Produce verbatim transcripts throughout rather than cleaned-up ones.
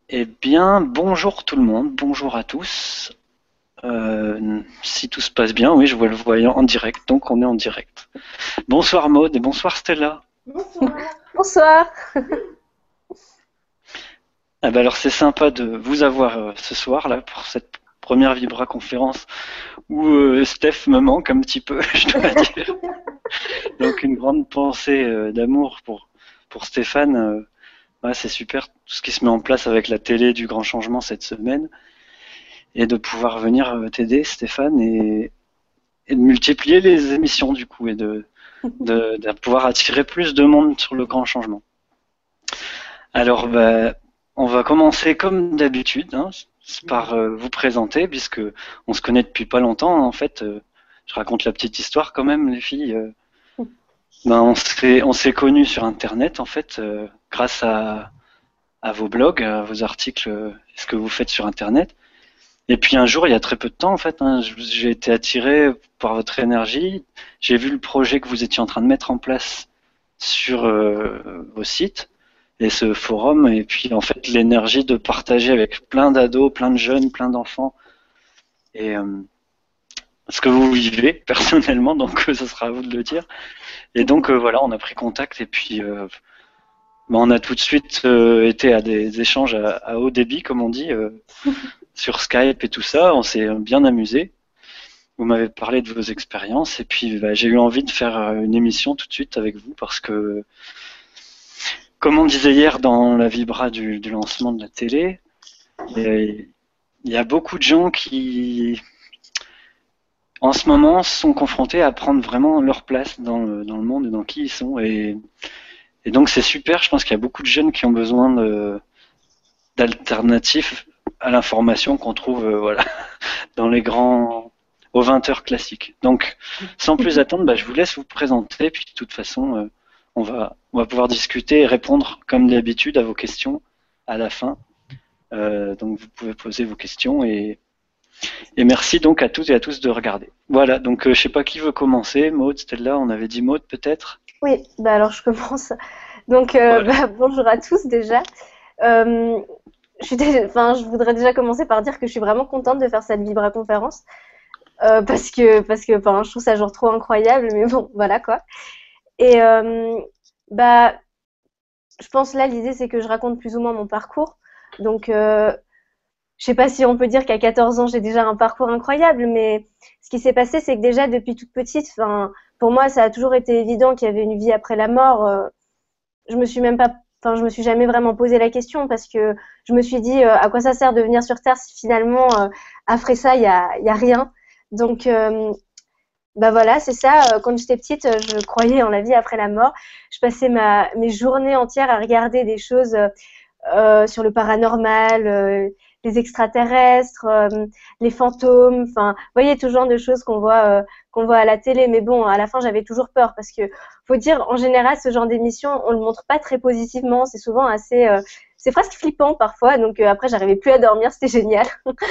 Eh bien, bonjour tout le monde, bonjour à tous. Euh, si tout se passe bien, oui, je vois le voyant en direct, donc on est en direct. Bonsoir Maud et bonsoir Stella. Bonsoir. Bonsoir. Ah bah alors c'est sympa de vous avoir euh, ce soir là pour cette première Vibra conférence où euh, Steph me manque un petit peu, je dois dire. Donc une grande pensée euh, d'amour pour pour Stéphane. Euh, ouais, c'est super tout ce qui se met en place avec la télé du grand changement cette semaine et de pouvoir venir euh, t'aider Stéphane et, et de multiplier les émissions du coup et de, de, de pouvoir attirer plus de monde sur le grand changement. Alors, bah, on va commencer comme d'habitude, hein, par euh, vous présenter, puisque on se connaît depuis pas longtemps. En fait, euh, je raconte la petite histoire quand même, les filles. Euh, ben, on s'est on s'est connus sur Internet, en fait, euh, grâce à, à vos blogs, à vos articles, euh, ce que vous faites sur Internet. Et puis un jour, il y a très peu de temps, en fait, hein, j'ai été attiré par votre énergie. J'ai vu le projet que vous étiez en train de mettre en place sur euh, vos sites et ce forum. Et puis en fait, l'énergie de partager avec plein d'ados, plein de jeunes, plein d'enfants. Et euh, ce que vous vivez personnellement, donc ce sera à vous de le dire. Et donc euh, voilà, on a pris contact et puis euh, ben, on a tout de suite euh, été à des échanges à, à haut débit, comme on dit, euh, sur Skype et tout ça. On s'est bien amusé. Vous m'avez parlé de vos expériences et puis bah, j'ai eu envie de faire euh, une émission tout de suite avec vous parce que, comme on disait hier dans la vibra du, du lancement de la télé, il y a beaucoup de gens qui, en ce moment, sont confrontés à prendre vraiment leur place dans le, dans le monde et dans qui ils sont. Et, et donc c'est super, je pense qu'il y a beaucoup de jeunes qui ont besoin de, d'alternatives à l'information qu'on trouve euh, voilà, dans les grands aux vingt heures classiques. Donc, sans plus attendre, bah, je vous laisse vous présenter. Puis de toute façon, euh, on va on va pouvoir discuter et répondre comme d'habitude à vos questions à la fin. Euh, donc, vous pouvez poser vos questions et et merci donc à toutes et à tous de regarder. Voilà. Donc, euh, je sais pas qui veut commencer. Maud, Stella, on avait dit Maud peut-être. Oui, bah alors je commence. Donc, euh, Voilà. bah, bonjour à tous déjà. Euh, je, suis dé- enfin, je voudrais déjà commencer par dire que je suis vraiment contente de faire cette Vibra conférence euh, parce que, parce que enfin, je trouve ça genre trop incroyable, mais bon, voilà quoi. Et euh, bah, je pense là, l'idée c'est que je raconte plus ou moins mon parcours. Donc, euh, je sais pas si on peut dire qu'à quatorze ans, j'ai déjà un parcours incroyable, mais ce qui s'est passé, c'est que déjà depuis toute petite, enfin, pour moi, ça a toujours été évident qu'il y avait une vie après la mort. Euh, je me suis même pas, enfin, je me suis jamais vraiment posé la question parce que je me suis dit, euh, à quoi ça sert de venir sur Terre si finalement, euh, après ça, il y a, il y a rien. Donc, euh, bah voilà, c'est ça. Euh, Quand j'étais petite, euh, je croyais en la vie après la mort. Je passais ma, mes journées entières à regarder des choses euh, euh, sur le paranormal, euh, les extraterrestres, euh, les fantômes, enfin, vous voyez tout genre de choses qu'on voit euh, qu'on voit à la télé. Mais bon, à la fin, j'avais toujours peur parce que faut dire, en général, ce genre d'émission, on le montre pas très positivement. C'est souvent assez, euh, c'est presque flippant parfois. Donc euh, après, j'arrivais plus à dormir, c'était génial.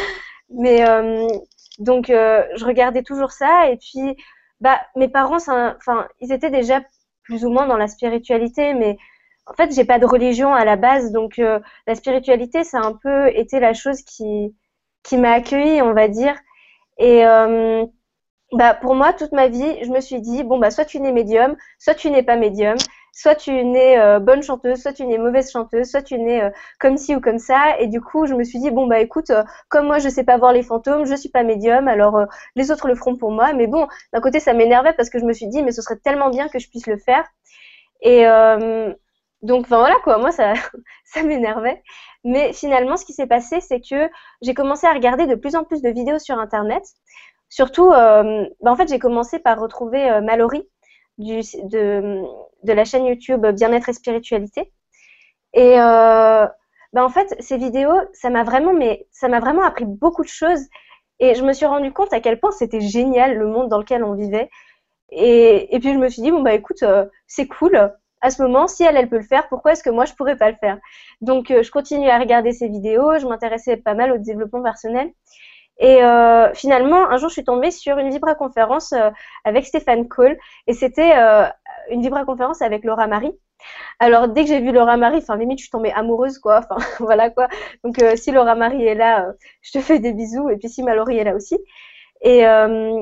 Mais euh, donc euh, je regardais toujours ça et puis bah mes parents, enfin, ils étaient déjà plus ou moins dans la spiritualité, mais en fait, j'ai pas de religion à la base, donc euh, la spiritualité, ça a un peu été la chose qui qui m'a accueillie, on va dire. Et euh, bah pour moi, toute ma vie, je me suis dit bon bah soit tu nais médium, soit tu n'es pas médium, soit tu nais euh, bonne chanteuse, soit tu nais mauvaise chanteuse, soit tu nais euh, comme ci ou comme ça. Et du coup, je me suis dit bon bah écoute, euh, comme moi je sais pas voir les fantômes, je suis pas médium, alors euh, les autres le feront pour moi. Mais bon, d'un côté ça m'énervait parce que je me suis dit mais ce serait tellement bien que je puisse le faire. Et euh, donc, enfin voilà quoi, moi ça, ça m'énervait. Mais finalement, ce qui s'est passé, c'est que j'ai commencé à regarder de plus en plus de vidéos sur Internet. Surtout, euh, bah, en fait, j'ai commencé par retrouver euh, Mallory du, de, de la chaîne YouTube Bien-être et Spiritualité. Et euh, bah, en fait, ces vidéos, ça m'a vraiment, mais ça m'a vraiment appris beaucoup de choses. Et je me suis rendu compte à quel point c'était génial le monde dans lequel on vivait. Et, et puis je me suis dit, bon bah écoute, euh, c'est cool. À ce moment, si elle, elle peut le faire, pourquoi est-ce que moi, je pourrais pas le faire? Donc, euh, je continue à regarder ses vidéos, je m'intéressais pas mal au développement personnel. Et euh, finalement, un jour, je suis tombée sur une vibra-conférence euh, avec Stéphane Cole. Et c'était euh, une vibra-conférence avec Laura Marie. Alors, dès que j'ai vu Laura Marie, enfin, limite, je suis tombée amoureuse, quoi. Enfin, voilà, quoi. Donc, euh, si Laura Marie est là, euh, je te fais des bisous. Et puis, si Mallory est là aussi. Et euh,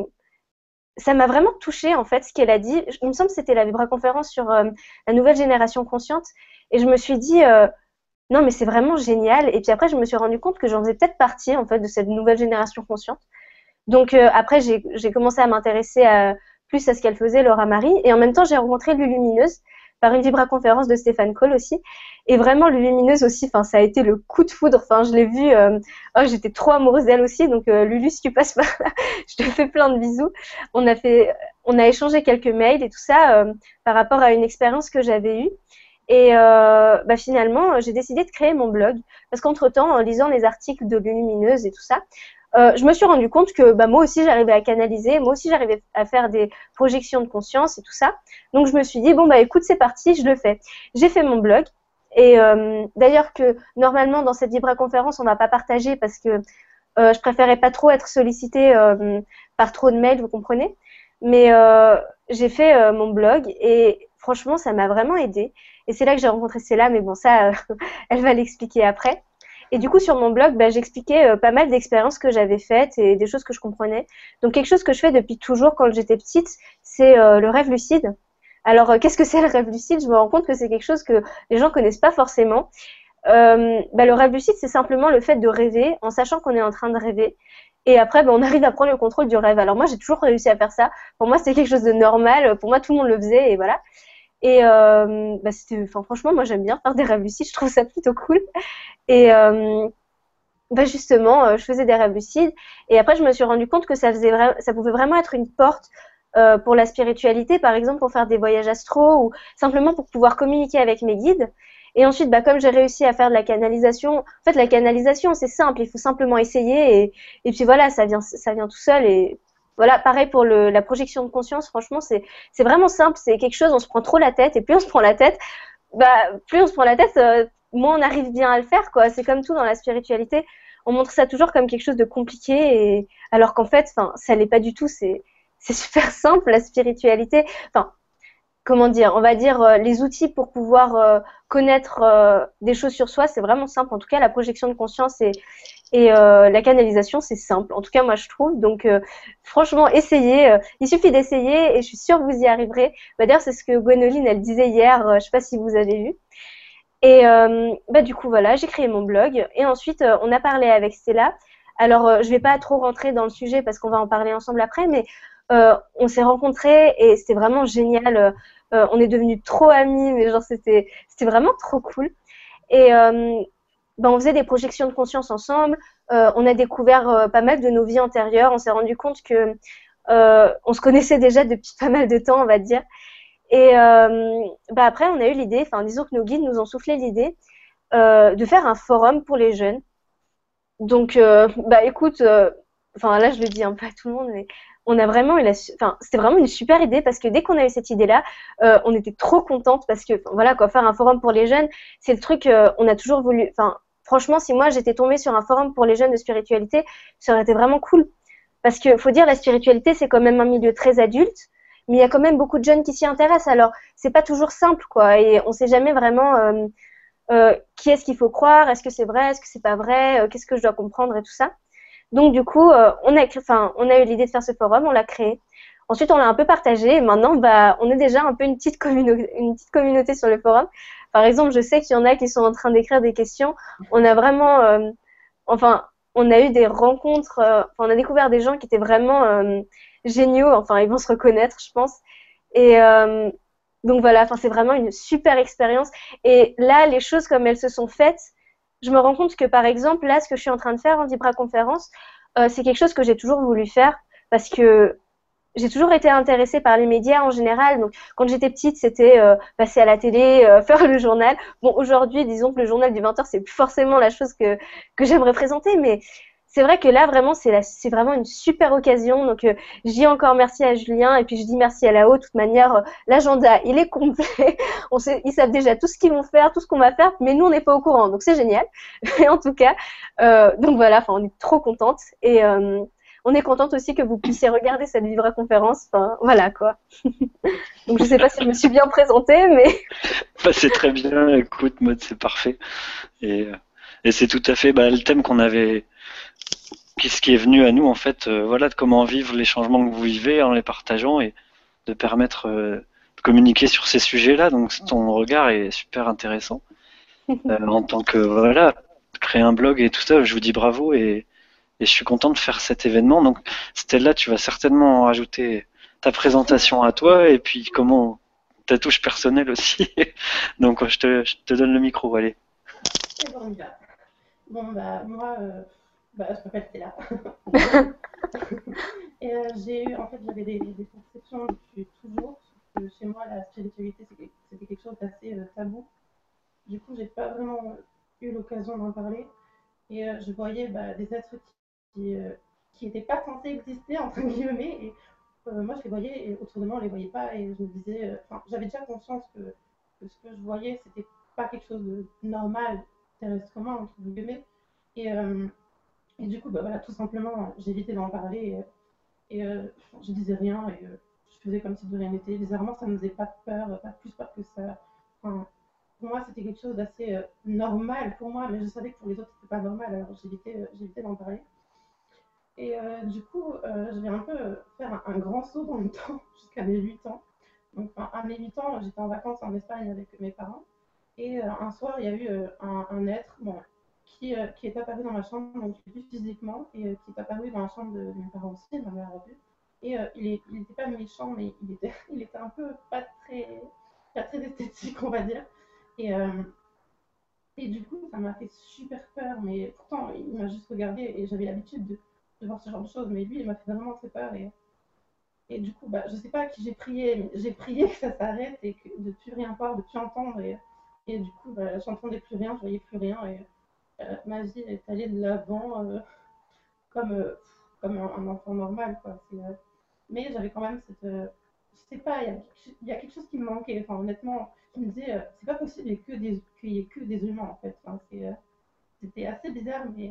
ça m'a vraiment touchée, en fait, ce qu'elle a dit. Il me semble que c'était la vibra-conférence sur euh, la nouvelle génération consciente. Et je me suis dit, euh, non, mais c'est vraiment génial. Et puis après, je me suis rendu compte que j'en faisais peut-être partie, en fait, de cette nouvelle génération consciente. Donc, euh, après, j'ai j'ai commencé à m'intéresser à, plus à ce qu'elle faisait, Laura Marie. Et en même temps, j'ai rencontré Lulumineuse par une vibra-conférence de Stéphane Cole aussi. Et vraiment, Lulumineuse aussi, enfin, ça a été le coup de foudre. Enfin, je l'ai vue, euh, oh, j'étais trop amoureuse d'elle aussi. Donc, euh, Lulu, si tu passes par là, je te fais plein de bisous. On a fait, on a échangé quelques mails et tout ça euh, par rapport à une expérience que j'avais eue. Et euh, bah, finalement, j'ai décidé de créer mon blog. Parce qu'entre-temps, en lisant les articles de Lulumineuse et tout ça, euh, je me suis rendu compte que bah, moi aussi j'arrivais à canaliser, moi aussi j'arrivais à faire des projections de conscience et tout ça. Donc je me suis dit bon bah écoute c'est parti, je le fais. J'ai fait mon blog et euh, d'ailleurs que normalement dans cette Vibra conférence on va pas partager parce que euh, je préférais pas trop être sollicitée euh, par trop de mails, vous comprenez. Mais euh, j'ai fait euh, mon blog et franchement ça m'a vraiment aidée. Et c'est là que j'ai rencontré Céla, mais bon ça euh, elle va l'expliquer après. Et du coup, sur mon blog, bah, j'expliquais euh, pas mal d'expériences que j'avais faites et des choses que je comprenais. Donc, quelque chose que je fais depuis toujours quand j'étais petite, c'est euh, le rêve lucide. Alors, euh, qu'est-ce que c'est le rêve lucide? Je me rends compte que c'est quelque chose que les gens connaissent pas forcément. Euh, bah, le rêve lucide, c'est simplement le fait de rêver en sachant qu'on est en train de rêver. Et après, bah, on arrive à prendre le contrôle du rêve. Alors moi, j'ai toujours réussi à faire ça. Pour moi, c'était quelque chose de normal. Pour moi, tout le monde le faisait et voilà. Et euh, bah, c'était, enfin, franchement, moi, j'aime bien faire des rêves lucides. Je trouve ça plutôt cool. Et euh, bah justement, euh, je faisais des rêves lucides. Et après, je me suis rendu compte que ça faisait vra- ça pouvait vraiment être une porte euh, pour la spiritualité, par exemple, pour faire des voyages astraux ou simplement pour pouvoir communiquer avec mes guides. Et ensuite, bah, comme j'ai réussi à faire de la canalisation, en fait, la canalisation, c'est simple, il faut simplement essayer. Et, et puis voilà, ça vient, ça vient tout seul. Et voilà, pareil pour le, la projection de conscience, franchement, c'est, c'est vraiment simple. C'est quelque chose, on se prend trop la tête. Et plus on se prend la tête, bah, plus on se prend la tête, euh, moins on arrive bien à le faire, quoi. C'est comme tout dans la spiritualité. On montre ça toujours comme quelque chose de compliqué, et alors qu'en fait, enfin, ça l'est pas du tout. C'est, c'est super simple la spiritualité. Enfin, comment dire, on va dire euh, les outils pour pouvoir euh, connaître euh, des choses sur soi, c'est vraiment simple. En tout cas, la projection de conscience et, et euh, la canalisation, c'est simple. En tout cas, moi, je trouve. Donc, euh, franchement, essayez. Euh, il suffit d'essayer et je suis sûre que vous y arriverez. Bah, d'ailleurs, c'est ce que Gwénoline, elle disait hier. Euh, je sais pas si vous avez vu. Et euh, bah, du coup, voilà, j'ai créé mon blog. Et ensuite, euh, on a parlé avec Stella. Alors, euh, je vais pas trop rentrer dans le sujet parce qu'on va en parler ensemble après, mais euh, on s'est rencontrés et c'était vraiment génial. Euh, on est devenus trop amis, mais genre, c'était, c'était vraiment trop cool. Et euh, ben, on faisait des projections de conscience ensemble. Euh, on a découvert euh, pas mal de nos vies antérieures. On s'est rendu compte que euh, on se connaissait déjà depuis pas mal de temps, on va dire. Et euh, bah après, on a eu l'idée, enfin disons que nos guides nous ont soufflé l'idée euh, de faire un forum pour les jeunes. Donc, euh, bah écoute, euh, enfin là je le dis un peu à tout le monde, mais on a vraiment eu la, enfin c'était vraiment une super idée parce que dès qu'on a eu cette idée-là, euh, on était trop contente parce que voilà quoi, faire un forum pour les jeunes, c'est le truc, euh, on a toujours voulu. Enfin, franchement, si moi j'étais tombée sur un forum pour les jeunes de spiritualité, ça aurait été vraiment cool. Parce que faut dire, la spiritualité, c'est quand même un milieu très adulte, mais il y a quand même beaucoup de jeunes qui s'y intéressent. Alors, c'est pas toujours simple, quoi, et on sait jamais vraiment euh, euh, qui est-ce qu'il faut croire, est-ce que c'est vrai, est-ce que c'est pas vrai, euh, qu'est-ce que je dois comprendre et tout ça. Donc, du coup, euh, on a, enfin, on a eu l'idée de faire ce forum, on l'a créé. Ensuite, on l'a un peu partagé, et maintenant, bah, on est déjà un peu une petite communauté, une petite communauté sur le forum. Par exemple, je sais qu'il y en a qui sont en train d'écrire des questions. On a vraiment, euh, enfin, on a eu des rencontres, euh, enfin, on a découvert des gens qui étaient vraiment euh, géniaux. Enfin, ils vont se reconnaître, je pense. Et euh, donc voilà, enfin, c'est vraiment une super expérience. Et là, les choses comme elles se sont faites, je me rends compte que par exemple, là, ce que je suis en train de faire en Vibra Conférence, euh, c'est quelque chose que j'ai toujours voulu faire parce que j'ai toujours été intéressée par les médias en général. Donc, quand j'étais petite, c'était euh, passer à la télé, euh, faire le journal. Bon, aujourd'hui, disons que le journal du vingt heures, c'est plus forcément la chose que, que j'aimerais présenter, mais c'est vrai que là, vraiment, c'est, la, c'est vraiment une super occasion. Donc, euh, je dis encore merci à Julien et puis je dis merci à Lao. De toute manière, euh, l'agenda, il est complet. On sait, ils savent déjà tout ce qu'ils vont faire, tout ce qu'on va faire, mais nous, on n'est pas au courant. Donc, c'est génial. Mais en tout cas, euh, donc voilà, enfin, on est trop contente. Et... Euh, on est contente aussi que vous puissiez regarder cette Vibra conférence. Enfin, voilà quoi. Donc je sais pas si je me suis bien présentée, mais Bah, c'est très bien, écoute, mode, c'est parfait. Et, et c'est tout à fait bah, le thème qu'on avait, ce qui est venu à nous, en fait, euh, voilà, de comment vivre les changements que vous vivez en les partageant et de permettre euh, de communiquer sur ces sujets-là. Donc ton regard est super intéressant. Euh, en tant que, voilà, créer un blog et tout ça, je vous dis bravo et, et je suis content de faire cet événement. Donc Stella, tu vas certainement rajouter ta présentation à toi et puis comment ta touche personnelle aussi. Donc je te, je te donne le micro, allez. Et bon, on y va. Bon, bah, moi, euh, bah, je m'appelle Stella. Et euh, j'ai eu, en fait, j'avais des, des perceptions depuis toujours. Que chez moi, la spiritualité, c'était quelque chose d'assez euh, tabou. Du coup, j'ai pas vraiment eu l'occasion d'en parler. Et euh, je voyais bah, des êtres qui euh, qui n'étaient pas censés exister, entre guillemets. Et euh, moi, je les voyais, et autour de moi, on les voyait pas. Et je me disais, enfin, euh, j'avais déjà conscience que, que ce que je voyais, c'était pas quelque chose de normal, terrestrement, entre guillemets. Et, euh, et du coup, bah, voilà, tout simplement, j'évitais d'en parler. Et, et euh, je disais rien. Et euh, je faisais comme si de rien n'était. Bizarrement, ça ne me faisait pas peur, pas plus peur que ça. Enfin, pour moi, c'était quelque chose d'assez euh, normal pour moi, mais je savais que pour les autres, c'était pas normal, alors j'évitais, euh, j'évitais d'en parler. Et euh, du coup, euh, je vais un peu euh, faire un, un grand saut dans le temps jusqu'à mes huit ans. Donc, enfin, à mes huit ans, j'étais en vacances en Espagne avec mes parents. Et euh, un soir, il y a eu euh, un, un être bon, qui, euh, qui est apparu dans ma chambre, donc je l'ai vu physiquement, et euh, qui est apparu dans la chambre de, de mes parents aussi, ma mère a vu. Et euh, il n'était pas méchant, mais il était, il était un peu pas très, pas très esthétique, on va dire. Et, euh, et du coup, ça m'a fait super peur, mais pourtant, il m'a juste regardé et j'avais l'habitude de, de voir ce genre de choses, mais lui, il m'a fait vraiment très peur. Et, et du coup, bah, je sais pas à qui j'ai prié, mais j'ai prié que ça s'arrête et que, de plus rien voir, de plus entendre. Et, et du coup, bah, j'entendais plus rien, je voyais plus rien. Et euh, ma vie est allée de l'avant euh, comme, euh, comme un, un enfant normal, quoi. C'est, euh, mais j'avais quand même cette. Euh, je sais pas, il y, a, il y a quelque chose qui me manquait. Enfin, honnêtement, je me disais, euh, c'est pas possible qu'il y ait que des, qu'il y ait que des humains, en fait. Enfin, c'est, euh, c'était assez bizarre, mais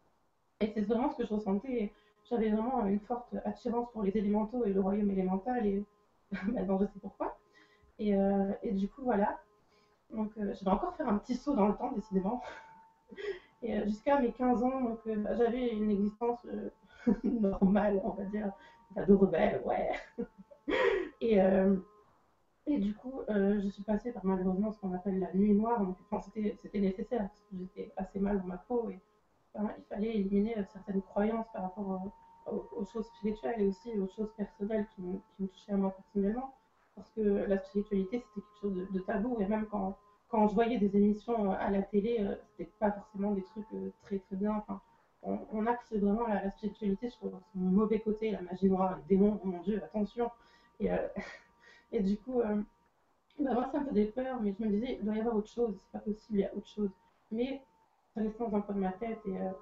et c'est vraiment ce que je ressentais. J'avais vraiment une forte attirance pour les élémentaux et le royaume élémental, et maintenant je sais pourquoi. Et, euh, et du coup, voilà. Donc, euh, je vais encore faire un petit saut dans le temps, décidément. Et euh, jusqu'à mes quinze ans, donc, euh, j'avais une existence euh, normale, on va dire, de rebelle, ouais. Et, euh, et du coup, euh, je suis passée par malheureusement ce qu'on appelle la nuit noire. Donc, enfin, c'était, c'était nécessaire parce que j'étais assez mal dans ma peau. Et, enfin, il fallait éliminer euh, certaines croyances par rapport euh, aux, aux choses spirituelles et aussi aux choses personnelles qui me, qui me touchaient à moi personnellement. Parce que la spiritualité, c'était quelque chose de, de tabou. Et même quand, quand je voyais des émissions à la télé, euh, c'était pas forcément des trucs euh, très très bien. Enfin, on, on axe vraiment la, la spiritualité sur son mauvais côté, la magie noire, les démons, oh mon Dieu, attention. Et, euh, et du coup, euh, bah, moi, ça me faisait peur, mais je me disais, il doit y avoir autre chose, c'est pas possible, il y a autre chose. Mais ça restait dans un coin de ma tête, et, euh,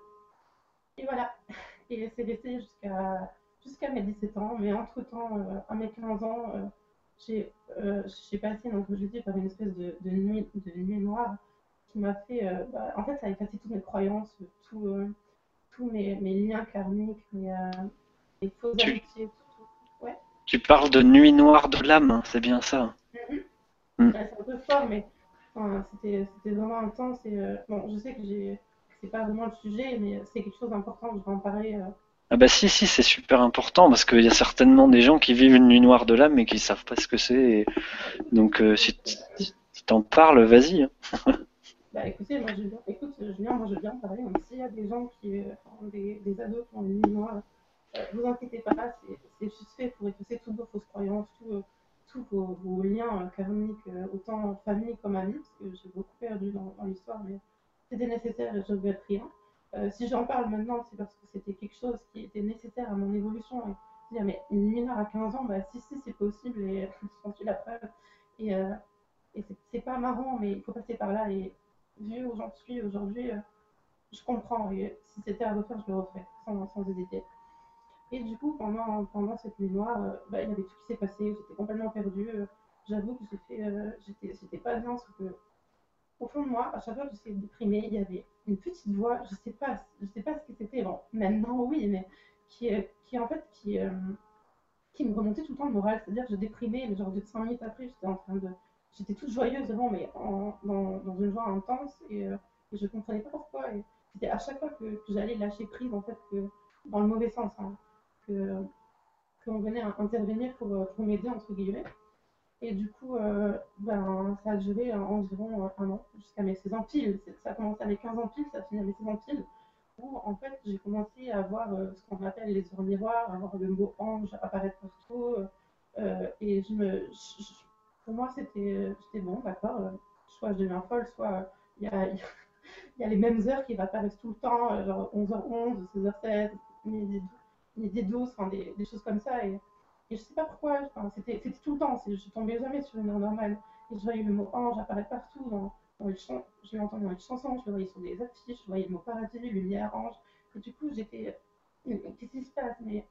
et voilà. Et c'est resté jusqu'à jusqu'à mes dix-sept ans, mais entre-temps, euh, à mes quinze ans, euh, j'ai euh, j'ai passé, donc, comme je dis, par une espèce de, de, nuit, de nuit noire qui m'a fait, euh, bah, en fait, ça a effacé toutes mes croyances, tous euh, tous mes, mes liens karmiques, mes, euh, mes fausses Tu, amitiés, tout, tout. Ouais. tu parles de nuit noire de l'âme, hein, c'est bien ça. Mhm. Mm. Ouais, c'est un peu fort, mais enfin, c'était c'était vraiment intense. Et, euh, bon, je sais que j'ai que c'est pas vraiment le sujet, mais c'est quelque chose d'important. Je vais en parler. euh. Ah bah si, si, c'est super important parce qu'il y a certainement des gens qui vivent une nuit noire de l'âme mais qui savent pas ce que c'est. Et donc euh, si t- si t'en parles, vas-y, hein. Bah écoutez, moi je viens, écoute, je viens, moi je viens de parler. Donc s'il y a des gens qui, euh, enfin, des, des ados qui ont une nuit noire, euh, vous inquiétez pas, c'est c'est juste fait pour effacer toutes vos fausses croyances, tout, euh, tous vos, vos liens euh, karmiques, euh, autant famille comme amis, parce que j'ai beaucoup perdu dans, dans l'histoire, mais c'était nécessaire et je regrette rien. Euh, si j'en parle maintenant, c'est parce que c'était quelque chose qui était nécessaire à mon évolution. Et dire, mais une mineure à quinze ans, bah si, si, c'est possible et j'en suis la preuve. Et, euh, et c'est c'est pas marrant, mais il faut passer par là. Et vu où j'en suis aujourd'hui, euh, je comprends. Et si c'était à refaire, je le referais, sans, sans hésiter. Et du coup, pendant, pendant cette nuit noire, euh, bah, il y avait tout qui s'est passé. J'étais complètement perdue. Euh, J'avoue que j'étais euh, j'étais j'étais pas bien, parce que au fond de moi, à chaque fois que j'étais déprimée, il y avait une petite voix, je sais pas, je sais pas ce que c'était. Bon, maintenant oui, mais qui, euh, qui en fait, qui, euh, qui me remontait tout le temps le moral. C'est-à-dire que je déprimais, mais genre de cinq minutes après, j'étais en train de... J'étais toute joyeuse vraiment, mais en, dans, dans une joie intense, et, euh, et je comprenais pas pourquoi. Et c'était à chaque fois que, que j'allais lâcher prise, en fait, que, dans le mauvais sens, hein, que qu'on venait intervenir pour, pour m'aider, entre guillemets. Et du coup, euh, ben, ça a duré environ un an, jusqu'à mes seize ans pile. Ça a commencé à mes quinze ans pile, ça a fini à mes seize ans pile, où en fait j'ai commencé à avoir euh, ce qu'on appelle les heures miroirs, à voir le mot ange apparaître partout. Euh, et je me, je, je, pour moi, c'était bon, d'accord, euh, soit je deviens folle, soit il y a, y a les mêmes heures qui apparaissent tout le temps, euh, genre onze heures onze, seize heures seize, midi douze, enfin des, des choses comme ça. Et, et je sais pas pourquoi, enfin, c'était tout le temps, je tombais jamais sur une heure normale. Et je voyais le mot ange apparaître partout dans, dans les chansons, je l'ai entendu dans les chansons, je le voyais sur des affiches, je voyais le mot paradis, lumière, ange. Et du coup, j'étais, qu'est-ce qui se passe? Mais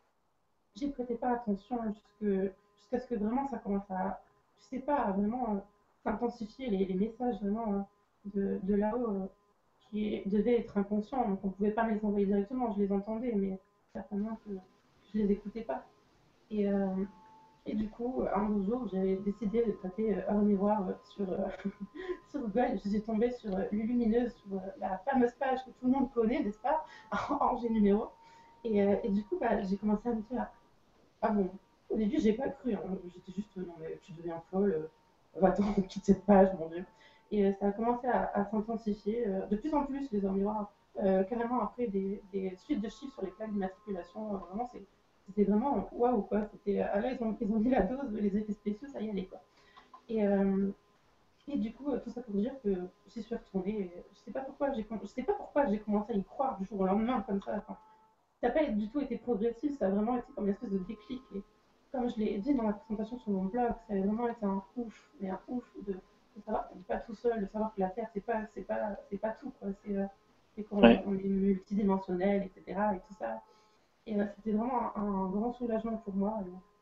j'y prêtais pas attention jusqu'à ce que vraiment ça commence à, je sais pas, à vraiment euh, s'intensifier les, les messages vraiment euh, de, de là-haut euh, qui devaient être inconscients, donc on pouvait pas me les envoyer directement, je les entendais, mais certainement que je les écoutais pas. Et, euh, et du coup, un beau jour, j'ai décidé de taper euh, un miroir euh, sur, euh, sur Google. Je suis tombée sur euh, Lulumineuse, sur euh, la fameuse page que tout le monde connaît, n'est-ce pas, en G numéro. Et, euh, et du coup, bah, j'ai commencé à me dire, ah bon, au début, j'ai pas cru, hein. J'étais juste, non mais tu deviens folle, euh, attends, quitte cette page, mon Dieu. Et euh, ça a commencé à, à s'intensifier, euh, de plus en plus les heures miroirs, euh, carrément après des, des suites de chiffres sur les plaques d'immatriculation, euh, vraiment c'était vraiment waouh quoi, c'était, ah là ils ont, ils ont mis la dose, les effets spéciaux, ça y allait quoi. Et, euh, et du coup, euh, tout ça pour dire que j'y suis retournée, et je sais pas pourquoi j'ai je sais pas pourquoi j'ai commencé à y croire du jour au lendemain comme ça, enfin, ça n'a pas du tout été progressif, ça a vraiment été comme une espèce de déclic. Et comme je l'ai dit dans la présentation sur mon blog, ça a vraiment été un ouf, mais un ouf de, de savoir qu'on n'est pas tout seul, de savoir que la Terre, c'est pas, c'est pas, c'est pas tout, quoi. C'est, euh, c'est qu'on Ouais. on est multidimensionnel, et cetera. Et tout ça. Et euh, c'était vraiment un, un grand soulagement pour moi.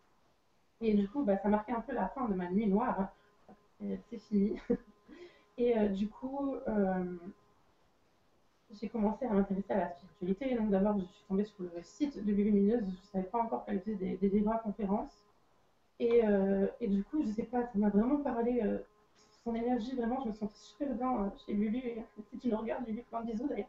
Et, et du coup, bah, ça marquait un peu la fin de ma nuit noire. Et c'est fini. Et euh, du coup, euh, j'ai commencé à m'intéresser à la spiritualité. Donc d'abord, je suis tombée sur le site de Lulumineuse. Je ne savais pas encore qu'elle faisait des, des vibra-conférences. Et, euh, et du coup, je sais pas, ça m'a vraiment parlé. Euh, son énergie, vraiment, je me sentais super bien euh, chez Lulu. Et, si tu nous regardes, Lulu, plein de bisous d'ailleurs.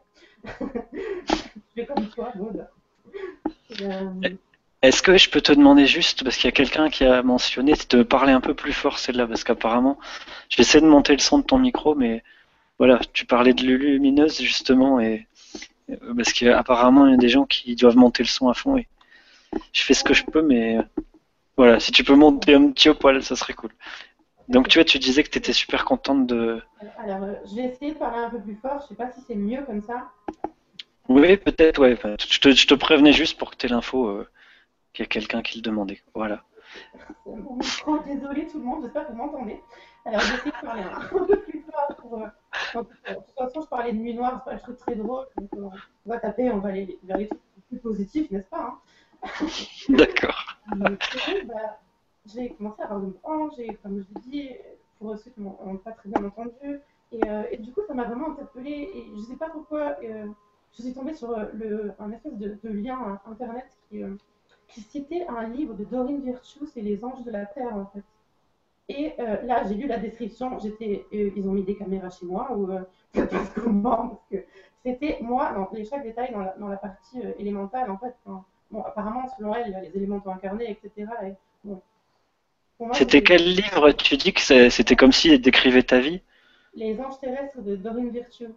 Je fais comme toi, Maud. Euh, Est-ce que je peux te demander juste, parce qu'il y a quelqu'un qui a mentionné, de parler un peu plus fort celle-là, parce qu'apparemment, j'essaie de monter le son de ton micro, mais voilà, tu parlais de Lulumineuse justement, et parce qu'apparemment il y a des gens qui doivent monter le son à fond, et je fais ce que je peux, mais voilà, si tu peux monter un petit au poil, ça serait cool. Donc tu vois, tu disais que tu étais super contente de... Alors, euh, je vais essayer de parler un peu plus fort, je sais pas si c'est mieux comme ça. Oui, peut-être, ouais. Je te, je te prévenais juste pour que tu aies l'info euh, qu'il y a quelqu'un qui le demandait. Voilà. Mon micro, désolé tout le monde, j'espère que vous m'entendez. Alors, j'essaie de parler un peu plus fort pour. Euh, donc, euh, de toute façon, je parlais de nuit noire, c'est pas un truc très drôle. Donc, euh, on va taper, on va aller vers les trucs plus positifs, n'est-ce pas, hein. D'accord. Donc, bah, j'ai commencé à avoir le ange, et comme je l'ai dit, pour ceux qui n'ont pas très bien entendu. Et, euh, et du coup, ça m'a vraiment interpellée. Et je sais pas pourquoi, euh, je suis tombée sur le, un espèce de, de lien internet qui. Euh, qui citait un livre de Doreen Virtue, c'est Les Anges de la Terre en fait. Et euh, là, j'ai lu la description, j'étais, euh, ils ont mis des caméras chez moi, ou euh, je sais pas comment, parce que c'était moi, dans les chaque détail, dans la, dans la partie euh, élémentale, en fait, hein, bon, apparemment, selon elle, il y a les élémentaux incarnés, et cetera. Et, bon, c'était quel livre? Tu dis que c'était comme s'il décrivait ta vie? Les Anges terrestres de Doreen Virtue.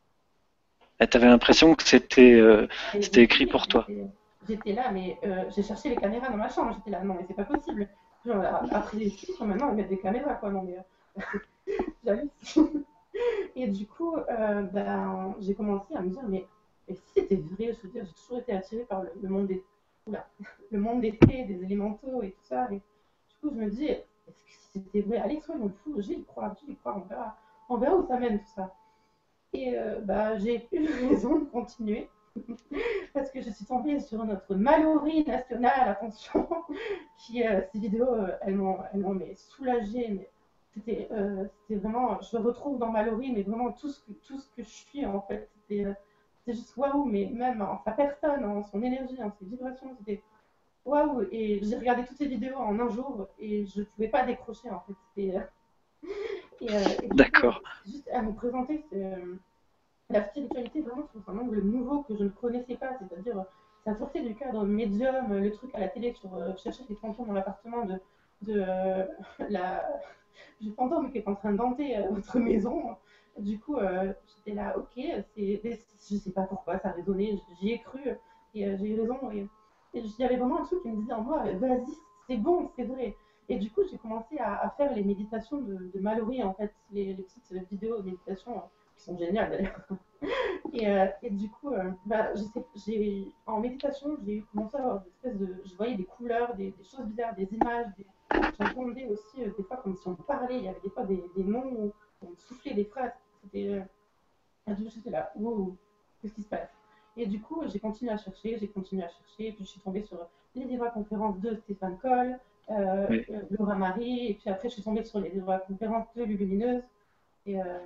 Tu avais l'impression que c'était euh, écrit pour toi. J'étais là, mais euh, j'ai cherché les caméras dans ma chambre. J'étais là, non, mais c'est pas possible. Genre, après les chiffres, maintenant, ils mettent des caméras, quoi. Non, mais euh, j'hallucine. Et du coup, euh, ben, j'ai commencé à me dire, mais, mais si c'était vrai, je veux dire, j'ai toujours été attirée par le, le monde des, oula, le monde des fées, des élémentaux et tout ça. Et du coup, je me dis, est-ce que si c'était vrai, allez, soyons fous, j'y crois, j'y crois, on verra, on verra où ça mène tout ça. Et euh, bah, j'ai eu raison de continuer. Parce que je suis tombée sur notre Mallory nationale, attention, qui, euh, ces vidéos, euh, elles m'ont soulagée, mais c'était euh, vraiment, je retrouve dans Mallory, mais vraiment tout ce que, tout ce que je suis en fait, c'était euh, c'était juste waouh, mais même en sa personne, en son énergie, en ses vibrations, c'était waouh. Et j'ai regardé toutes ces vidéos en un jour et je ne pouvais pas décrocher en fait. C'était, euh, et, euh, et du coup, D'accord. juste à nous présenter euh, la spiritualité vraiment sous un angle nouveau que je ne connaissais pas, c'est-à-dire ça sortait du cadre médium, le truc à la télé sur euh, chercher des fantômes dans l'appartement de, de euh, la, du fantôme qui est en train d'hanter euh, votre maison. Du coup, euh, j'étais là, ok, c'est, je sais pas pourquoi, ça résonnait, j'y ai cru et euh, j'ai eu raison. Et et il y avait vraiment un truc qui me disait en moi, vas-y, c'est bon, c'est vrai. Et du coup, j'ai commencé à, à faire les méditations de, de Mallory, en fait, les, les petites vidéos de méditation euh, qui sont géniales d'ailleurs. Et, euh, et du coup, euh, bah, je sais, j'ai, en méditation, j'ai commencé à avoir des espèces de. Je voyais des couleurs, des, des choses bizarres, des images. Des, j'entendais aussi euh, des fois comme si on parlait. Il y avait des fois des, des noms où on soufflait des phrases. C'était. Euh, et du coup, j'étais là, wow, qu'est-ce qui se passe? Et du coup, j'ai continué à chercher, j'ai continué à chercher. Et puis, je suis tombée sur les livres à conférences de Stéphane Coll, euh, Oui. euh, Laura Marie. Et puis après, je suis tombée sur les livres à conférences de Lumineuse. Et, euh,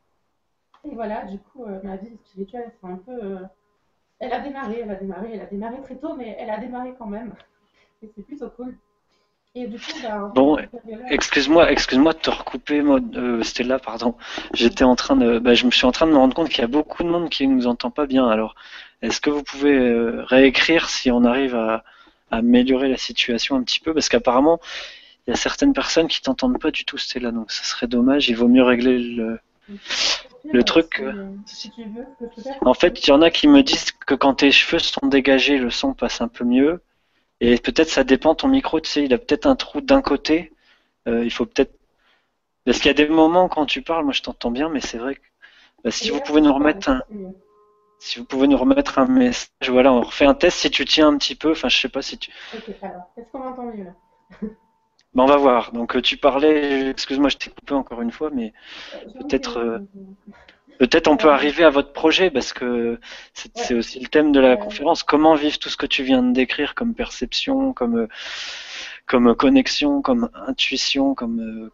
et voilà, du coup, euh, ma vie spirituelle, c'est un peu. Euh, elle a démarré, elle a démarré, elle a démarré très tôt, mais elle a démarré quand même. Et c'est plutôt cool. Et du coup, bah, en fait, Bon, cette période-là, excuse-moi, excuse-moi de te recouper, moi, euh, Stella, pardon. J'étais en train de, bah, je me suis en train de me rendre compte qu'il y a beaucoup de monde qui nous entend pas bien. Alors, est-ce que vous pouvez euh, réécrire si on arrive à, à améliorer la situation un petit peu? Parce qu'apparemment, il y a certaines personnes qui t'entendent pas du tout, Stella, donc ça serait dommage. Il vaut mieux régler le, au le pire, truc. si, euh, si tu veux, ce que je peux faire, En c'est que fait, il y en a qui me disent que quand tes cheveux sont dégagés, le son passe un peu mieux. Et peut-être ça dépend, ton micro, tu sais, il a peut-être un trou d'un côté. Euh, il faut peut-être. Parce qu'il y a des moments quand tu parles, moi je t'entends bien, mais c'est vrai que bah, si et vous là, pouvez si nous je parle, remettre un, c'est mieux. si vous pouvez nous remettre un message, voilà, on refait un test si tu tiens un petit peu. Enfin, je sais pas si tu. Ok, alors, est-ce qu'on m'entend mieux là? Bah, on va voir. Donc euh, tu parlais, excuse-moi, je t'ai coupé encore une fois, mais Euh, J'en étais peut-être, où? euh, Euh, peut-être on peut euh, arriver à votre projet parce que c'est c'est Ouais, aussi le thème de la euh, conférence. Comment vivre tout ce que tu viens de décrire comme perception, comme euh, comme connexion, comme intuition, comme euh,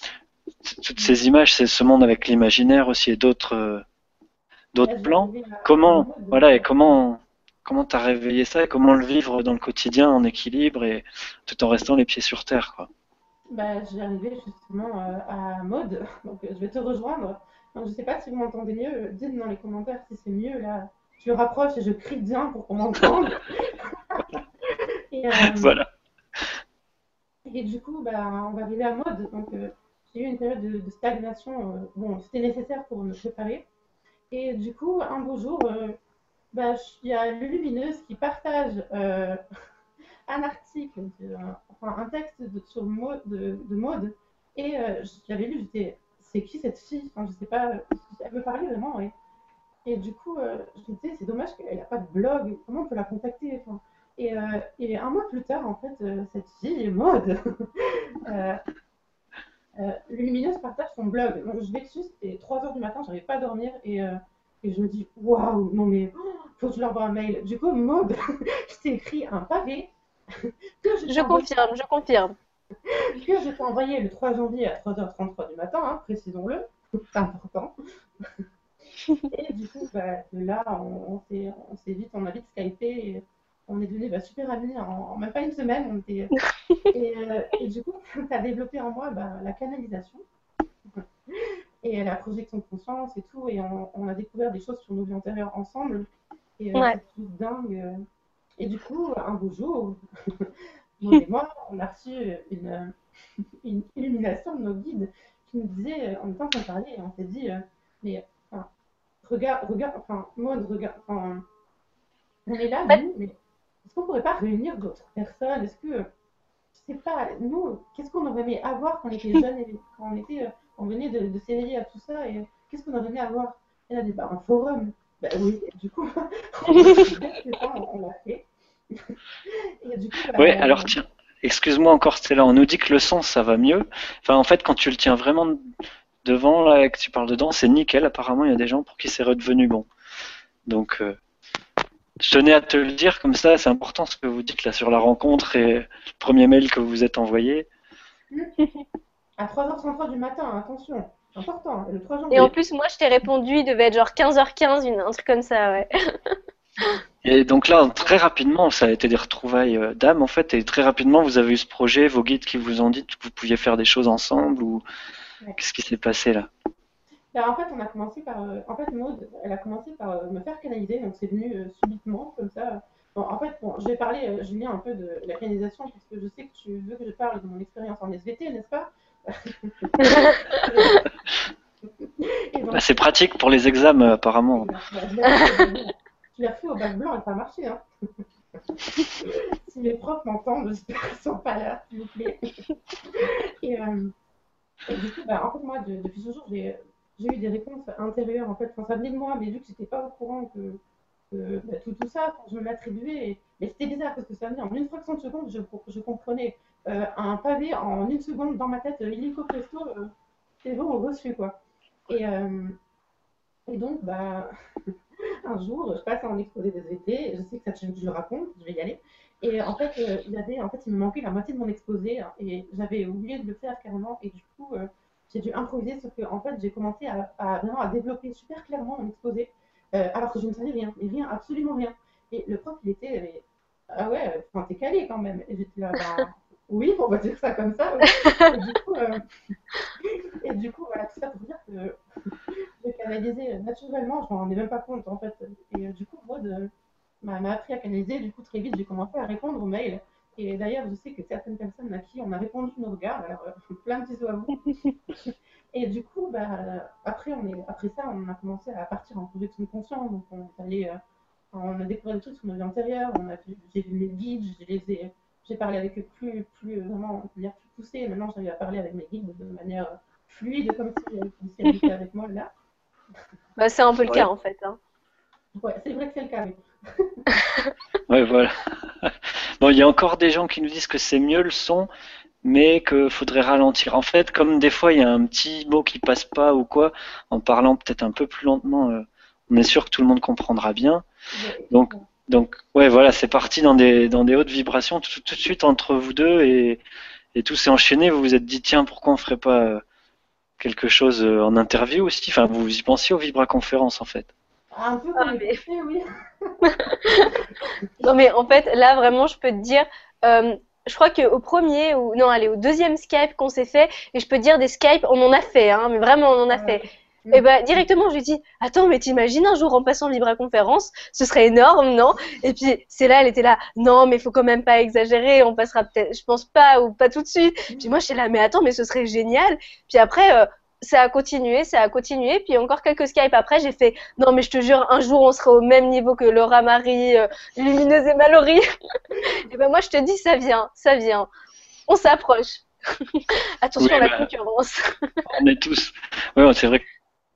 toutes mm. ces images, c'est ce monde avec l'imaginaire aussi et d'autres euh, Là, d'autres je vais plans. arriver à, à un Comment, mode. voilà, et comment comment t'as réveillé ça et comment le vivre dans le quotidien en équilibre et tout en restant les pieds sur terre, quoi. Bah, je vais arriver justement euh, à mode, donc euh, je vais te rejoindre. Donc, je sais pas si vous m'entendez mieux, dites dans les commentaires si c'est mieux là. Je me rapproche et je crie bien pour qu'on m'entende. Et, euh, Voilà. Et du coup, bah, on va arriver à mode. Donc, euh, j'ai eu une période de, de stagnation. Euh, bon, c'était nécessaire pour me préparer. Et du coup, un beau jour, euh, bah, il y a Lumineuse qui partage euh, un article, de- enfin un texte de, sur mode, de, de mode. Et euh, j'avais lu, j'étais, c'est qui cette fille? Enfin, je sais pas, elle me parlait vraiment. Et, et du coup, euh, je me disais, c'est dommage qu'elle n'a pas de blog. Comment on peut la contacter? Enfin, et, euh, et un mois plus tard, en fait, euh, cette fille est mode. euh, Euh, Lumineuse partage son blog. Donc, je vais dessus, c'était trois heures du matin, j'arrivais pas à dormir et, euh, et je me dis waouh, non mais oh, faut que je leur envoie un mail. Du coup, Maud, je t'ai écrit un pavé que je t'ai Je envoyé, confirme, je confirme. que je t'ai envoyé le trois janvier à trois heures trente-trois du matin, hein, précisons-le, c'est important. Et du coup, bah, de là, on, on s'est on s'est vite, on a vite skypé et on est devenus bah, super amis en, en même pas une semaine. On était, et, euh, et du coup, tu as développé en moi bah, la canalisation. Et la projection de conscience et tout, et on, on a découvert des choses sur nos vies antérieures ensemble, et euh, Ouais. c'est tout dingue. euh. Et du coup, un beau jour, Maud et moi, on a reçu une, une illumination de nos guides qui nous disait, on était en train de parler, et on s'est dit, euh, mais enfin, regarde, regarde, enfin, Maud, regarde, enfin, on est là, En fait, nous, mais est-ce qu'on pourrait pas réunir d'autres personnes? Est-ce que, je sais pas, nous, qu'est-ce qu'on aurait aimé avoir quand on était jeunes, et quand on était, euh, on venait de, de s'éveiller à tout ça, et qu'est-ce qu'on aurait aimé avoir? Et là, bah, un forum. Bah oui, du coup, on c'est ça, on, on l'a fait. Et du coup, Oui, bah, alors tiens, excuse-moi encore, Stella, on nous dit que le son, ça va mieux. Enfin, en fait, quand tu le tiens vraiment devant, là, et que tu parles dedans, c'est nickel. Apparemment, il y a des gens pour qui c'est redevenu bon. Donc, euh, je tenais à te le dire comme ça, c'est important ce que vous dites là sur la rencontre et le premier mail que vous vous êtes envoyé. à trois heures trente-trois du matin, attention. Important, hein. Le trois Et en janvier. plus, moi, je t'ai répondu, il devait être genre quinze heures quinze, une, un truc comme ça, ouais. Et donc là, très rapidement, ça a été des retrouvailles euh, d'âme en fait, et très rapidement, vous avez eu ce projet, vos guides qui vous ont dit que vous pouviez faire des choses ensemble, ou Ouais. qu'est-ce qui s'est passé là? Bah, en fait, on a commencé par. euh, en fait, Maud, elle a commencé par euh, me faire canaliser, donc c'est venu euh, subitement, comme ça. Bon, en fait, bon, je vais parler, euh, Julien, un peu de la canalisation, parce que je sais que tu veux que je parle de mon expérience en S V T, n'est-ce pas? Et Bah, donc, c'est pratique pour les examens apparemment. bah, je l'ai refait au bac blanc. Je l'ai refait au bac blanc et ça a marché, hein. Si les profs m'entendent, j'espère qu'ils sont pas là, s'il vous plaît. Et, euh, et du coup, bah, en fait, moi, de- depuis toujours, j'ai j'ai eu des réponses intérieures, en fait. Enfin, ça venait de moi, mais vu que j'étais pas au courant que, que, bah, tout, tout ça, je me l'attribuais. Et... Mais c'était bizarre parce que ça venait en une fraction de seconde, je, je comprenais euh, un pavé en une seconde dans ma tête, euh, illico presto, euh, c'est bon, reçu, quoi. Et, euh, et donc, bah, un jour, je passe en exposé des S V T, je sais que ça, je, je le raconte, je vais y aller. Et en fait, euh, il y avait, en fait, il me manquait la moitié de mon exposé, hein, et j'avais oublié de le faire carrément. Et du coup, euh, j'ai dû improviser, sauf que en fait, j'ai commencé à, à vraiment à développer super clairement mon exposé, euh, alors que je ne savais rien, mais rien, absolument rien. Et le prof, il était, mais, ah ouais, enfin, t'es calé quand même. Et j'étais là, bah, oui, on va dire ça comme ça, oui. Et du coup, euh, et du coup, voilà, tout ça pour dire que j'ai canalisé naturellement, je m'en rendais même pas compte en fait. Et euh, du coup, Maud euh, m'a m'a appris à canaliser. Du coup, très vite, j'ai commencé à répondre aux mails. Et d'ailleurs, je sais que certaines personnes à qui on a répondu nos regards, alors euh, plein de bisous à vous. Et du coup, bah, après, on est, après ça, on a commencé à partir en projection consciente. Donc, on est allé, euh, on a découvert des trucs sur nos vies antérieures. On a vu, j'ai vu mes guides, je les ai, j'ai parlé avec eux plus, plus euh, vraiment, de manière plus poussée. Et maintenant, j'arrive à parler avec mes guides de manière euh, fluide, comme si, euh, comme si elles étaient avec moi là. Bah, c'est un peu le cas, Ouais, en fait, hein. Ouais, c'est vrai que c'est le cas, oui. ouais, voilà. Bon, il y a encore des gens qui nous disent que c'est mieux le son, mais qu'il faudrait ralentir. En fait, comme des fois il y a un petit mot qui passe pas ou quoi, en parlant peut-être un peu plus lentement, euh, on est sûr que tout le monde comprendra bien. Ouais, Donc, effectivement. donc, ouais, voilà, c'est parti dans des dans des hautes vibrations tout, tout de suite entre vous deux, et, et tout s'est enchaîné. Vous vous êtes dit tiens, pourquoi on ferait pas euh, quelque chose euh, en interview aussi? Enfin, vous y pensiez aux vibraconférences en fait. Un peu Ah, qu'on est mais poussé, oui. non, mais en fait, là, vraiment, je peux te dire, euh, je crois qu'au premier, ou non, allez, au deuxième Skype qu'on s'est fait, et je peux te dire des Skype, on en a fait, hein, mais vraiment, on en a Euh, fait. Et mm. ben, directement, je lui dis, attends, mais t'imagines un jour en passant Vibraconférence, ce serait énorme, non? Et puis, c'est là, elle était là, non, mais faut quand même pas exagérer, on passera peut-être, je pense pas, ou pas tout de suite. Puis moi, j'étais là, mais attends, mais ce serait génial. Puis après, euh, ça a continué, ça a continué. Puis encore quelques Skype après, j'ai fait, non, mais je te jure, un jour, on sera au même niveau que Laura Marie, euh, Lumineuse et Mallory. Et ben moi, je te dis, ça vient, ça vient. On s'approche. Oui, Attention à la bah, concurrence. on est tous. Ouais, c'est vrai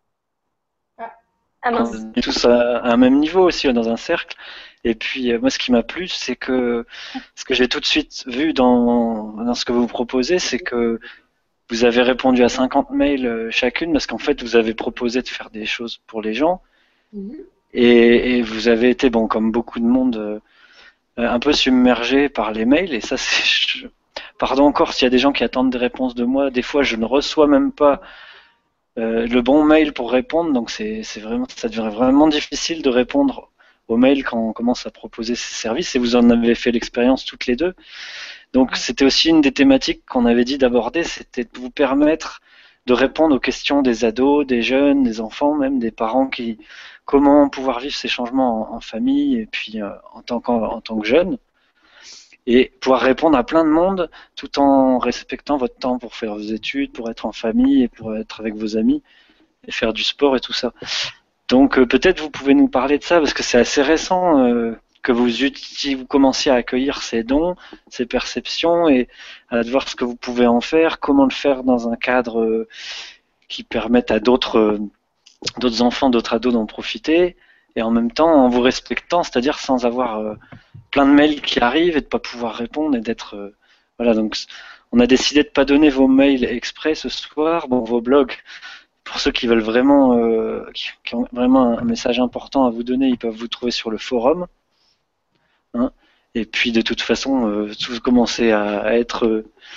Ah, Ah qu'on mince. est tous à, à un même niveau aussi dans un cercle. Et puis euh, moi, ce qui m'a plu, c'est que ce que j'ai tout de suite vu dans, dans ce que vous proposez, c'est que vous avez répondu à cinquante mails euh, chacune, parce qu'en fait, vous avez proposé de faire des choses pour les gens, mhm. et, et vous avez été, bon, comme beaucoup de monde, euh, un peu submergé par les mails. Et ça, c'est, je- pardon encore s'il y a des gens qui attendent des réponses de moi. Des fois, je ne reçois même pas euh, le bon mail pour répondre, donc c'est c'est vraiment, ça devient vraiment difficile de répondre aux mails quand on commence à proposer ces services. Et vous en avez fait l'expérience toutes les deux. Donc Ouais. c'était aussi une des thématiques qu'on avait dit d'aborder, c'était de vous permettre de répondre aux questions des ados, des jeunes, des enfants, même des parents qui, comment pouvoir vivre ces changements en, en famille et puis euh, en tant qu'en- en tant que jeune, et pouvoir répondre à plein de monde tout en respectant votre temps pour faire vos études, pour être en famille et pour être avec vos amis et faire du sport et tout ça. Donc euh, peut-être vous pouvez nous parler de ça, parce que c'est assez récent euh, que vous, uti- vous commenciez à accueillir ces dons, ces perceptions, et à voir ce que vous pouvez en faire, comment le faire dans un cadre euh, qui permette à d'autres euh, d'autres enfants, d'autres ados d'en profiter, et en même temps en vous respectant, c'est-à-dire sans avoir euh, plein de mails qui arrivent et de pas pouvoir répondre et d'être euh, voilà. Donc on a décidé de pas donner vos mails exprès ce soir, bon, vos blogs, pour ceux qui veulent vraiment, euh, qui, qui ont vraiment un message important à vous donner, ils peuvent vous trouver sur le forum, hein. Et puis de toute façon, euh, tout commencer à, à être euh,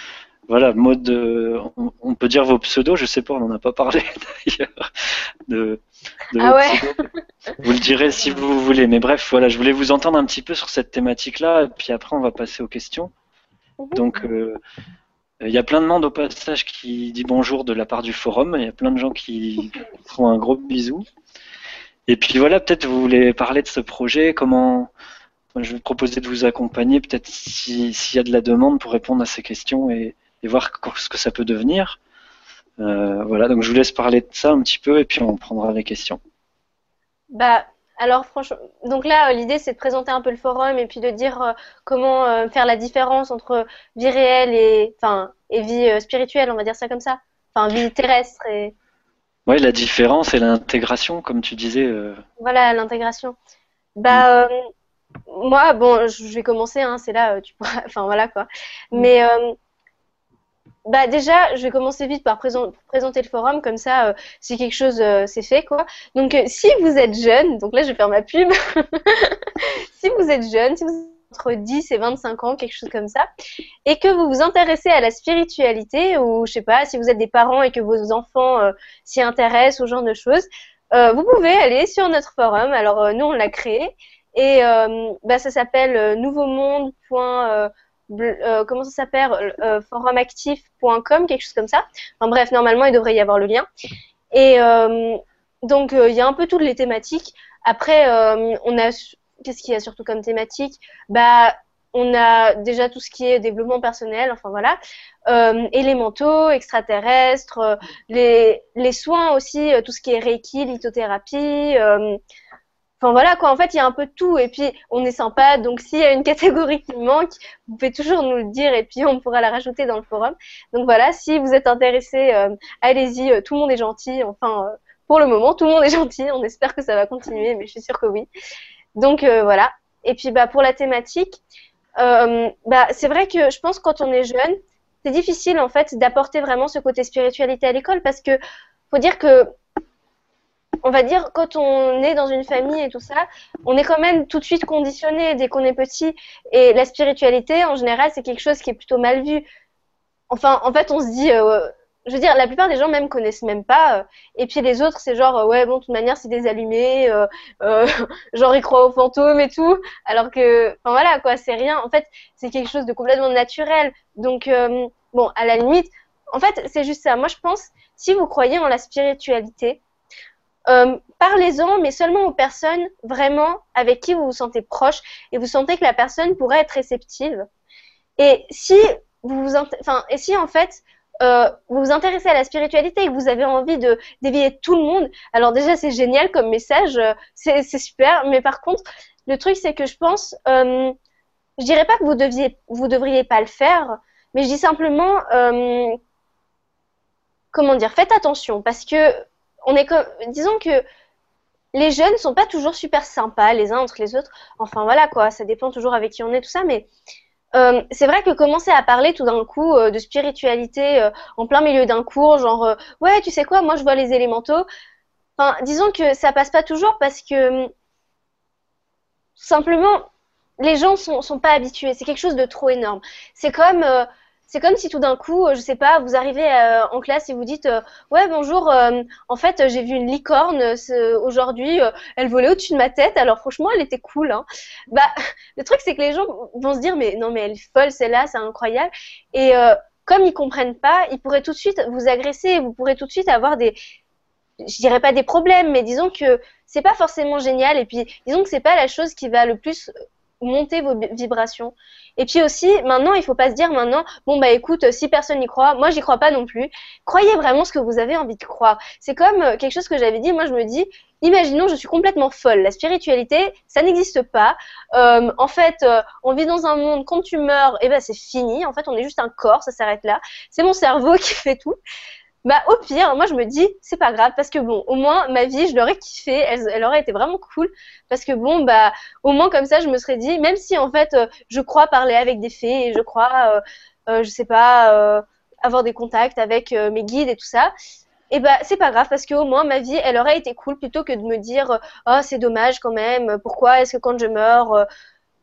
voilà, mode, euh, on, on peut dire vos pseudos, je sais pas, on n'en a pas parlé d'ailleurs, de, de Ah vos ouais. pseudos. Vous le direz si vous voulez, mais bref, voilà, je voulais vous entendre un petit peu sur cette thématique-là, et puis après on va passer aux questions. Mhm. Donc, euh, il y a plein de monde au passage qui dit bonjour de la part du forum, il y a plein de gens qui font un gros bisou. Et puis voilà, peut-être vous voulez parler de ce projet, comment je vais proposer de vous accompagner, peut-être si- s'il y a de la demande pour répondre à ces questions et, et voir ce que ça peut devenir. Euh, voilà, donc je vous laisse parler de ça un petit peu et puis on prendra les questions. Bah, alors franchement, donc là, euh, l'idée c'est de présenter un peu le forum et puis de dire euh, comment euh, faire la différence entre vie réelle et, enfin, et vie euh, spirituelle, on va dire ça comme ça. Enfin, vie terrestre et Oui, la différence et l'intégration, comme tu disais. Euh, voilà, l'intégration. hmm. Bah, euh, moi, bon, je vais commencer, hein, c'est là, euh, tu pourras, enfin voilà quoi. Mais euh, bah déjà, je vais commencer vite par présent- présenter le forum, comme ça, euh, si quelque chose euh, c'est fait quoi. Donc, euh, si vous êtes jeune, donc là je vais faire ma pub. Si vous êtes jeune, si vous êtes entre dix et vingt-cinq ans, quelque chose comme ça, et que vous vous intéressez à la spiritualité, ou je sais pas, si vous êtes des parents et que vos enfants euh, s'y intéressent, ou ce genre de choses, euh, vous pouvez aller sur notre forum. Alors euh, nous on l'a créé et euh, bah, ça s'appelle euh, nouveau monde. Euh, euh, comment ça s'appelle euh, forumactif point com, quelque chose comme ça. Enfin bref, normalement il devrait y avoir le lien. Et euh, donc euh, il y a un peu toutes les thématiques. Après, euh, on a qu'est-ce qu'il y a surtout comme thématique? Bah, on a déjà tout ce qui est développement personnel, enfin voilà, euh, élémentaux, extraterrestres, euh, les, les soins aussi, euh, tout ce qui est Reiki, lithothérapie. Euh, Enfin voilà quoi, en fait il y a un peu de tout et puis on est sympa, donc s'il y a une catégorie qui manque, vous pouvez toujours nous le dire et puis on pourra la rajouter dans le forum. Donc voilà, si vous êtes intéressé, euh, allez-y, euh, tout le monde est gentil, enfin euh, pour le moment tout le monde est gentil, on espère que ça va continuer, mais je suis sûre que oui. Donc euh, voilà. Et puis bah pour la thématique, euh, bah c'est vrai que je pense que quand on est jeune, c'est difficile en fait d'apporter vraiment ce côté spiritualité à l'école parce que faut dire que on va dire quand on est dans une famille et tout ça, on est quand même tout de suite conditionné dès qu'on est petit et la spiritualité en général c'est quelque chose qui est plutôt mal vu. Enfin, en fait, on se dit, euh, je veux dire, la plupart des gens même connaissent même pas. Euh, et puis les autres, c'est genre, euh, ouais, bon, de toute manière, c'est des allumés, euh, euh, genre ils croient aux fantômes et tout. Alors que, enfin voilà, quoi, c'est rien. En fait, c'est quelque chose de complètement naturel. Donc, euh, bon, à la limite, en fait, c'est juste ça. Moi, je pense, si vous croyez en la spiritualité, euh, parlez-en, mais seulement aux personnes vraiment avec qui vous vous sentez proche et vous sentez que la personne pourrait être réceptive. Et si vous vous, enfin, et si en fait euh, vous vous intéressez à la spiritualité et que vous avez envie de d'éveiller tout le monde, alors déjà c'est génial comme message, euh, c'est c'est super. Mais par contre, le truc c'est que je pense, euh, je dirais pas que vous deviez, vous devriez pas le faire, mais je dis simplement, euh, comment dire, faites attention parce que on est comme, disons que les jeunes sont pas toujours super sympas les uns entre les autres. Enfin voilà quoi, ça dépend toujours avec qui on est tout ça, mais Euh, c'est vrai que commencer à parler tout d'un coup euh, de spiritualité euh, en plein milieu d'un cours, genre euh, ouais, tu sais quoi, moi je vois les élémentaux. Enfin, disons que ça passe pas toujours parce que hum, simplement les gens sont, sont pas habitués. C'est quelque chose de trop énorme. C'est comme euh, c'est comme si tout d'un coup, euh, je sais pas, vous arrivez euh, en classe et vous dites euh, ouais bonjour, euh, en fait j'ai vu une licorne euh, aujourd'hui, euh, elle volait au-dessus de ma tête. Alors franchement elle était cool. Hein. Bah le truc c'est que les gens vont se dire mais non mais elle est folle celle-là, c'est incroyable. Et euh, comme ils comprennent pas, ils pourraient tout de suite vous agresser. Et vous pourrez tout de suite avoir des, je dirais pas des problèmes, mais disons que c'est pas forcément génial. Et puis, disons que c'est pas la chose qui va le plus monter vos vibrations. Et puis aussi, maintenant, il faut pas se dire maintenant, bon bah écoute, si personne n'y croit, moi j'y crois pas non plus. Croyez vraiment ce que vous avez envie de croire. C'est comme euh, quelque chose que j'avais dit. Moi, je me dis, imaginons, je suis complètement folle. La spiritualité, ça n'existe pas. Euh, en fait, euh, on vit dans un monde. Quand tu meurs, et ben c'est fini. En fait, on est juste un corps, ça s'arrête là. C'est mon cerveau qui fait tout. Bah au pire, moi je me dis c'est pas grave parce que bon, au moins ma vie je l'aurais kiffé, elle, elle aurait été vraiment cool parce que bon bah au moins comme ça je me serais dit même si en fait euh, je crois parler avec des fées et je crois euh, euh, je sais pas euh, avoir des contacts avec euh, mes guides et tout ça, et bah c'est pas grave parce que au moins ma vie elle aurait été cool plutôt que de me dire euh, oh c'est dommage quand même, pourquoi est-ce que quand je meurs euh,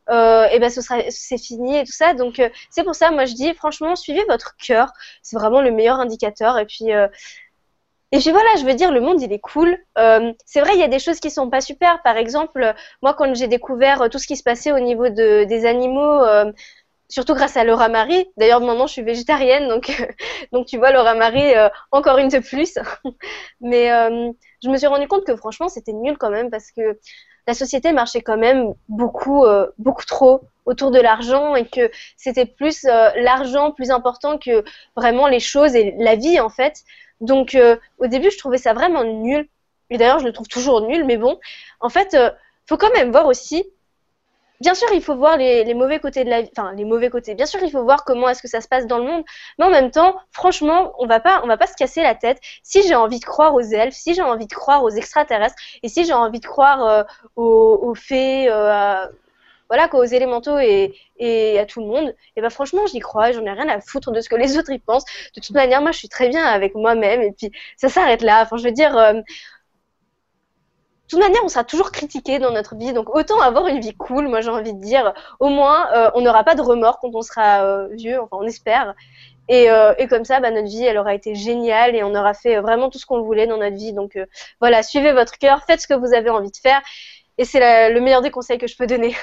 euh, et ben ce sera, c'est fini et tout ça. Donc euh, c'est pour ça, moi je dis franchement, suivez votre cœur, c'est vraiment le meilleur indicateur. Et puis euh, et puis voilà, je veux dire, le monde il est cool. Euh, c'est vrai, il y a des choses qui sont pas super. Par exemple, moi quand j'ai découvert euh, tout ce qui se passait au niveau de des animaux. Euh, Surtout grâce à Laura Marie. D'ailleurs, maintenant, je suis végétarienne, donc, euh, donc tu vois, Laura Marie, euh, encore une de plus. Mais euh, je me suis rendu compte que franchement, c'était nul quand même parce que la société marchait quand même beaucoup, euh, beaucoup trop autour de l'argent et que c'était plus euh, l'argent plus important que vraiment les choses et la vie en fait. Donc, euh, au début, je trouvais ça vraiment nul. Et d'ailleurs, je le trouve toujours nul, mais bon, en fait, euh, faut quand même voir aussi. Bien sûr, il faut voir les, les mauvais côtés de la vie, enfin les mauvais côtés. Bien sûr, il faut voir comment est-ce que ça se passe dans le monde, mais en même temps, franchement, on va pas, on va pas se casser la tête. Si j'ai envie de croire aux elfes, si j'ai envie de croire aux extraterrestres, et si j'ai envie de croire euh, aux, aux fées, euh, à- voilà, quoi, aux élémentaux et, et à tout le monde, et ben franchement, j'y crois. J'en ai rien à foutre de ce que les autres y pensent. De toute manière, moi, je suis très bien avec moi-même, et puis ça s'arrête là. Enfin, je veux dire. Euh, de toute manière, on sera toujours critiqué dans notre vie, donc autant avoir une vie cool, moi j'ai envie de dire. Au moins, euh, on n'aura pas de remords quand on sera euh, vieux, enfin on espère. Et, euh, et comme ça, bah, notre vie, elle aura été géniale et on aura fait vraiment tout ce qu'on voulait dans notre vie. Donc euh, voilà, suivez votre cœur, faites ce que vous avez envie de faire. Et c'est la- le meilleur des conseils que je peux donner.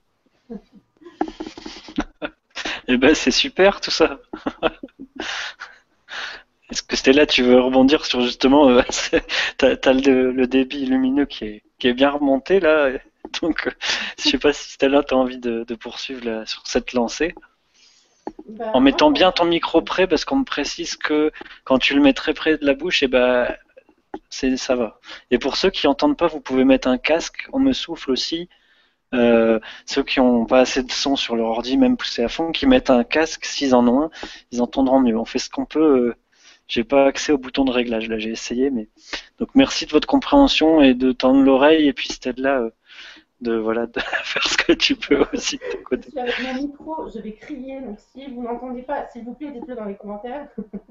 Eh ben, c'est super tout ça. Est-ce que Stella, tu veux rebondir sur justement, euh, t'as, t'as le, le débit lumineux qui est, qui est bien remonté là, donc euh, je sais pas si Stella, t'as envie de, de poursuivre là, sur cette lancée, Bah, en moi, mettant quand bien ton micro près, parce qu'on me précise que quand tu le mets très près de la bouche, et ben c'est ça va. Et pour ceux qui entendent pas, vous pouvez mettre un casque, on me souffle aussi. Euh, ceux qui ont pas assez de son sur leur ordi, même poussé à fond, qui mettent un casque, s'ils en ont un, ils entendront mieux. On fait ce qu'on peut. Euh, j'ai pas accès au bouton de réglage, là j'ai essayé, mais donc merci de votre compréhension et de tendre l'oreille et puis Stella euh, de voilà de faire ce que tu peux aussi de ton je côté. suis avec mon micro, je vais crier, donc si vous n'entendez pas, s'il vous plaît, dites-le dans les commentaires.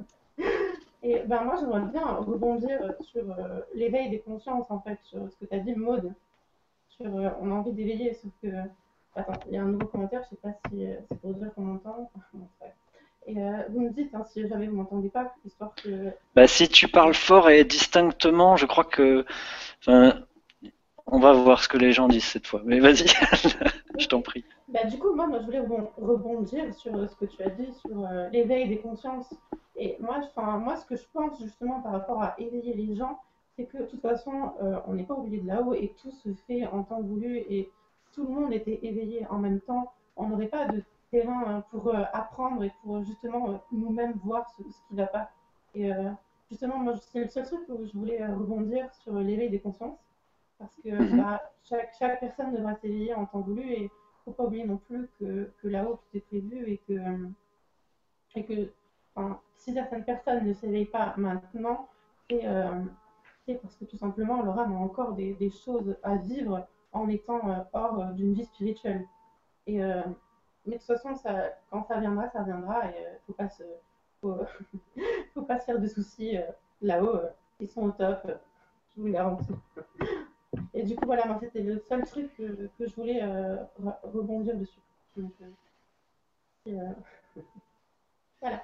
Et ben moi, j'aimerais bien rebondir sur euh, l'éveil des consciences, en fait, sur ce que tu as dit, Maud, sur euh, on a envie d'éveiller, sauf que. Attends, il y a un nouveau commentaire, je sais pas si euh, c'est pour dire qu'on m'entend. Bon, ouais. Et euh, vous me dites hein, si jamais vous m'entendez pas, histoire que. Bah si tu parles fort et distinctement, je crois que enfin, on va voir ce que les gens disent cette fois. Mais vas-y, je t'en prie. Bah, du coup, moi, moi, je voulais rebon- rebondir sur euh, ce que tu as dit sur euh, l'éveil des consciences. Et moi, enfin, moi, ce que je pense justement par rapport à éveiller les gens, c'est que de toute façon, euh, on n'est pas oublié de là-haut et tout se fait en temps voulu et tout le monde était éveillé en même temps. On n'aurait pas de terrain euh, pour euh, apprendre et pour justement euh, nous-mêmes voir ce, ce qui ne va pas. Et euh, justement, moi, c'est le seul truc où je voulais euh, rebondir sur l'éveil des consciences parce que Mhm. bah, chaque, chaque personne devra s'éveiller en temps voulu et faut pas oublier non plus que, que là-haut tout est prévu et que, et que enfin, si certaines personnes ne s'éveillent pas maintenant, c'est euh, parce que tout simplement leur âme a encore des, des choses à vivre en étant euh, hors euh, d'une vie spirituelle. Et, euh, mais de toute façon, ça, quand ça viendra, ça viendra et euh, faut pas se, faut, faut pas se faire de soucis euh, là-haut. Euh, ils sont au top, euh, je vous le garantis. Et du coup, voilà, moi, c'était le seul truc que, que je voulais euh, rebondir dessus. Donc, euh, et, euh, voilà.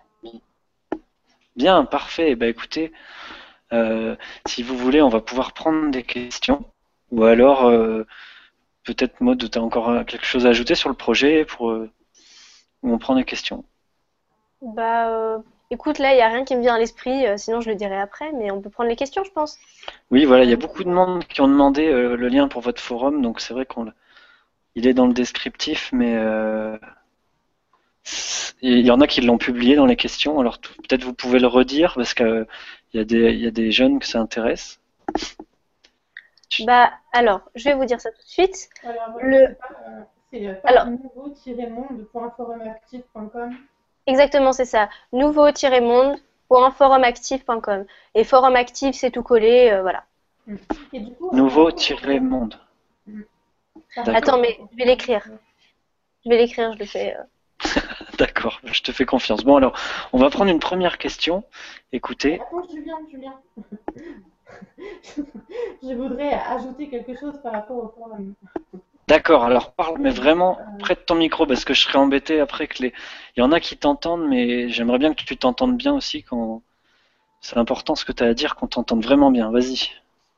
Bien, parfait. Bah écoutez, euh, si vous voulez, on va pouvoir prendre des questions. Ou alors, euh, peut-être Maud, tu as encore quelque chose à ajouter sur le projet pour euh, où on prend des questions. Bah, euh, écoute, là, il y a rien qui me vient à l'esprit, euh, sinon je le dirai après, mais on peut prendre les questions, je pense. Oui, voilà, il y a beaucoup de monde qui ont demandé euh, le lien pour votre forum, donc c'est vrai qu'on l'a- il est dans le descriptif, mais euh, il y en a qui l'ont publié dans les questions. Alors t- peut-être vous pouvez le redire parce que il y a des il y a des jeunes que ça intéresse. Bah, alors, je vais vous dire ça tout de suite. Alors, Le, c'est pas, euh, c'est, euh, pas alors, nouveau-monde point forum actif point com. exactement, c'est ça. nouveau-monde point forum actif point com. Et forum actif, c'est tout collé, euh, voilà. Et du coup, par rapport au... Nouveau-monde. par D'accord. Attends, rapport mais au- je vais l'écrire. Je vais l'écrire, je le fais. euh. D'accord, je te fais confiance. Bon alors, on va prendre une première question. Écoutez, Attends, Julien, Julien. Je voudrais ajouter quelque chose par rapport au forum. D'accord, alors parle, mais Oui, vraiment euh, près de ton micro, parce que je serais embêté après que les... Il y en a qui t'entendent, mais j'aimerais bien que tu t'entendes bien aussi quand... C'est important ce que tu as à dire, qu'on t'entende vraiment bien. Vas-y.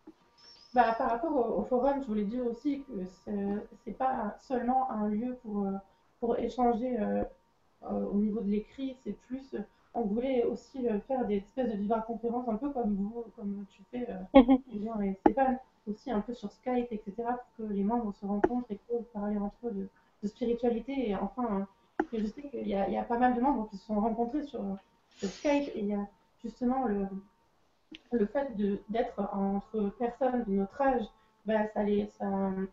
bah, par rapport au, au forum, je voulais dire aussi que c'est c'est pas seulement un lieu pour, euh, pour échanger euh, euh, au niveau de l'écrit, c'est plus, euh, on voulait aussi euh, faire des espèces de vibra-conférences, un peu comme vous, comme tu fais, euh, Julien et Stéphane, aussi un peu sur Skype, et cetera, pour que les membres se rencontrent et peuvent parler entre eux de, de spiritualité. Et enfin, hein, que je sais qu'il y a, il y a pas mal de membres qui se sont rencontrés sur, sur Skype, et il y a justement le, le fait de d'être entre personnes de notre âge, bah, ça les, ça,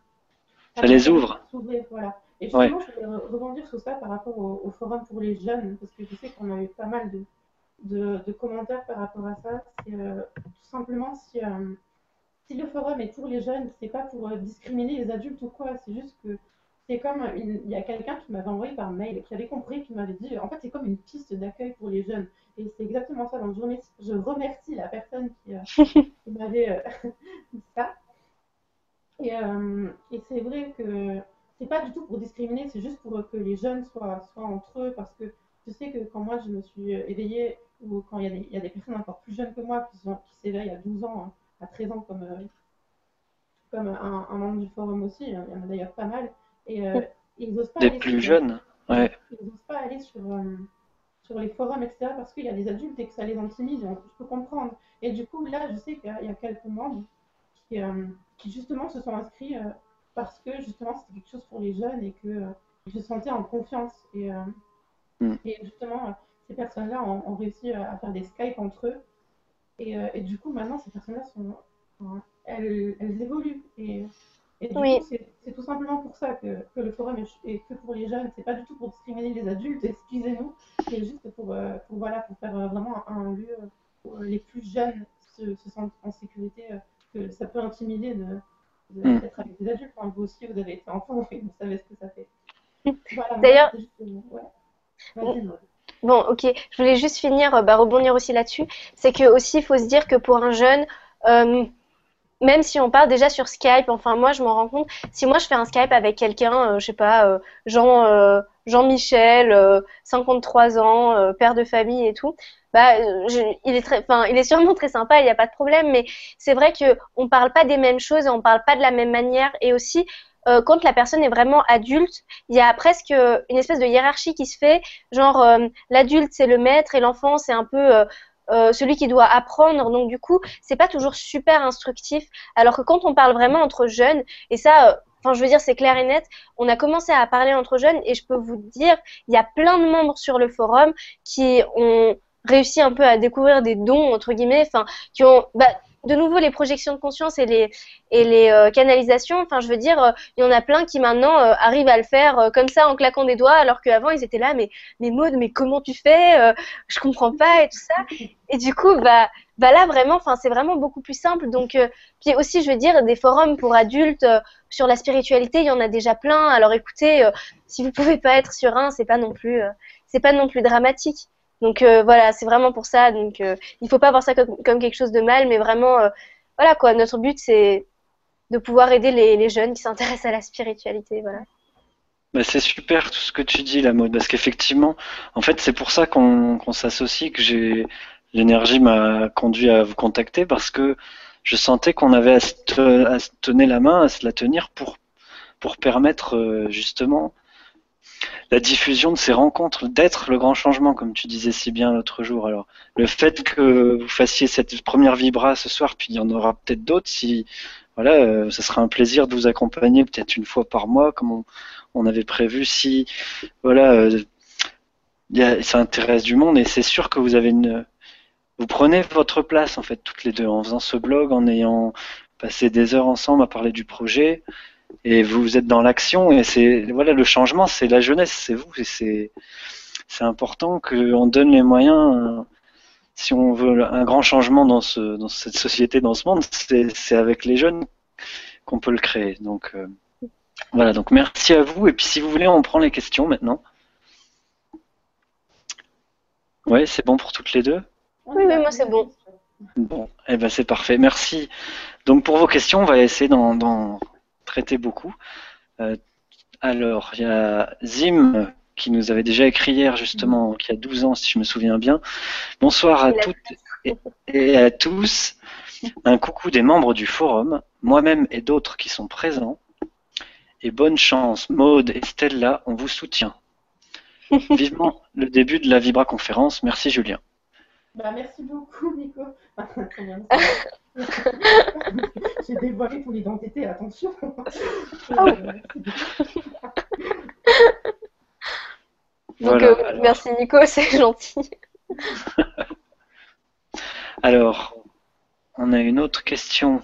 ça Ça leur les permet de ouvre. s'ouvrir, voilà. Et Ouais. justement, je voulais rebondir sur ça par rapport au, au forum pour les jeunes, parce que je sais qu'on a eu pas mal de, de, de commentaires par rapport à ça. C'est euh, tout simplement si, euh, si le forum est pour les jeunes, c'est pas pour euh, discriminer les adultes ou quoi, c'est juste que c'est comme une- il y a quelqu'un qui m'avait envoyé par mail, qui avait compris, qui m'avait dit, en fait, c'est comme une piste d'accueil pour les jeunes. Et c'est exactement ça. Donc, je remercie, je remercie la personne qui, euh, qui m'avait euh, dit ça. Et, euh, et c'est vrai que c'est pas du tout pour discriminer, c'est juste pour que les jeunes soient, soient entre eux, parce que je sais que quand moi je me suis éveillée, ou quand il y a des, il y a des personnes encore plus jeunes que moi qui, sont- qui s'éveillent à douze ans, hein, à treize ans, comme, euh, comme un, un membre du forum aussi, hein, il y en a d'ailleurs pas mal, et euh, ils n'osent pas Des aller plus sur, euh, jeunes. ouais, Ouais. ils n'osent pas aller sur, euh, sur les forums, et cetera, parce qu'il y a des adultes et que ça les intimide, donc je peux comprendre. Et du coup, là, je sais qu'il y a, il y a quelques membres qui, euh, qui justement se sont inscrits euh, parce que justement c'était quelque chose pour les jeunes et que euh, ils se sentaient en confiance. Et, euh, Mm. et justement, euh, ces personnes-là ont, ont réussi euh, à faire des Skype entre eux. Et, euh, et du coup, maintenant, ces personnes-là sont, enfin, elles, elles évoluent. Et, et du coup, Oui, c'est c'est tout simplement pour ça que, que le forum est, est que pour les jeunes. C'est pas du tout pour discriminer les adultes, excusez-nous. C'est juste pour, euh, pour, voilà, pour faire euh, vraiment un, un lieu où euh, les plus jeunes se, se sentent en sécurité. Euh, que ça peut intimider de, de- Mm. d'être avec des adultes. Enfin, vous aussi, vous avez été enfant et vous savez ce que ça fait. Voilà, moi, d'ailleurs, c'était juste. euh, Ouais, vas-y, Maud. bon, ok, je voulais juste finir, euh, bah, rebondir aussi là-dessus. C'est que aussi, il faut se dire que pour un jeune, euh, même si on part déjà sur Skype, enfin moi je m'en rends compte, si moi je fais un Skype avec quelqu'un, euh, je sais pas, euh, Jean, euh, Jean-Michel, euh, cinquante-trois ans, euh, père de famille et tout, bah euh, je- il est très, enfin il est sûrement très sympa, il n'y a pas de problème, mais c'est vrai que on parle pas des mêmes choses et on parle pas de la même manière, et aussi euh, quand la personne est vraiment adulte, il y a presque une espèce de hiérarchie qui se fait, genre euh, l'adulte c'est le maître et l'enfant c'est un peu euh, euh, celui qui doit apprendre, donc du coup c'est pas toujours super instructif. Alors que quand on parle vraiment entre jeunes, et ça, euh, enfin, je veux dire, c'est clair et net, on a commencé à parler entre jeunes, et je peux vous dire, il y a plein de membres sur le forum qui ont réussi un peu à découvrir des dons, entre guillemets, enfin, qui ont, bah, de nouveau, les projections de conscience et les, et les euh, canalisations, enfin, je veux dire, euh, il y en a plein qui maintenant euh, arrivent à le faire euh, comme ça en claquant des doigts, alors qu'avant, ils étaient là, mais, mais Maud, mais comment tu fais euh, Je comprends pas, et tout ça. Et du coup, bah, bah là, vraiment, enfin, c'est vraiment beaucoup plus simple. Donc, euh, puis aussi, je veux dire, des forums pour adultes euh, sur la spiritualité, il y en a déjà plein. Alors écoutez, euh, si vous pouvez pas être sur un, c'est pas non plus, euh, c'est pas non plus dramatique. Donc euh, voilà, c'est vraiment pour ça. Donc euh, il faut pas voir ça comme, comme quelque chose de mal, mais vraiment, euh, voilà quoi. Notre but, c'est de pouvoir aider les, les jeunes qui s'intéressent à la spiritualité. Voilà. Bah, c'est super tout ce que tu dis, la mode, parce qu'effectivement, en fait, c'est pour ça qu'on qu'on s'associe, que j'ai l'énergie m'a conduit à vous contacter, parce que je sentais qu'on avait à se, te- à se tenir la main, à se la tenir pour pour permettre euh, justement la diffusion de ces rencontres, d'être le grand changement, comme tu disais si bien l'autre jour. Alors, le fait que vous fassiez cette première vibra ce soir, puis il y en aura peut-être d'autres, si voilà, euh, ça sera un plaisir de vous accompagner peut-être une fois par mois, comme on, on avait prévu. Si voilà, euh, y a, ça intéresse du monde, et c'est sûr que vous avez une, vous prenez votre place en fait toutes les deux en faisant ce blog, en ayant passé des heures ensemble à parler du projet, et vous êtes dans l'action, et c'est voilà, le changement, c'est la jeunesse, c'est vous, et c'est c'est important qu'on donne les moyens. euh, Si on veut un grand changement dans, ce, dans cette société, dans ce monde, c'est avec les jeunes qu'on peut le créer. Donc euh, voilà, donc merci à vous. Et puis si vous voulez, on prend les questions maintenant. Ouais, c'est bon pour toutes les deux. On Oui, y oui, va moi pour c'est les bon. questions. Bon, eh ben c'est parfait. Merci. Donc pour vos questions, on va essayer d'en traiter beaucoup. Euh, alors, il y a Zim qui nous avait déjà écrit hier, justement, qui a douze ans, si je me souviens bien. Bonsoir à toutes et, et à tous. Un coucou des membres du forum, moi-même et d'autres qui sont présents. Et bonne chance, Maude et Stella, on vous soutient. Vivement le début de la Vibra conférence. Merci Julien. Bah, merci beaucoup Nico. J'ai dévoilé ton identité, attention. Donc Voilà, euh, alors. Merci Nico, c'est gentil. Alors, on a une autre question.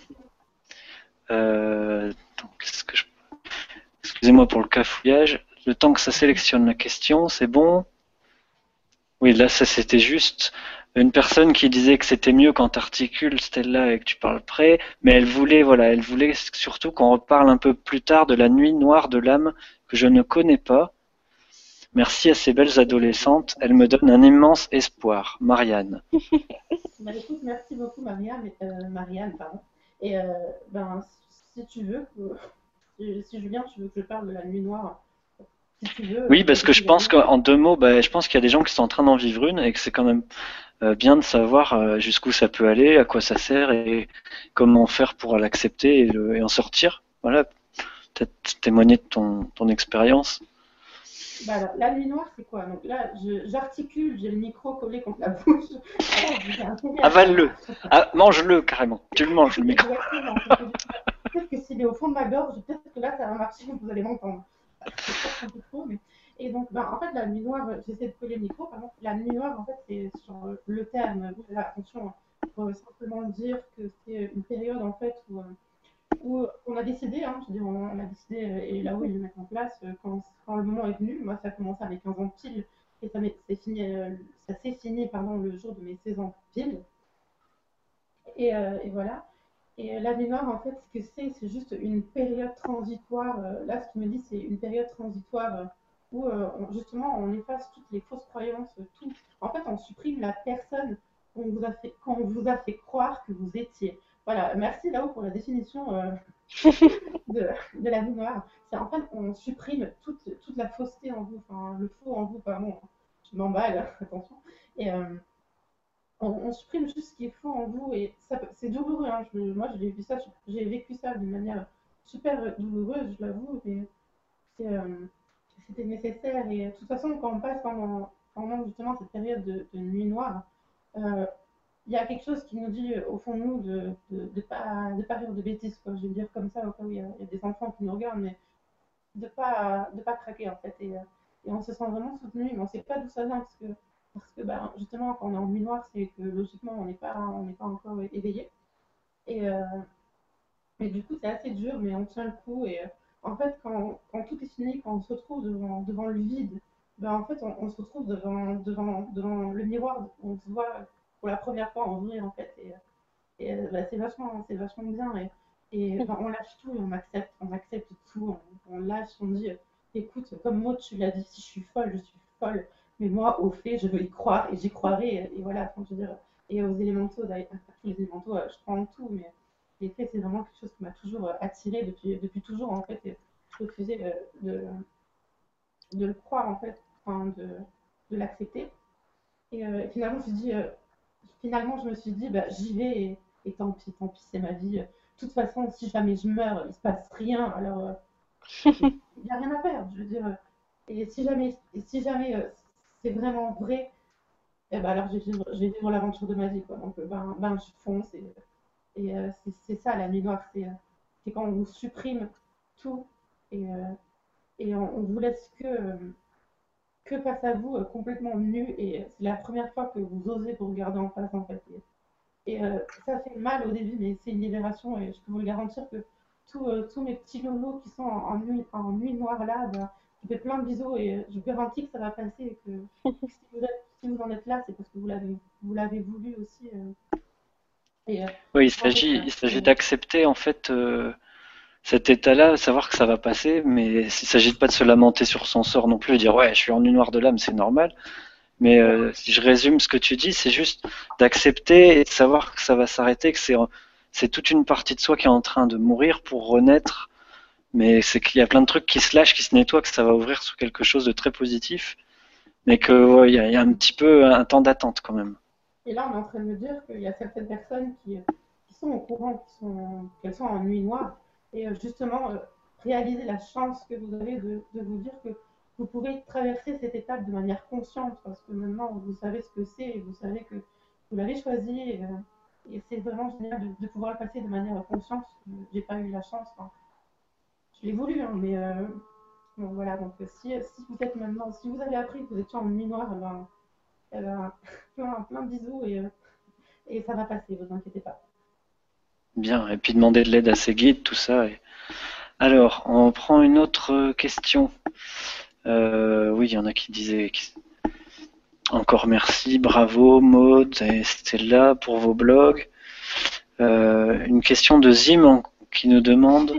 Euh, donc, est-ce que je... Excusez-moi pour le cafouillage. Le temps que ça sélectionne la question, c'est bon? Oui, là, ça c'était juste une personne qui disait que c'était mieux quand tu articules, Stella, et que tu parles près, mais elle voulait, voilà, elle voulait surtout qu'on reparle un peu plus tard de la nuit noire de l'âme que je ne connais pas. Merci à ces belles adolescentes, elles me donnent un immense espoir. Marianne. Bah, écoute, merci beaucoup Marianne, euh, Marianne pardon. Et euh, ben, si tu veux, si, si Julien, tu veux que je parle de la nuit noire, si tu veux. Oui, parce que je pense qu'en deux mots, bah, je pense qu'il y a des gens qui sont en train d'en vivre une et que c'est quand même euh, bien de savoir euh, jusqu'où ça peut aller, à quoi ça sert et comment faire pour l'accepter et, le, et en sortir. Voilà, peut-être témoigner de ton, ton expérience. Bah alors, la nuit noire, c'est quoi? Donc là, j'articule, j'ai le micro collé contre la bouche. Avale-le, ah, mange-le carrément. Tu le manges le micro. Exactement. Peut-être que s'il est au fond de ma gorge, peut-être que là, ça va marcher, vous allez m'entendre. C'est un peu trop, mais... Et donc, ben, en fait, la nuit noire, j'essaie de coller le micro, pardon. La nuit noire, en fait, c'est sur le terme. Là, attention, il faut simplement dire que c'est une période, en fait, où, où on a décidé, hein, je veux dire, on a décidé, et là où ils le mettent en place, quand, quand le moment est venu. Moi, ça a commencé avec quinze ans pile, et ça s'est fini, ça s'est fini pardon, le jour de mes seize ans pile. Et, euh, et voilà. Et la nuit noire, en fait, ce que c'est, c'est juste une période transitoire. Là, ce qu'il me dit, c'est une période transitoire où, euh, on, justement, on efface toutes les fausses croyances, tout. En fait, on supprime la personne qu'on vous a fait, qu'on vous a fait croire que vous étiez. Voilà, merci là-haut pour la définition euh, de, de la nuit noire. C'est en fait, on supprime toute, toute la fausseté en vous, enfin, le faux en vous, pardon, je m'emballe, attention. Et... Euh, On, on supprime juste ce qui est faux en vous et c'est douloureux. Hein. Je, moi, j'ai vécu ça, j'ai vécu ça d'une manière super douloureuse, je l'avoue, mais euh, c'était nécessaire. Et de toute façon, quand on passe pendant, pendant justement cette période de, de nuit noire, il euh, y a quelque chose qui nous dit au fond de nous de ne de, de pas, de pas faire de bêtises. Quoi. Je vais dire comme ça, au cas où il y, y, a des enfants qui nous regardent, mais de ne pas, de pas craquer en fait. Et, et on se sent vraiment soutenu, mais on ne sait pas d'où ça vient parce que parce que bah, justement, quand on est en nuit noire, c'est que logiquement, on n'est pas, on n'est pas encore éveillé. Et, euh, et du coup, c'est assez dur, mais on tient le coup. Et euh, en fait, quand, quand tout est fini, quand on se retrouve devant, devant le vide, bah, en fait, on, on se retrouve devant, devant, devant le miroir. On se voit pour la première fois en vrai, en fait. Et, et bah, c'est vachement, c'est vachement bien. Et, et bah, on lâche tout et on accepte, on accepte tout. On, on lâche, on dit, écoute, comme Maud, tu l'as dit, si je suis folle, je suis folle. Mais moi, au fait, je veux y croire et j'y croirai. Et voilà, enfin, je veux dire, et aux élémentaux, d'ailleurs, tous les élémentaux, je crois en tout, mais les faits, c'est vraiment quelque chose qui m'a toujours attiré depuis, depuis toujours, en fait. Et je refusais de, de le croire, en fait, enfin, de, de l'accepter. Et euh, finalement, je me suis dit, euh, finalement, je me suis dit, bah, j'y vais et, et tant pis, tant pis, c'est ma vie. De toute façon, si jamais je meurs, il se passe rien, alors il n'y a rien à perdre, je veux dire. Et si jamais, si jamais euh, c'est vraiment vrai, et ben alors je vais vivre, je vais vivre l'aventure de ma vie, quoi. Donc ben, ben je fonce et, et euh, c'est ça la nuit noire, c'est c'est quand on vous supprime tout et, euh, et on, on vous laisse que que face à vous, euh, complètement nu, et c'est la première fois que vous osez vous regarder en face, en fait. Et, et euh, ça fait mal au début, mais c'est une libération, et je peux vous le garantir que tous euh, tous mes petits loulous qui sont en, en, nuit, en nuit noire là, ben, je vous fais plein de bisous et je vous garantis que ça va passer et que si vous, êtes, si vous en êtes là, c'est parce que vous l'avez vous l'avez voulu aussi. Euh, et, euh, oui, il s'agit il s'agit d'accepter en fait euh, cet état-là, savoir que ça va passer, mais il ne s'agit pas de se lamenter sur son sort non plus, de dire ouais, je suis en nuit noire de l'âme, c'est normal. Mais euh, si je résume ce que tu dis, c'est juste d'accepter et de savoir que ça va s'arrêter, que c'est c'est toute une partie de soi qui est en train de mourir pour renaître mais c'est qu'il y a plein de trucs qui se lâchent, qui se nettoient, que ça va ouvrir sur quelque chose de très positif, mais que ouais, il y a, il y a un petit peu un temps d'attente quand même. Et là, on est en train de me dire qu'il y a certaines personnes qui, qui sont au courant, qui sont, qu'elles sont en nuit noire, et euh, justement, euh, réaliser la chance que vous avez de, de vous dire que vous pouvez traverser cette étape de manière consciente, parce que maintenant, vous savez ce que c'est, et vous savez que vous l'avez choisi, et, euh, et c'est vraiment génial de, de pouvoir le passer de manière consciente. J'ai pas eu la chance, enfin, je l'ai voulu, hein, mais euh, bon, voilà, donc si, si vous êtes maintenant, si vous avez appris que vous étiez en nuit noire, eh ben, eh ben, plein, plein de bisous, et, euh, et ça va passer, vous inquiétez pas. Bien, et puis demander de l'aide à ses guides, tout ça. Et... Alors, on prend une autre question. Euh, oui, il y en a qui disaient encore merci, bravo Maud et Stella pour vos blogs. Euh, une question de Zim qui nous demande.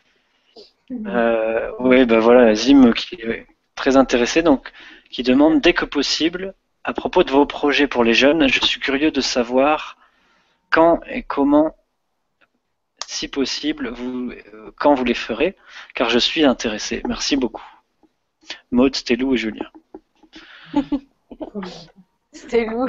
Euh, oui, ben voilà, Zim qui est très intéressé, donc qui demande dès que possible, à propos de vos projets pour les jeunes, je suis curieux de savoir quand et comment, si possible, vous, euh, quand vous les ferez, car je suis intéressé. Merci beaucoup. Maud, Stelou et Julien. Stelou.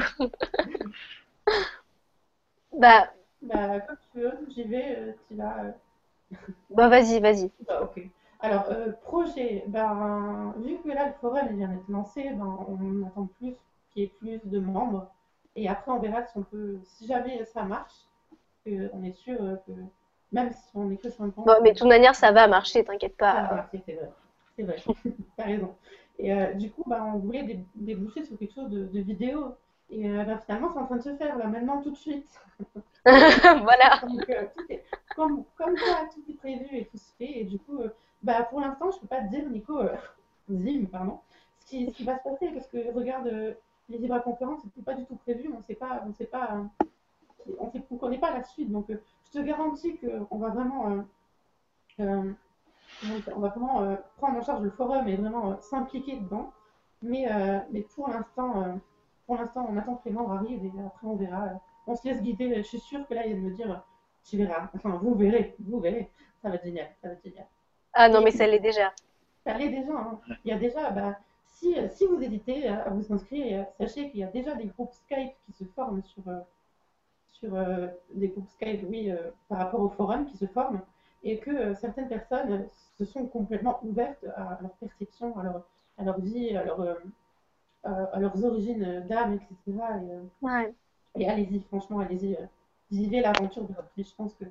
bah, bah, comme tu veux, j'y vais, euh, tu vas. Euh... Bah, vas-y, vas-y. Bah, ok. Alors, euh, projet, ben, vu que là, le forum vient d'être lancé, ben, on attend plus qu'il y ait plus de membres. Et après, on verra si on peut, si jamais ça marche, on est sûr que même si on est que cinquante. Bon, mais de toute manière, ça va marcher, t'inquiète pas. Ça va marcher, c'est vrai. C'est vrai, t'as raison. Et euh, du coup, bah, on voulait dé déboucher sur quelque chose de, de vidéo. Et euh, bah, finalement, c'est en train de se faire, là, maintenant, tout de suite. Voilà. Donc, euh, tout est, comme, comme ça, tout est prévu et tout se fait. Et du coup, euh, bah, pour l'instant, je ne peux pas te dire, Nico, euh, Zim, pardon, ce qui, ce qui va se passer. Parce que, regarde, euh, les vibra-conférences, c'était pas du tout prévu. On ne sait pas, on sait pas, euh, on ne connaît pas la suite. Donc, euh, je te garantis qu'on va vraiment... Euh, euh, on va vraiment euh, prendre en charge le forum et vraiment euh, s'impliquer dedans. Mais, euh, mais pour l'instant, euh, pour l'instant, on attend que les membres arrivent et après on verra. Euh, on se laisse guider. Je suis sûre que là, il vient de me dire, tu verras. Enfin, vous verrez, vous verrez. Ça va être génial, ça va être génial. Ah non, et, mais ça l'est déjà. Ça l'est déjà. Hein. Il y a déjà, bah, si, si vous hésitez à vous inscrire, sachez qu'il y a déjà des groupes Skype qui se forment sur, euh, sur euh, des groupes Skype, oui, euh, par rapport au forum qui se forment. Et que euh, certaines personnes se sont complètement ouvertes à leur perception, à leur, à leur vie, à, leur, euh, à leurs origines d'âme, et cetera. Et, euh, ouais. et allez-y, franchement, allez-y. Euh, vivez l'aventure de votre vie. Je pense que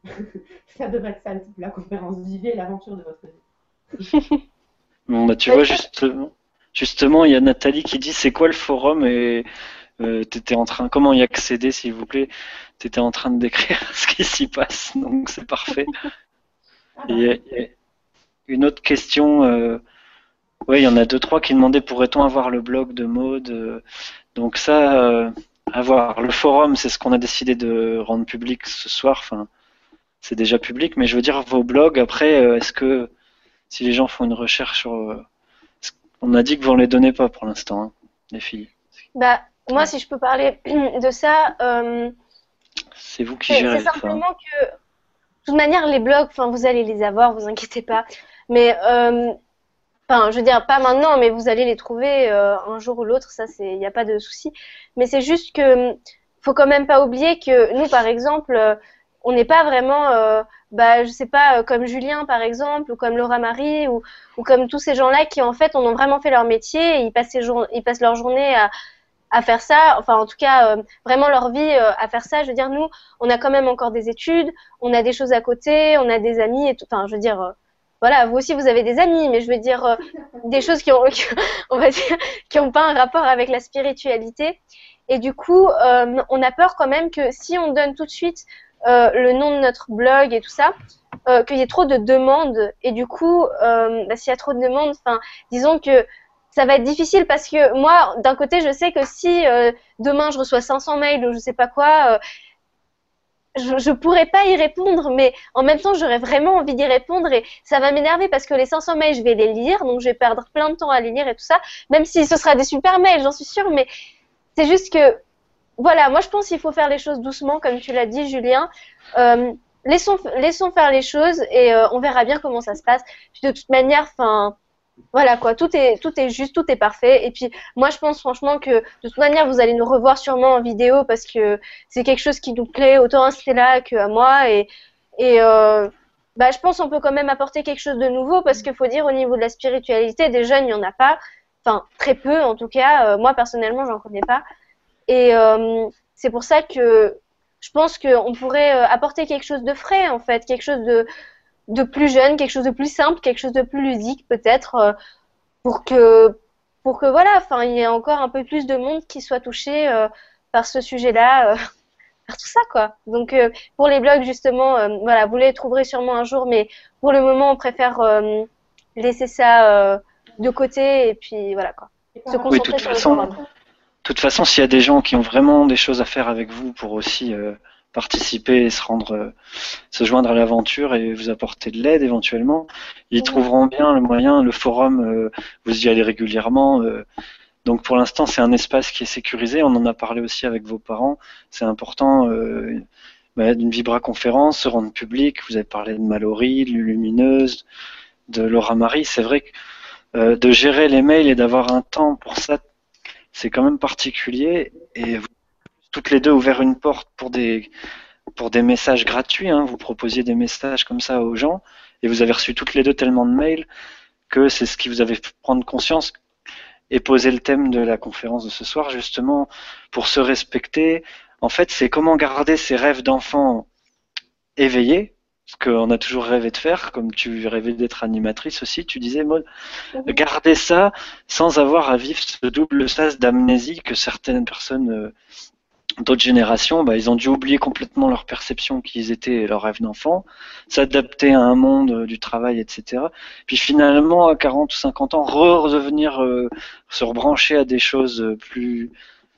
ça devrait être ça le titre de la conférence. Vivez l'aventure de votre vie. Bon, bah, tu vois, justement, justement, il y a Nathalie qui dit c'est quoi le forum et euh, t'étais en train, comment y accéder, s'il vous plaît? T'étais en train de décrire ce qui s'y passe, donc c'est parfait. Et il y a une autre question, euh, oui, il y en a deux, trois qui demandaient pourrait-on avoir le blog de Maud euh, donc ça, euh, avoir le forum, c'est ce qu'on a décidé de rendre public ce soir, enfin, c'est déjà public, mais je veux dire vos blogs, après, euh, est-ce que si les gens font une recherche sur... Euh, on a dit que vous ne les donnez pas pour l'instant, hein, les filles. Bah, moi, si je peux parler de ça... Euh, c'est vous qui gérez. C'est simplement que... De toute manière, les blogs, vous allez les avoir, vous inquiétez pas. Mais, euh, enfin, je veux dire, pas maintenant, mais vous allez les trouver euh, un jour ou l'autre, ça, il n'y a pas de souci. Mais c'est juste que faut quand même pas oublier que nous, par exemple, euh, on n'est pas vraiment, euh, bah, je sais pas, comme Julien, par exemple, ou comme Laura Marie, ou, ou comme tous ces gens-là qui, en fait, ont vraiment fait leur métier et ils passent, ils passent leur journée à à faire ça, enfin en tout cas euh, vraiment leur vie euh, à faire ça. Je veux dire, nous on a quand même encore des études, on a des choses à côté, on a des amis et tout. Enfin je veux dire, euh, voilà, vous aussi vous avez des amis, mais je veux dire euh, des choses qui ont, qui, on va dire, qui ont pas un rapport avec la spiritualité. Et du coup, euh, on a peur quand même que si on donne tout de suite euh, le nom de notre blog et tout ça, euh, qu'il y ait trop de demandes. Et du coup, euh, bah, s'il y a trop de demandes, enfin disons que ça va être difficile parce que moi, d'un côté, je sais que si euh, demain je reçois cinq cents mails ou je sais pas quoi, euh, je, je pourrais pas y répondre, mais en même temps, j'aurais vraiment envie d'y répondre et ça va m'énerver parce que les cinq cents mails, je vais les lire, donc je vais perdre plein de temps à les lire et tout ça, même si ce sera des super mails, j'en suis sûre, mais c'est juste que, voilà, moi je pense qu'il faut faire les choses doucement, comme tu l'as dit, Julien. Euh, laissons, laissons faire les choses et euh, on verra bien comment ça se passe. Puis de toute manière, enfin, voilà quoi, tout est, tout est juste, tout est parfait. Et puis moi, je pense franchement que de toute manière, vous allez nous revoir sûrement en vidéo parce que c'est quelque chose qui nous plaît autant à Stella qu'à moi. Et, et euh, bah, je pense qu'on peut quand même apporter quelque chose de nouveau parce qu'il faut dire au niveau de la spiritualité, des jeunes, il n'y en a pas. Enfin, très peu en tout cas. Euh, moi, personnellement, j'en connais pas. Et euh, c'est pour ça que je pense qu'on pourrait euh, apporter quelque chose de frais, en fait, quelque chose de, de plus jeune, quelque chose de plus simple, quelque chose de plus ludique, peut-être, euh, pour que, pour que voilà, enfin, il y ait encore un peu plus de monde qui soit touché euh, par ce sujet-là, euh, par tout ça, quoi. Donc, euh, pour les blogs, justement, euh, voilà, vous les trouverez sûrement un jour, mais pour le moment, on préfère euh, laisser ça euh, de côté et puis voilà, quoi. Se Oui, de concentrer toute sur le façon, forum. de toute façon, s'il y a des gens qui ont vraiment des choses à faire avec vous pour aussi euh, participer et se rendre, euh, se joindre à l'aventure et vous apporter de l'aide éventuellement, ils trouveront bien le moyen. Le forum, euh, vous y allez régulièrement. Euh, donc pour l'instant, c'est un espace qui est sécurisé. On en a parlé aussi avec vos parents. C'est important. Euh, bah, d'une Vibra conférence, se rendre public. Vous avez parlé de Mallory, de Lumineuse, de Laura Marie. C'est vrai que euh, de gérer les mails et d'avoir un temps pour ça, c'est quand même particulier. Et vous, toutes les deux, ouvert une porte pour des pour des messages gratuits. Hein. Vous proposiez des messages comme ça aux gens et vous avez reçu toutes les deux tellement de mails que c'est ce qui vous avait fait prendre conscience et poser le thème de la conférence de ce soir, justement, pour se respecter. En fait, c'est comment garder ses rêves d'enfant éveillés, ce qu'on a toujours rêvé de faire, comme tu rêvais d'être animatrice aussi, tu disais, Maud, garder ça sans avoir à vivre ce double sas d'amnésie que certaines personnes euh, d'autres générations, bah, ils ont dû oublier complètement leur perception qu'ils étaient leurs rêves d'enfant, s'adapter à un monde euh, du travail, et cetera. Puis finalement, à quarante ou cinquante ans, revenir euh, se rebrancher à des choses plus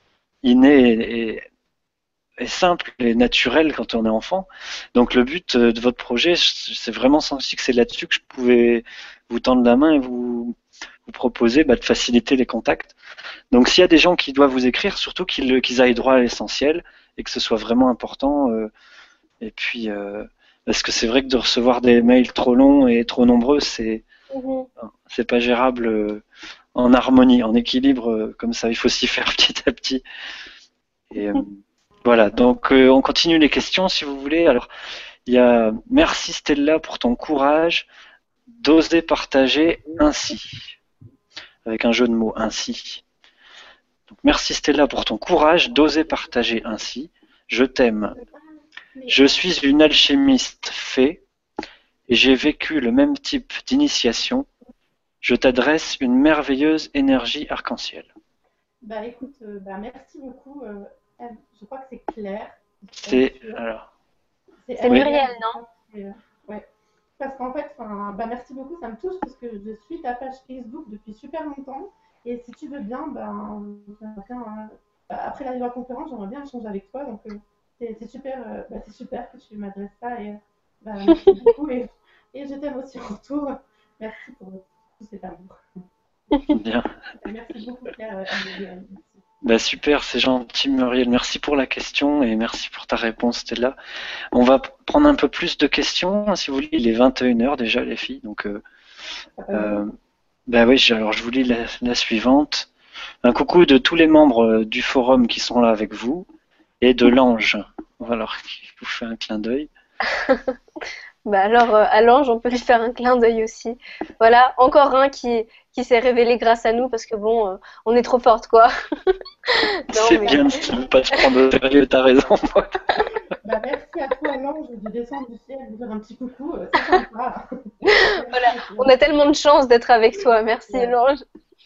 innées et, et, et simples et naturelles quand on est enfant. Donc le but euh, de votre projet, c'est vraiment senti que c'est là-dessus que je pouvais vous tendre la main et vous, vous proposer bah, de faciliter les contacts. Donc s'il y a des gens qui doivent vous écrire, surtout qu'ils qu'ils aillent droit à l'essentiel et que ce soit vraiment important. Euh, et puis, euh, parce que c'est vrai que de recevoir des mails trop longs et trop nombreux, c'est Mhm. c'est pas gérable euh, en harmonie, en équilibre euh, comme ça. Il faut s'y faire petit à petit. Et euh, voilà. Donc euh, on continue les questions si vous voulez. Alors il y a merci Stella pour ton courage d'oser partager ainsi, avec un jeu de mots ainsi. Donc, merci Stella pour ton courage d'oser partager ainsi. Je t'aime. Je suis une alchimiste fée et j'ai vécu le même type d'initiation. Je t'adresse une merveilleuse énergie arc-en-ciel. Bah écoute, euh, bah, merci beaucoup. Euh, Eve. Je crois que c'est Claire. C'est alors. C'est elle, Muriel, elle, non? euh, ouais. Parce qu'en fait, bah, merci beaucoup, ça me touche parce que je suis ta page Facebook depuis super longtemps. Et si tu veux bien, ben, j'aimerais bien, euh, bah, après la Vibra conférence, j'aimerais bien échanger avec toi. Donc, euh, c'est c'est super, euh, bah, c'est super que tu m'adresses ça. Et bah, merci beaucoup. Et, et je t'aime aussi en retour. Merci pour tout cet amour. Bien. Merci beaucoup, Claire. Euh, Bah super, c'est gentil Muriel. Merci pour la question et merci pour ta réponse Stella. On va prendre un peu plus de questions, si vous voulez. Il est vingt et une heures déjà les filles, donc euh, euh, bah oui, alors je vous lis la, la suivante. Un coucou de tous les membres du forum qui sont là avec vous et de l'ange. Voilà, je vous fais un clin d'œil. Bah alors, euh, à l'ange, on peut lui faire un clin d'œil aussi. Voilà, encore un qui, qui s'est révélé grâce à nous parce que bon, euh, on est trop forte, quoi. C'est mais... bien de ne pas te prendre au sérieux, t'as raison. Bah, merci à toi, l'ange, de descendre du ciel, de faire un petit coucou. Euh, c'est sympa. Voilà, on a tellement de chance d'être avec toi. Merci, ouais. L'ange.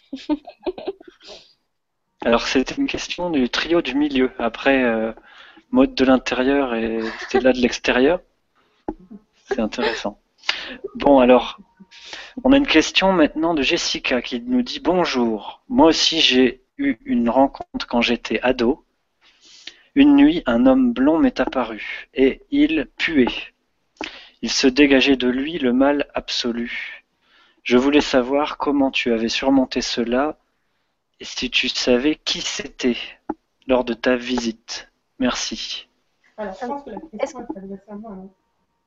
Alors, c'était une question du trio du milieu. Après, euh, Maud de l'intérieur et Stella de l'extérieur. C'est intéressant. Bon, alors, on a une question maintenant de Jessica qui nous dit « Bonjour, moi aussi j'ai eu une rencontre quand j'étais ado. Une nuit, un homme blond m'est apparu, et il puait. Il se dégageait de lui le mal absolu. Je voulais savoir comment tu avais surmonté cela, et si tu savais qui c'était lors de ta visite. Merci. » Alors, je pense que la question, elle s'adresse à moi.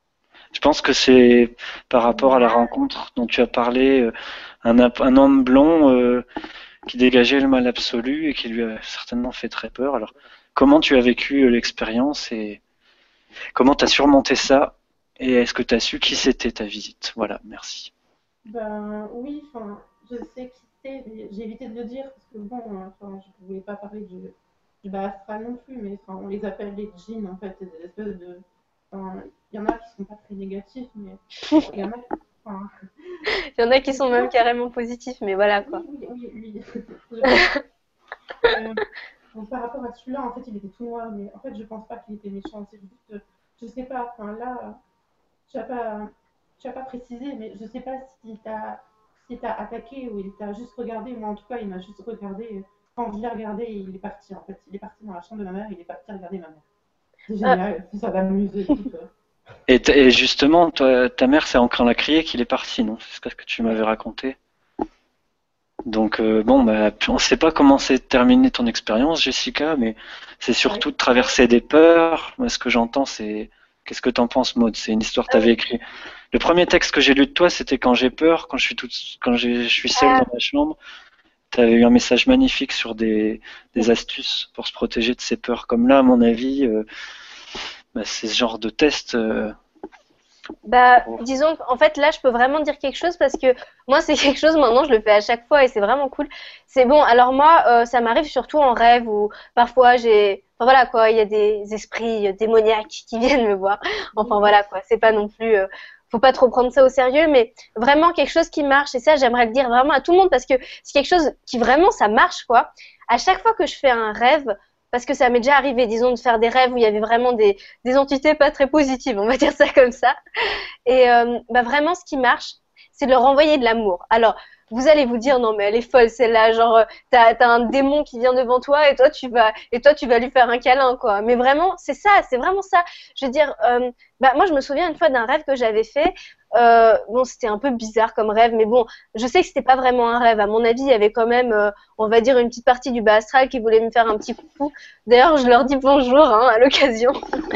Je pense que c'est par rapport à la rencontre dont tu as parlé, euh, un, un homme blond euh, qui dégageait le mal absolu et qui lui a certainement fait très peur. Alors, comment tu as vécu l'expérience et comment tu as surmonté ça? Et est-ce que tu as su qui c'était ta visite? Voilà, merci. Ben oui, enfin, je sais qui c'est, mais j'ai évité de le dire parce que bon, enfin, je ne voulais pas parler du, du bas astral non plus, mais enfin, on les appelle les djinns en fait, c'est des espèces de. Enfin, il y en a qui sont pas très négatifs, mais bon, il y en a. Enfin, Il y en a qui je sont sais même pas. carrément positifs, mais voilà quoi. Oui, oui, oui, oui. Je pense que bon, par rapport à celui-là, en fait, il était tout noir, mais en fait, je pense pas qu'il était méchant. C'est juste, euh, je sais pas. Enfin là, tu n'as pas, tu as pas précisé, mais je sais pas si t'a, si t'a attaqué ou il t'a juste regardé. Moi, en tout cas, il m'a juste regardé. Quand je l'ai regardé, il est parti. En fait, il est parti dans la chambre de ma mère. Il est parti regarder ma mère. C'est Ah, génial. Ça va m'amuser. Écoute, euh, Et, t- et justement, toi, ta mère, c'est en craint la criée qu'il est parti, non? C'est ce que tu m'avais ouais, raconté. Donc euh, bon, bah, on ne sait pas comment s'est terminée ton expérience, Jessica, mais c'est ouais. surtout de traverser des peurs. Moi, ce que j'entends, c'est qu'est-ce que t'en penses, Maud? C'est une histoire que ah t'avais oui. écrite. Le premier texte que j'ai lu de toi, c'était quand j'ai peur, quand je suis toute, quand j'ai- je suis seule Ah, dans ma chambre. T'avais eu un message magnifique sur des, des astuces pour se protéger de ces peurs. Comme là, à mon avis, euh, bah, c'est ce genre de test. euh, bah, pour- disons qu'en fait là je peux vraiment dire quelque chose parce que moi c'est quelque chose maintenant je le fais à chaque fois et c'est vraiment cool. C'est bon, alors moi euh, ça m'arrive surtout en rêve ou parfois j'ai, enfin voilà quoi, il y a des esprits euh, démoniaques qui viennent me voir. Enfin voilà quoi, c'est pas non plus, euh, faut pas trop prendre ça au sérieux, mais vraiment quelque chose qui marche et ça j'aimerais le dire vraiment à tout le monde parce que c'est quelque chose qui vraiment ça marche quoi. À chaque fois que je fais un rêve, parce que ça m'est déjà arrivé, disons, de faire des rêves où il y avait vraiment des, des entités pas très positives, on va dire ça comme ça. Et euh, bah vraiment, ce qui marche, c'est de leur envoyer de l'amour. Alors, vous allez vous dire, non, mais elle est folle, celle-là. Genre, euh, t'as, t'as un démon qui vient devant toi et toi, tu vas, et toi, tu vas lui faire un câlin, quoi. Mais vraiment, c'est ça, c'est vraiment ça. Je veux dire, euh, bah, moi, je me souviens une fois d'un rêve que j'avais fait. Euh, bon, c'était un peu bizarre comme rêve, mais bon, je sais que c'était pas vraiment un rêve. À mon avis, il y avait quand même, euh, on va dire, une petite partie du bas astral qui voulait me faire un petit coucou. D'ailleurs, je leur dis bonjour hein, à l'occasion.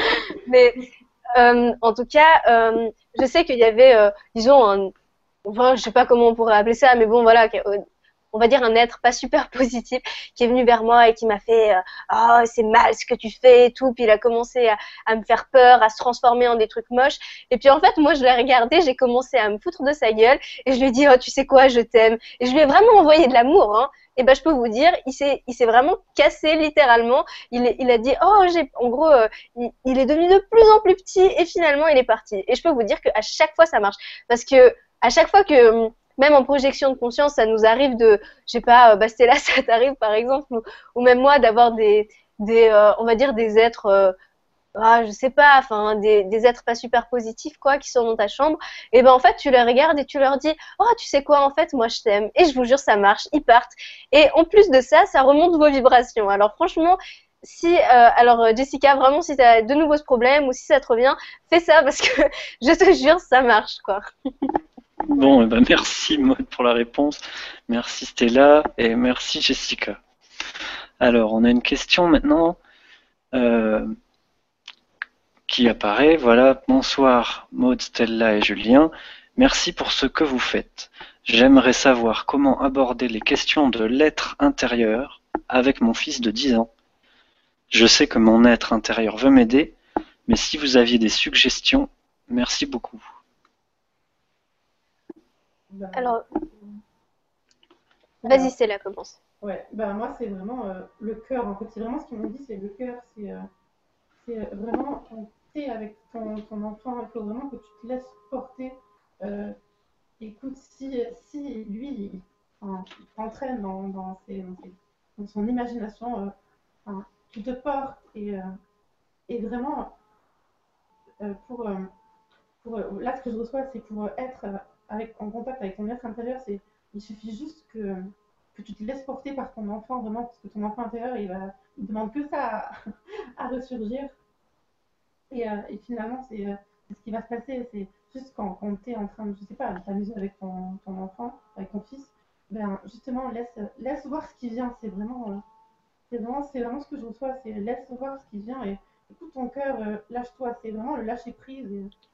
Mais euh, en tout cas, euh, je sais qu'il y avait, euh, disons, un, enfin, je sais pas comment on pourrait appeler ça, mais bon, voilà, on va dire un être pas super positif qui est venu vers moi et qui m'a fait euh, oh c'est mal ce que tu fais et tout, puis il a commencé à, à me faire peur, à se transformer en des trucs moches, et puis en fait moi je l'ai regardé, j'ai commencé à me foutre de sa gueule et je lui ai dit oh tu sais quoi je t'aime, et je lui ai vraiment envoyé de l'amour hein. Et ben je peux vous dire il s'est il s'est vraiment cassé littéralement, il, il a dit oh j'ai en gros euh, il, il est devenu de plus en plus petit et finalement il est parti, et je peux vous dire qu'à chaque fois ça marche parce que à chaque fois que même en projection de conscience, ça nous arrive de, je sais pas, bah c'est là, ça t'arrive par exemple, ou, ou même moi d'avoir des, des euh, on va dire des êtres, euh, ah, je sais pas, enfin des, des êtres pas super positifs quoi, qui sont dans ta chambre. Et ben en fait, tu les regardes et tu leur dis, oh tu sais quoi, en fait moi je t'aime. Et je vous jure ça marche, ils partent. Et en plus de ça, ça remonte vos vibrations. Alors franchement. Si, euh, alors Jessica, vraiment, si tu as de nouveaux problèmes ou si ça te revient, fais ça parce que je te jure, ça marche quoi. Bon, eh ben, merci Maud pour la réponse. Merci Stella et merci Jessica. Alors, on a une question maintenant euh, qui apparaît. Voilà, bonsoir Maud, Stella et Julien. Merci pour ce que vous faites. J'aimerais savoir comment aborder les questions de l'être intérieur avec mon fils de dix ans. Je sais que mon être intérieur veut m'aider, mais si vous aviez des suggestions, merci beaucoup. Ben, Alors, vas-y, alors, c'est là, commence. ouais, ben moi, c'est vraiment euh, le cœur. En fait, c'est vraiment ce qu'ils m'ont dit, c'est le cœur. C'est euh, c'est vraiment, tu sais, avec ton, ton enfant, il faut vraiment que tu te laisses porter. Euh, Écoute, si, si lui, il, enfin, il t'entraîne dans, dans, ses- dans ses- dans son imagination, euh, enfin, tu te portes et, euh, et vraiment, euh, pour, euh, pour, euh, là, ce que je reçois, c'est pour euh, être euh, avec, en contact avec ton être intérieur, c'est, il suffit juste que, que tu te laisses porter par ton enfant, vraiment, parce que ton enfant intérieur, il va, il demande que ça à, à ressurgir. Et, euh, et finalement, c'est euh, c'est ce qui va se passer. C'est juste quand, quand tu es en train de, je sais pas, de t'amuser avec ton, ton enfant, avec ton fils, ben justement, laisse, laisse voir ce qui vient. C'est vraiment, euh, c'est vraiment, c'est vraiment ce que je reçois. C'est laisse voir ce qui vient et écoute ton cœur, euh, lâche-toi. C'est vraiment le lâcher prise. Et,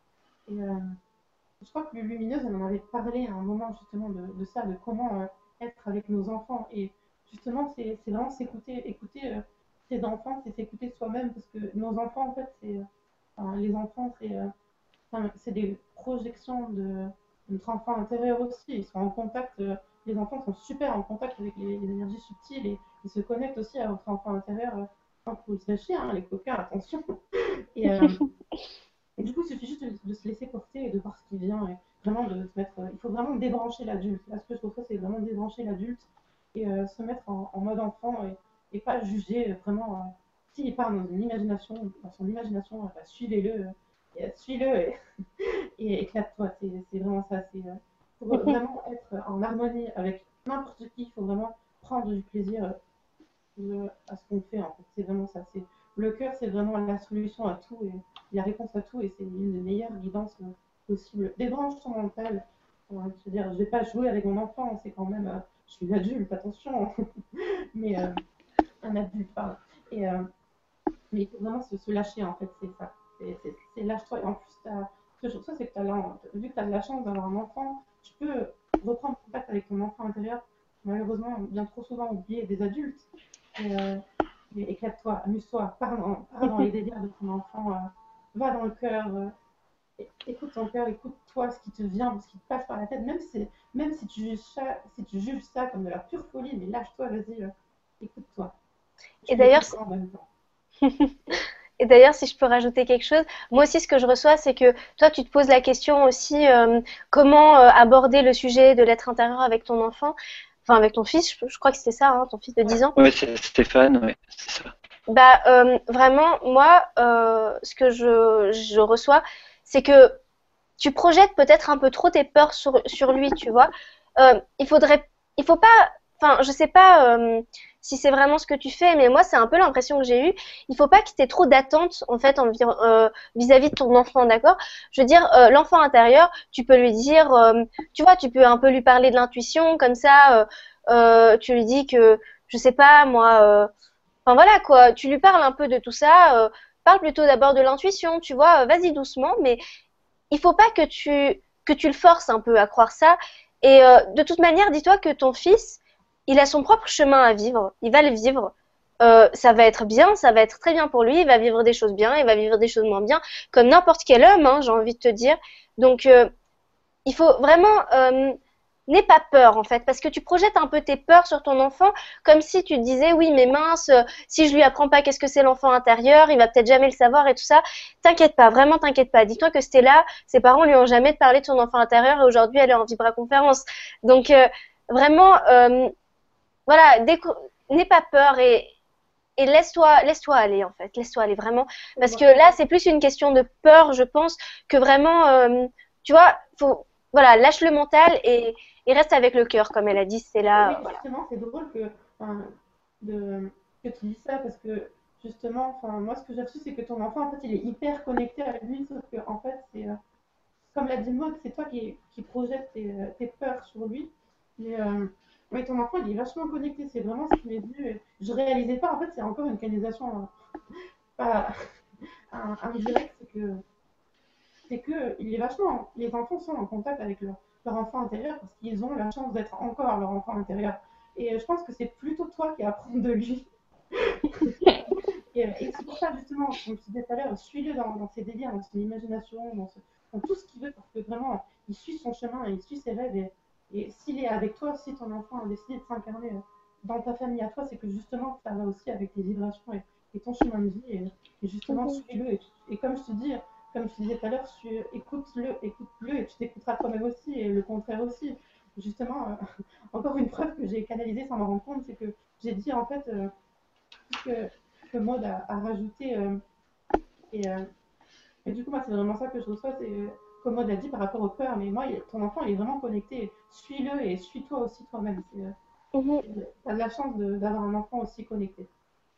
Et euh, je crois que Lumineuse, elle en avait parlé à un moment justement de, de ça, de comment euh, être avec nos enfants. Et justement, c'est vraiment s'écouter, écouter euh, ses enfants, c'est s'écouter soi-même, parce que nos enfants, en fait, c'est, euh, enfin, les enfants, c'est euh, enfin, c'est des projections de notre enfant intérieur aussi. Ils sont en contact, euh, les enfants sont super en contact avec les, les énergies subtiles et ils se connectent aussi à votre enfant intérieur. Euh, sans faut se lâcher, hein, les coquins, attention. Et, euh, et du coup, il suffit juste de, de se laisser porter et de voir ce qui vient. Et vraiment de se mettre. Euh, il faut vraiment débrancher l'adulte. Là, ce que je trouve, c'est vraiment débrancher l'adulte et euh, se mettre en, en mode enfant et, et pas juger euh, vraiment. Euh, S'il part dans une imagination, dans son imagination, bah, suivez-le, euh, et, euh, suis-le et, et éclate-toi. C'est vraiment ça. C'est euh, pour vraiment être en harmonie avec n'importe qui. Il faut vraiment prendre du plaisir euh, à ce qu'on fait. En fait, c'est vraiment ça. C'est le cœur, c'est vraiment la solution à tout et la réponse à tout, et c'est une des meilleures guidances euh, possibles. Débranche ton mental. Euh, je veux dire, je vais pas jouer avec mon enfant, c'est quand même, euh, je suis adulte, attention, mais euh, un adulte, pardon. Et, euh, mais il faut vraiment se, se lâcher, en fait, c'est ça. C'est lâche-toi. Et en plus, as, ce que je trouve, c'est que as la, vu que tu as de la chance d'avoir un enfant, tu peux reprendre contact avec ton enfant intérieur, malheureusement, bien trop souvent oublié des adultes. Et, euh, et éclate-toi, amuse-toi, pars dans, pars dans les délires de ton enfant, euh, va dans le cœur, euh, écoute ton cœur, écoute-toi ce qui te vient, ce qui te passe par la tête, même si, même si, tu, juges ça, si tu juges ça comme de la pure folie, mais lâche-toi, vas-y, euh, écoute-toi. Et d'ailleurs, et d'ailleurs, si je peux rajouter quelque chose, moi aussi, ce que je reçois, c'est que toi, tu te poses la question aussi, euh, comment euh, aborder le sujet de l'être intérieur avec ton enfant, enfin avec ton fils, je, je crois que c'était ça, hein, ton fils de dix ans. Oui, c'est Stéphane, oui, c'est ça. Bah, euh, vraiment, moi, euh, ce que je, je reçois, c'est que tu projettes peut-être un peu trop tes peurs sur, sur lui, tu vois. Euh, il faudrait, il faut pas, enfin, je sais pas euh, si c'est vraiment ce que tu fais, mais moi, c'est un peu l'impression que j'ai eue. Il faut pas que tu aies trop d'attentes, en fait, envir- euh, vis-à-vis de ton enfant, d'accord? Je veux dire, euh, l'enfant intérieur, tu peux lui dire, euh, tu vois, tu peux un peu lui parler de l'intuition, comme ça, euh, euh, tu lui dis que, je sais pas, moi, euh, enfin voilà quoi, tu lui parles un peu de tout ça, euh, parle plutôt d'abord de l'intuition, tu vois, euh, vas-y doucement, mais il faut pas que tu que tu le forces un peu à croire ça. Et euh, de toute manière, dis-toi que ton fils, il a son propre chemin à vivre. Il va le vivre. Euh, ça va être bien, ça va être très bien pour lui. Il va vivre des choses bien, il va vivre des choses moins bien, comme n'importe quel homme, hein, j'ai envie de te dire. Donc, euh, il faut vraiment euh, n'aie pas peur en fait, parce que tu projettes un peu tes peurs sur ton enfant, comme si tu te disais oui mais mince, euh, si je lui apprends pas qu'est-ce que c'est l'enfant intérieur, il va peut-être jamais le savoir et tout ça. T'inquiète pas, vraiment t'inquiète pas. Dis-toi que Stella, ses parents lui ont jamais parlé de son enfant intérieur et aujourd'hui elle est en vibraconférence. Donc euh, vraiment, euh, voilà, n'aie pas peur et et laisse-toi laisse-toi aller en fait, laisse-toi aller vraiment, parce que là c'est plus une question de peur, je pense, que vraiment, euh, tu vois, faut voilà, lâche le mental et, et reste avec le cœur, comme elle a dit, c'est là. Oui, Voilà. justement, c'est drôle que, enfin, de, que tu dis ça parce que justement, enfin, moi ce que j'ai reçu, c'est que ton enfant, en fait, il est hyper connecté à lui, sauf que, en fait, c'est, euh, comme l'a dit Maud, c'est toi qui, qui projette tes, euh, tes peurs sur lui. Mais, euh, mais ton enfant, il est vachement connecté, c'est vraiment ce qui m'est venu. Je réalisais pas, en fait, c'est encore une canalisation, hein, pas un, un direct, c'est que c'est que il est vachement, les enfants sont en contact avec leur, leur enfant intérieur parce qu'ils ont la chance d'être encore leur enfant intérieur. Et euh, je pense que c'est plutôt toi qui apprends de lui. et, euh, et c'est pour ça, justement, comme je disais tout à l'heure, suis-le dans, dans ses délires, dans son imagination, dans, ce- dans tout ce qu'il veut, parce que vraiment, il suit son chemin, il suit ses rêves. Et, et s'il est avec toi, si ton enfant a décidé de s'incarner euh, dans ta famille à toi, c'est que justement, ça va aussi avec tes vibrations et, et ton chemin de vie. Et, et justement, Mhm. suis-le. Et, et comme je te dis, comme je disais tout à l'heure, écoute-le, écoute-le et tu t'écouteras toi-même aussi, et le contraire aussi. Justement, euh, encore une preuve que j'ai canalisé sans m'en rendre compte, c'est que j'ai dit en fait euh, tout ce que, que Maud a, a rajouté. Euh, et, euh, et du coup, moi, c'est vraiment ça que je reçois, c'est euh, comme Maud a dit par rapport aux peurs. Mais moi, il, ton enfant, il est vraiment connecté. Suis-le et suis-toi aussi toi-même. Euh, Mhm. tu as de la chance d'avoir un enfant aussi connecté.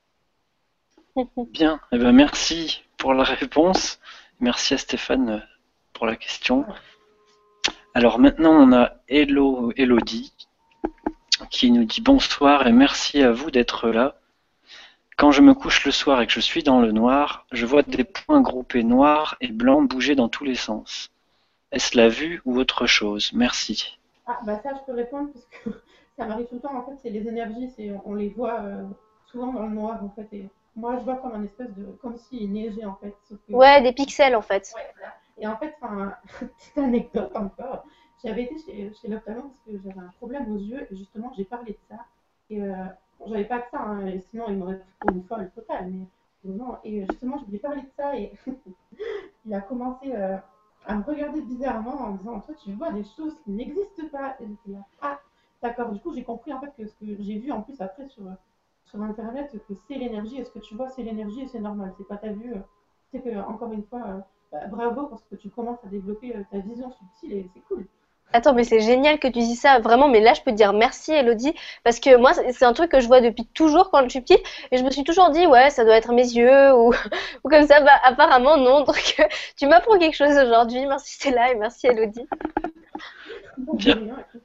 Bien, eh ben merci pour la réponse. Merci à Stéphane pour la question. Alors maintenant, on a Hello, Elodie qui nous dit bonsoir et merci à vous d'être là. Quand je me couche le soir et que je suis dans le noir, je vois des points groupés noirs et blancs bouger dans tous les sens. Est-ce la vue ou autre chose? Merci. Ah, bah ça, je peux répondre parce que ça m'arrive tout le temps. En fait, c'est les énergies, c'est, on les voit euh, souvent dans le noir, en fait. Et moi, je vois comme un espèce de, comme s'il neigeait, en fait. Sauf que, Ouais, des pixels en fait. ouais, voilà. Et en fait, enfin, petite anecdote encore. J'avais été chez, chez l'ophtalmo parce que j'avais un problème aux yeux et justement, j'ai parlé de ça. Et euh, bon, j'avais pas que ça, hein, et sinon, il m'aurait pris pour une folle totale. Mais non, et justement, je lui ai parlé de ça et il a commencé euh, à me regarder bizarrement en me disant toi tu vois des choses qui n'existent pas et j'étais là ah d'accord du coup j'ai compris en fait que ce que j'ai vu en plus après sur sur internet que c'est l'énergie et ce que tu vois c'est l'énergie et c'est normal c'est pas ta vue c'est que encore une fois euh, bah, bravo parce que tu commences à développer euh, ta vision subtile et c'est cool. Attends, mais c'est génial que tu dis ça, vraiment. Mais là, je peux te dire merci, Elodie, parce que moi, c'est c'est un truc que je vois depuis toujours quand je suis petite, et je me suis toujours dit, ouais, ça doit être mes yeux ou, ou comme ça. Bah, apparemment, non. Donc, euh, tu m'apprends quelque chose aujourd'hui. Merci, Stella, et merci, Elodie. Bien.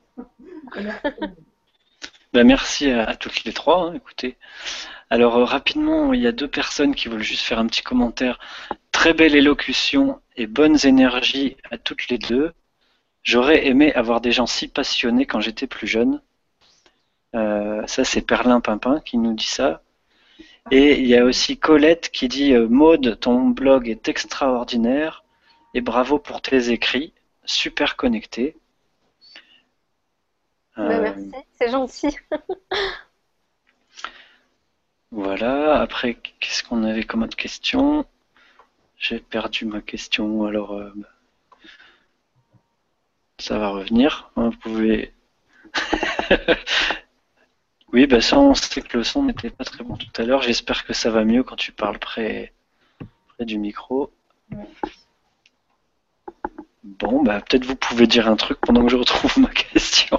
Ben, merci à, à toutes les trois, hein, écoutez. Alors euh, rapidement, il y a deux personnes qui veulent juste faire un petit commentaire. Très belle élocution et bonnes énergies à toutes les deux. J'aurais aimé avoir des gens si passionnés quand j'étais plus jeune. Euh, ça, c'est Perlin Pimpin qui nous dit ça. Et il y a aussi Colette qui dit euh, Maude, ton blog est extraordinaire et bravo pour tes écrits, super connecté. Bah, Euh, merci, c'est gentil. voilà, après, qu'est-ce qu'on avait comme autre question? J'ai perdu ma question, alors euh, ça va revenir. Vous pouvez. Oui, bah ça, on sait que le son n'était pas très bon tout à l'heure. J'espère que ça va mieux quand tu parles près, près du micro. Ouais. Bon, bah peut-être vous pouvez dire un truc pendant que je retrouve ma question.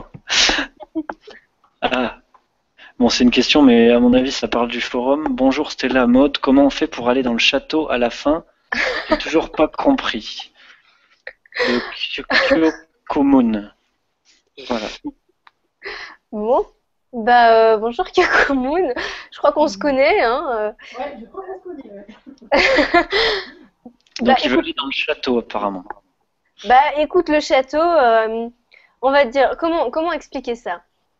Ah, bon, c'est une question, mais à mon avis, ça parle du forum. Bonjour Stella Mode, comment on fait pour aller dans le château à la fin? J'ai toujours pas compris. Le Kyokomun. Voilà. Bon, bah, euh, bonjour, Kakumoun. Je crois qu'on se connaît, hein. euh. Ouais, je crois qu'on se connaît. Ouais. Bah, Donc il veut écoute, aller dans le château apparemment. bah, écoute, le château, euh, on va dire, comment, comment expliquer ça?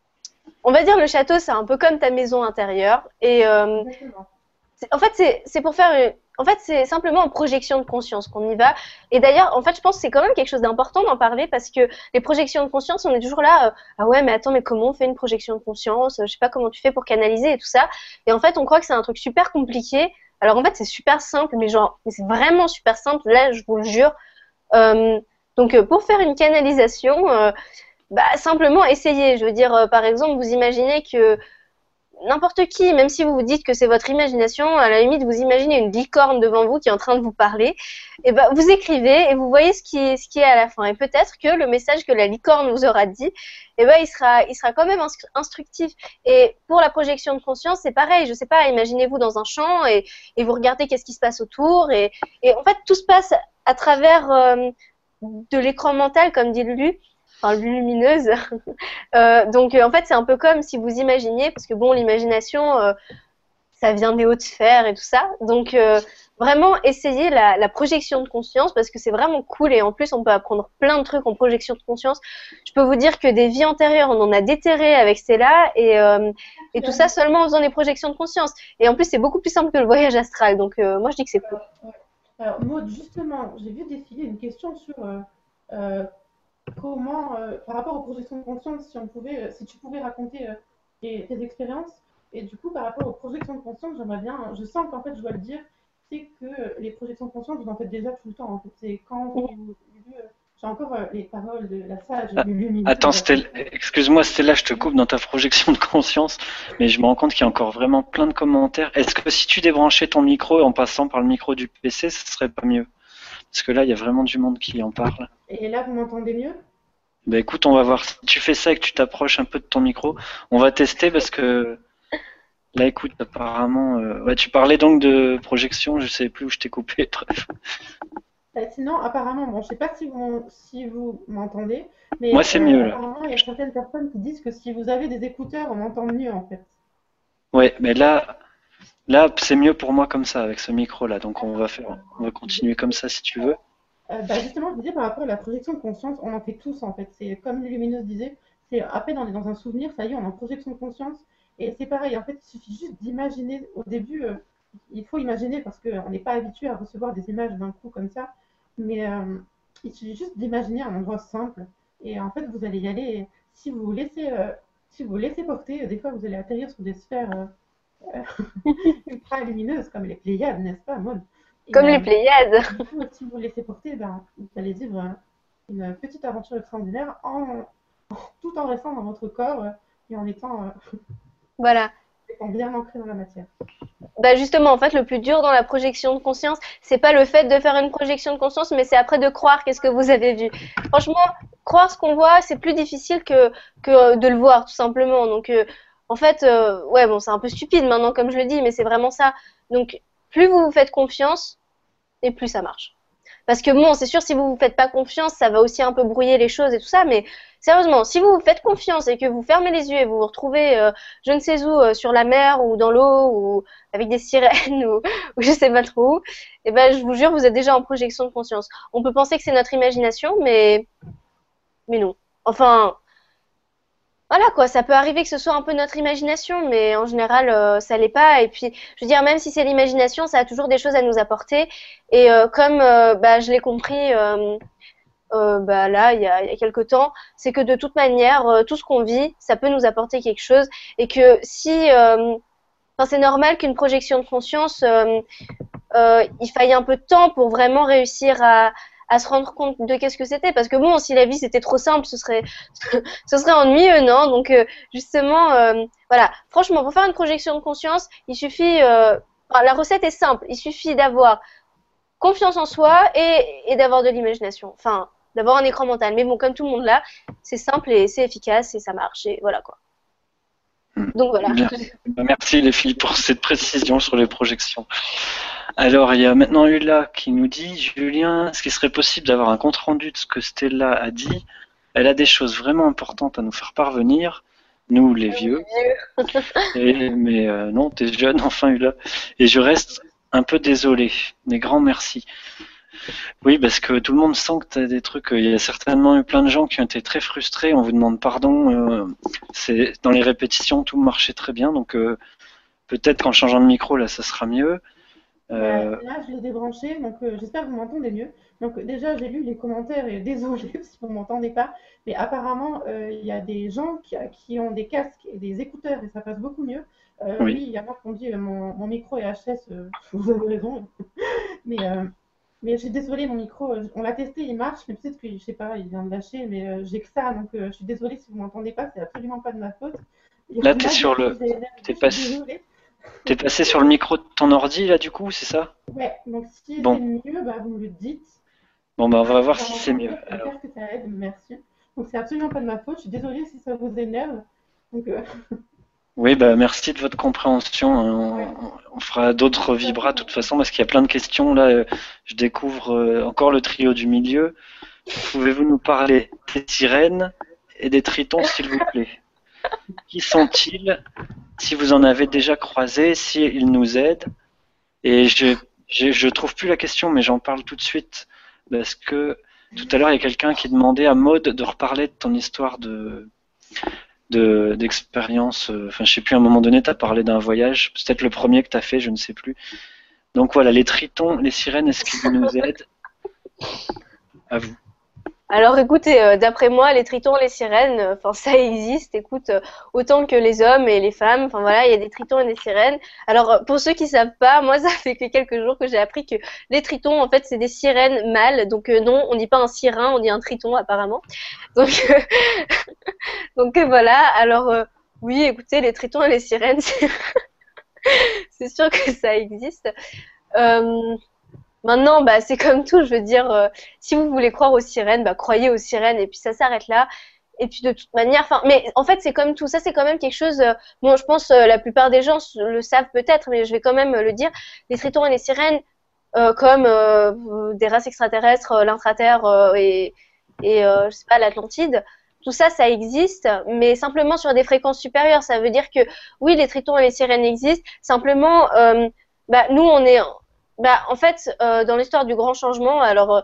On va dire le château, c'est un peu comme ta maison intérieure. Et euh, Exactement. c'est- en fait, c'est c'est pour faire une- en fait, c'est simplement en projection de conscience qu'on y va. Et d'ailleurs, en fait, je pense que c'est quand même quelque chose d'important d'en parler parce que les projections de conscience, on est toujours là, euh, ah ouais, mais attends, mais comment on fait une projection de conscience? Je sais pas comment tu fais pour canaliser et tout ça. Et en fait, on croit que c'est un truc super compliqué. Alors en fait, c'est super simple, mais genre, mais c'est vraiment super simple. Là, je vous le jure. Euh, donc, euh, pour faire une canalisation, euh, bah, simplement essayer. Je veux dire, euh, par exemple, vous imaginez que n'importe qui, même si vous vous dites que c'est votre imagination, à la limite, vous imaginez une licorne devant vous qui est en train de vous parler, et ben, vous écrivez et vous voyez ce qui est, ce qui est à la fin. Et peut-être que le message que la licorne vous aura dit, et ben, il sera, il sera quand même instructif. Et pour la projection de conscience, c'est pareil. Je sais pas, imaginez-vous dans un champ et, et vous regardez qu'est-ce qui se passe autour. Et, et en fait, tout se passe à travers euh, de l'écran mental, comme dit Lulu, enfin lumineuse. Euh, donc euh, en fait c'est un peu comme si vous imaginiez, parce que bon l'imagination euh, ça vient des hautes sphères et tout ça, donc euh, vraiment essayez la, la projection de conscience parce que c'est vraiment cool et en plus on peut apprendre plein de trucs en projection de conscience. Je peux vous dire que des vies antérieures on en a déterré avec Stella et, euh, et tout ça seulement en faisant des projections de conscience et en plus c'est beaucoup plus simple que le voyage astral, donc euh, moi je dis que c'est cool. Ouais. Alors, Maud, justement, j'ai vu défiler une question sur euh, euh, comment, euh, par rapport aux projections de conscience, si on pouvait, euh, si tu pouvais raconter euh, tes, tes expériences. Et du coup, par rapport aux projections de conscience, j'aimerais bien, je sens qu'en fait, je dois le dire, c'est que euh, les projections de conscience, vous en faites déjà tout le temps. En fait, c'est quand vous, vous- euh, j'ai encore euh, les paroles de la sage Ah, lumineuse. attends, Stella, excuse-moi Stella, je te coupe dans ta projection de conscience, mais je me rends compte qu'il y a encore vraiment plein de commentaires. Est-ce que si tu débranchais ton micro en passant par le micro du P C, ce serait pas mieux? Parce que là, il y a vraiment du monde qui en parle. Et là, vous m'entendez mieux? Bah écoute, on va voir. Si tu fais ça et que tu t'approches un peu de ton micro, on va tester parce que là, écoute, apparemment, euh, ouais, tu parlais donc de projection, je sais plus où je t'ai coupé. Bref. Euh, sinon, apparemment, bon, je sais pas si vous, si vous m'entendez, mais Moi, c'est euh, mieux là. apparemment, il y a certaines personnes qui disent que si vous avez des écouteurs, on entend mieux en fait. Ouais, mais là, là, c'est mieux pour moi comme ça avec ce micro là. Donc on va faire, on va continuer comme ça si tu veux. Euh, bah justement, je disais par rapport à la projection de conscience, on en fait tous en fait. C'est comme le lumineuse disait, c'est à peine on est dans un souvenir, ça y est, on est en projection de conscience. Et c'est pareil, en fait, il suffit juste d'imaginer. Au début, euh, il faut imaginer parce qu'on n'est pas habitué à recevoir des images d'un coup comme ça. Mais euh, il suffit juste d'imaginer un endroit simple. Et en fait, vous allez y aller. Et si vous vous laissez, euh, si vous vous laissez porter, euh, des fois, vous allez atterrir sur des sphères euh, ultra lumineuses comme les Pléiades, n'est-ce pas, Maud? Et, Comme les euh, Pléiades. du coup, si vous vous laissez porter, ben, vous allez vivre euh, une petite aventure extraordinaire en, tout en restant dans votre corps euh, et en étant, euh, Voilà. étant bien ancré dans la matière. Bah justement, en fait, le plus dur dans la projection de conscience, c'est pas le fait de faire une projection de conscience, mais c'est après de croire qu'est-ce que vous avez vu. Franchement, croire ce qu'on voit, c'est plus difficile que que de le voir, tout simplement. Donc, euh, en fait, euh, ouais, bon, c'est un peu stupide maintenant, comme je le dis, mais c'est vraiment ça. Donc, plus vous vous faites confiance, et plus ça marche. Parce que bon, c'est sûr, si vous vous faites pas confiance, ça va aussi un peu brouiller les choses et tout ça, mais sérieusement, si vous vous faites confiance et que vous fermez les yeux et vous vous retrouvez euh, je ne sais où, euh, sur la mer ou dans l'eau ou avec des sirènes ou, ou je sais pas trop où, eh ben, je vous jure, vous êtes déjà en projection de conscience. On peut penser que c'est notre imagination, mais, mais non. Enfin, voilà quoi, ça peut arriver que ce soit un peu notre imagination, mais en général, euh, ça l'est pas. Et puis, je veux dire, même si c'est l'imagination, ça a toujours des choses à nous apporter. Et euh, comme euh, bah, je l'ai compris euh, euh, bah, là, il y a, il y a quelque temps, c'est que de toute manière, euh, tout ce qu'on vit, ça peut nous apporter quelque chose. Et que si, euh, enfin, c'est normal qu'une projection de conscience, euh, euh, il faille un peu de temps pour vraiment réussir à, à se rendre compte de qu'est-ce que c'était. Parce que bon, si la vie c'était trop simple, ce serait, ce serait ennuyeux, non? Donc euh, justement, euh, voilà. Franchement, pour faire une projection de conscience, il suffit. Euh, enfin, la recette est simple. Il suffit d'avoir confiance en soi et, et d'avoir de l'imagination. Enfin, d'avoir un écran mental. Mais bon, comme tout le monde là, c'est simple et c'est efficace et ça marche et voilà quoi. Donc voilà. Bien. Merci les filles pour cette précision sur les projections. Alors, il y a maintenant Ula qui nous dit, Julien, est-ce qu'il serait possible d'avoir un compte-rendu de ce que Stella a dit? Elle a des choses vraiment importantes à nous faire parvenir, nous les vieux. Et, mais euh, non, t'es jeune, enfin Ula. Et je reste un peu désolé, mais grand merci. Oui, parce que tout le monde sent que tu as des trucs. Il y a certainement eu plein de gens qui ont été très frustrés. On vous demande pardon. Euh, c'est dans les répétitions, tout marchait très bien. Donc euh, peut-être qu'en changeant de micro, là, ça sera mieux. Euh, Là, je l'ai débranché, donc euh, j'espère que vous m'entendez mieux. Donc déjà, j'ai lu les commentaires et désolé si vous ne m'entendez pas, mais apparemment, euh, il y a des gens qui, qui ont des casques et des écouteurs et ça passe beaucoup mieux. Euh, oui, oui. il y en a qui ont dit euh, mon, mon micro est H S, euh, vous avez raison. mais, euh, mais je suis désolée, mon micro, euh, on l'a testé, il marche, mais peut-être que, je sais pas, il vient de lâcher, mais euh, j'ai que ça, donc euh, je suis désolée si vous ne m'entendez pas, c'est absolument pas de ma faute. Il y Là, en t'es a sur beaucoup le. qui énervent, T'es je suis passé. désolée. T'es passé sur le micro de ton ordi, là, du coup, c'est ça? Ouais, donc si Bon. c'est mieux, bah, vous me le dites. Bon, bah, on va Ah, voir vous si en c'est entendez, mieux. Alors. j'espère que ça aide, merci. Donc c'est absolument pas de ma faute, je suis désolée si ça vous énerve. Donc, euh, Oui, bah, merci de votre compréhension. On, ouais. on fera d'autres vibras de toute façon parce qu'il y a plein de questions. Là, euh, je découvre euh, encore le trio du milieu. Pouvez-vous nous parler des sirènes et des tritons, s'il vous plaît? Qui sont-ils? Si vous en avez déjà croisé, s'ils nous aident? Et je, je, je trouve plus la question, mais j'en parle tout de suite parce que tout à l'heure, il y a quelqu'un qui demandait à Maud de reparler de ton histoire de de d'expérience. Enfin, je sais plus, à un moment donné, tu as parlé d'un voyage. C'est peut-être le premier que tu as fait, je ne sais plus. Donc voilà, les tritons, les sirènes, est-ce qu'ils nous aident? À vous. Alors écoutez, euh, d'après moi, les tritons, les sirènes, euh, enfin ça existe. Écoute, euh, autant que les hommes et les femmes. Enfin voilà, il y a des tritons et des sirènes. Alors euh, pour ceux qui savent pas, moi ça fait que quelques jours que j'ai appris que les tritons, en fait, c'est des sirènes mâles. Donc euh, non, on dit pas un sirin, on dit un triton apparemment. Donc euh, donc euh, voilà. Alors euh, oui, écoutez, les tritons et les sirènes, c'est c'est sûr que ça existe. Euh, Maintenant, bah, c'est comme tout, je veux dire, euh, si vous voulez croire aux sirènes, bah, croyez aux sirènes et puis ça s'arrête là. Et puis de toute manière, enfin, mais en fait, c'est comme tout ça, c'est quand même quelque chose. Euh, bon, je pense euh, la plupart des gens le savent peut-être, mais je vais quand même le dire. Les tritons et les sirènes, euh, comme euh, des races extraterrestres, euh, l'intraterre euh, et, et euh, je sais pas, l'Atlantide, tout ça, ça existe, mais simplement sur des fréquences supérieures. Ça veut dire que oui, les tritons et les sirènes existent. Simplement, euh, bah, nous, on est bah, en fait, euh, dans l'histoire du grand changement, alors euh,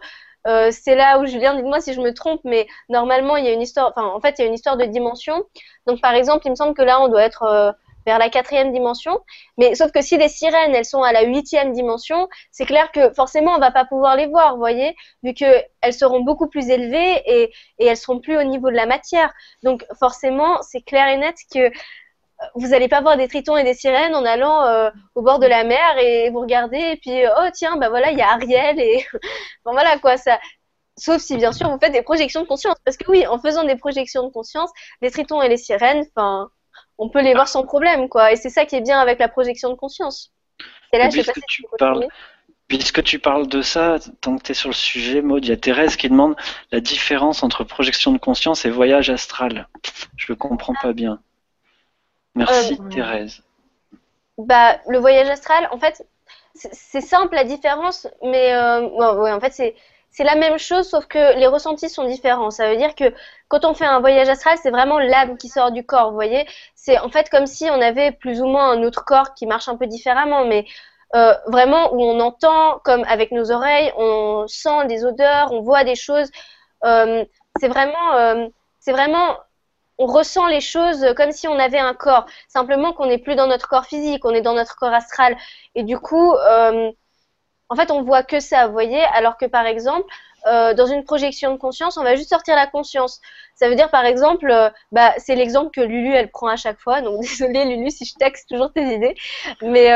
Euh, c'est là où Julien, dites-moi si je me trompe, mais normalement il y a une histoire, enfin en fait il y a une histoire de dimension. Donc par exemple, il me semble que là on doit être euh, vers la quatrième dimension, mais sauf que si les sirènes elles sont à la huitième dimension, c'est clair que forcément on va pas pouvoir les voir, vous voyez, vu que elles seront beaucoup plus élevées et, et elles seront plus au niveau de la matière. Donc forcément c'est clair et net que vous n'allez pas voir des tritons et des sirènes en allant euh, au bord de la mer et vous regardez et puis oh tiens bah voilà il y a Ariel et bon voilà quoi ça. Sauf si bien sûr vous faites des projections de conscience, parce que oui, en faisant des projections de conscience, les tritons et les sirènes, enfin, on peut les voir sans problème, quoi. Et c'est ça qui est bien avec la projection de conscience. Et là, Et je sais pas puisque si tu tu peux parles, continuer. puisque tu parles de ça, tant que tu es sur le sujet, Maud, il y a Thérèse qui demande la différence entre projection de conscience et voyage astral. Je ne comprends pas bien. Euh, Merci, Ouais. Thérèse. Bah, le voyage astral, en fait, c'est c'est simple la différence, mais euh, ouais, ouais, en fait, c'est c'est la même chose, sauf que les ressentis sont différents. Ça veut dire que quand on fait un voyage astral, c'est vraiment l'âme qui sort du corps, vous voyez. C'est en fait comme si on avait plus ou moins un autre corps qui marche un peu différemment, mais euh, vraiment où on entend comme avec nos oreilles, on sent des odeurs, on voit des choses. Euh, c'est vraiment, euh, c'est vraiment on ressent les choses comme si on avait un corps. Simplement qu'on n'est plus dans notre corps physique, on est dans notre corps astral. Et du coup, euh, en fait, on voit que ça, vous voyez. Alors que par exemple, euh, dans une projection de conscience, on va juste sortir la conscience. Ça veut dire, par exemple, euh, bah, c'est l'exemple que Lulu, elle prend à chaque fois. Donc, désolée, Lulu, si je taxe toujours tes idées. Mais euh,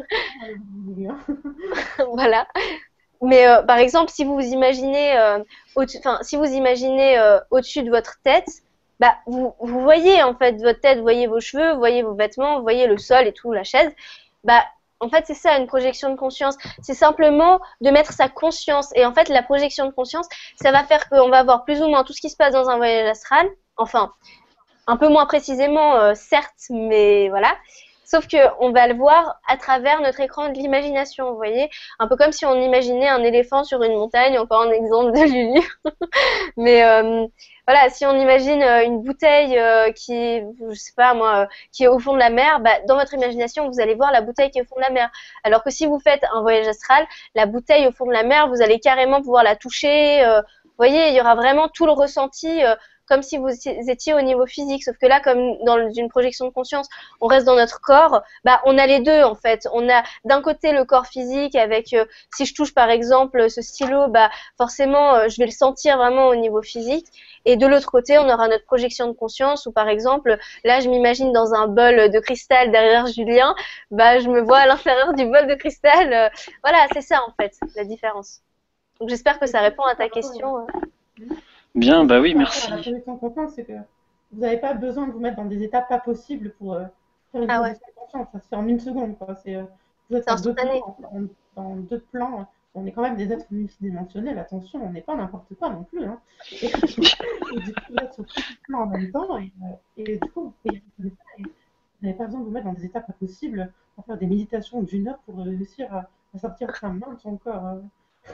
voilà. Mais euh, par exemple, si vous vous imaginez, euh, au-dessus, enfin, si vous imaginez euh, au-dessus de votre tête, bah, vous, vous voyez en fait votre tête, vous voyez vos cheveux, vous voyez vos vêtements, vous voyez le sol et tout, la chaise. Bah, en fait, c'est ça une projection de conscience. C'est simplement de mettre sa conscience. Et en fait, la projection de conscience, ça va faire qu'on va voir plus ou moins tout ce qui se passe dans un voyage astral. Enfin, un peu moins précisément, euh, certes, mais voilà. Sauf que on va le voir à travers notre écran de l'imagination, vous voyez, un peu comme si on imaginait un éléphant sur une montagne, encore un exemple de Lulu. Mais euh, voilà, si on imagine euh, une bouteille euh, qui est, je sais pas moi, euh, qui est au fond de la mer, bah, dans votre imagination, vous allez voir la bouteille qui est au fond de la mer. Alors que si vous faites un voyage astral, la bouteille au fond de la mer, vous allez carrément pouvoir la toucher. Euh, vous voyez, il y aura vraiment tout le ressenti. Euh, comme si vous étiez au niveau physique, sauf que là, comme dans une projection de conscience, on reste dans notre corps, bah, on a les deux en fait. On a d'un côté le corps physique avec, euh, si je touche par exemple ce stylo, bah, forcément, euh, je vais le sentir vraiment au niveau physique. Et de l'autre côté, on aura notre projection de conscience où par exemple, là, je m'imagine dans un bol de cristal derrière Julien, bah, je me vois à l'intérieur du bol de cristal. Euh, voilà, c'est ça en fait, la différence. Donc j'espère que ça répond à ta question. euh. Bien, Et bah surtout oui, par rapport à la merci. projection de conscience, c'est que vous n'avez pas besoin de vous mettre dans des étapes pas possibles pour euh, faire une Ah ouais, projection de conscience. Ça se fait en une seconde, quoi. C'est, euh, vous êtes c'est en deux instantané. plans, en- dans deux plans. On est quand même des êtres multidimensionnels, attention, on n'est pas n'importe quoi non plus. Hein. Et, et du coup, vous êtes sur plusieurs plans en même temps, et, euh, et du coup, vous pouvez y aller comme ça, et vous n'avez pas besoin de vous mettre dans des étapes pas possibles pour faire des méditations d'une heure pour réussir à, à sortir sa main de son corps. euh.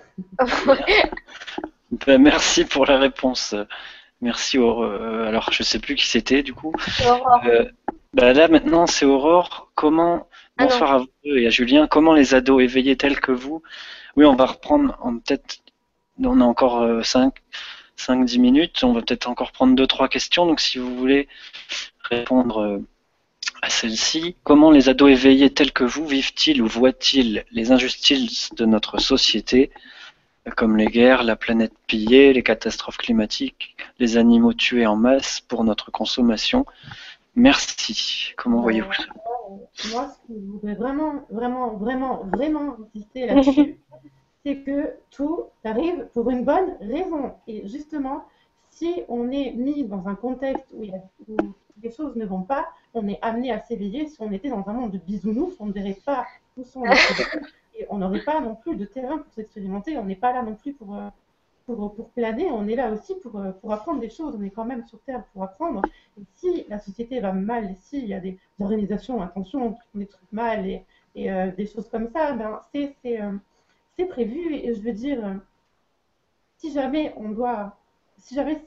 Bah, merci pour la réponse. Merci. Aure- euh, alors, je sais plus qui c'était du coup. C'est Aurore. Euh, bah là maintenant, c'est Aurore. Comment Ah non. Bonsoir à vous deux et à Julien. Comment les ados éveillés tels que vous? Oui, on va reprendre en peut-être. On a encore euh, cinq, cinq, dix minutes. On va peut-être encore prendre deux, trois questions. Donc, si vous voulez répondre euh, à celle-ci, comment les ados éveillés tels que vous vivent-ils ou voient-ils les injustices de notre société, comme les guerres, la planète pillée, les catastrophes climatiques, les animaux tués en masse pour notre consommation? Merci. Comment voyez-vous Ben, ça? moi, ce que je voudrais vraiment, vraiment, vraiment, vraiment insister là-dessus, c'est que tout arrive pour une bonne raison. Et justement, si on est mis dans un contexte où, il y a- où les choses ne vont pas, on est amené à s'éveiller. Si on était dans un monde de bisounours, on ne verrait pas où sont les problèmes et on n'aurait pas non plus de terrain pour s'expérimenter. On n'est pas là non plus pour, euh, pour, pour planer, on est là aussi pour, euh, pour apprendre des choses. On est quand même sur Terre pour apprendre. Et si la société va mal, s'il y a des organisations, attention, qui font des trucs mal et, et euh, des choses comme ça, ben c'est c'est, euh, c'est prévu. Et je veux dire, si jamais on doit, si jamais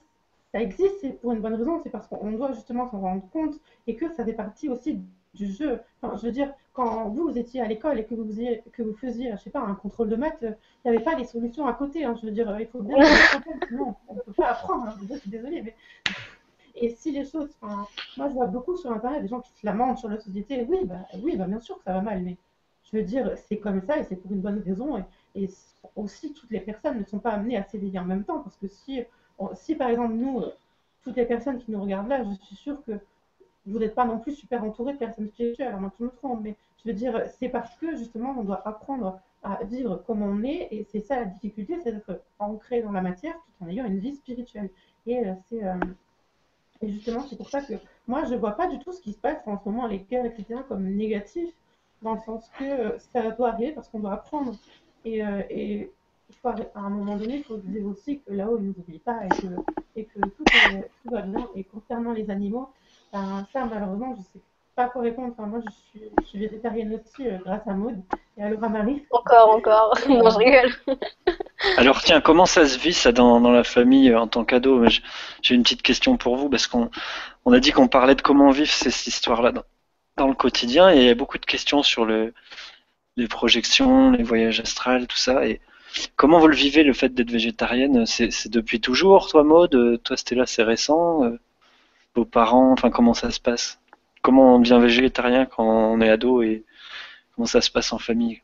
ça existe, c'est pour une bonne raison, c'est parce qu'on doit justement s'en rendre compte et que ça fait partie aussi du jeu. Enfin, je veux dire, quand vous, vous étiez à l'école et que vous faisiez, que vous faisiez, je sais pas, un contrôle de maths, il n'y avait pas les solutions à côté. Hein. Je veux dire, il faut bien se rendre compte, sinon on ne peut pas apprendre. Hein. Je suis désolée, mais et si les choses, enfin, moi je vois beaucoup sur internet des gens qui se lamentent sur la société. Oui, bah, oui, bah, bien sûr que ça va mal, mais je veux dire, c'est comme ça et c'est pour une bonne raison. Et, et aussi, toutes les personnes ne sont pas amenées à s'éveiller en même temps. Parce que si, si par exemple, nous, toutes les personnes qui nous regardent là, je suis sûre que vous n'êtes pas non plus super entouré de personnes spirituelles, alors moi je me trompe, mais je veux dire, c'est parce que justement on doit apprendre à vivre comme on est, et c'est ça la difficulté, c'est d'être ancré dans la matière tout en ayant une vie spirituelle. Et euh, c'est euh, et justement, c'est pour ça que moi, je ne vois pas du tout ce qui se passe en ce moment, les guerres, et cetera, comme négatif, dans le sens que euh, ça doit arriver parce qu'on doit apprendre. Et, euh, et il faut, à un moment donné, il faut se dire aussi que là-haut, ils ne nous oublient pas et que, et que tout, est, tout va bien. Et concernant les animaux, ben, ça, malheureusement, je ne sais pas quoi répondre. Enfin, moi, je suis, je suis végétarienne aussi euh, grâce à Maud et à Laura Marie. Encore, encore. Non, je rigole. Alors tiens, comment ça se vit ça dans, dans la famille euh, en tant qu'ado? J'ai une petite question pour vous parce qu'on on a dit qu'on parlait de comment vivre ces, ces histoires-là dans, dans le quotidien et il y a beaucoup de questions sur le, les projections, les voyages astrales, tout ça. Et comment vous le vivez le fait d'être végétarienne? C'est depuis toujours, toi Maud? Toi Stella, c'est récent? Vos parents, enfin comment ça se passe? Comment on devient végétarien quand on est ado et comment ça se passe en famille?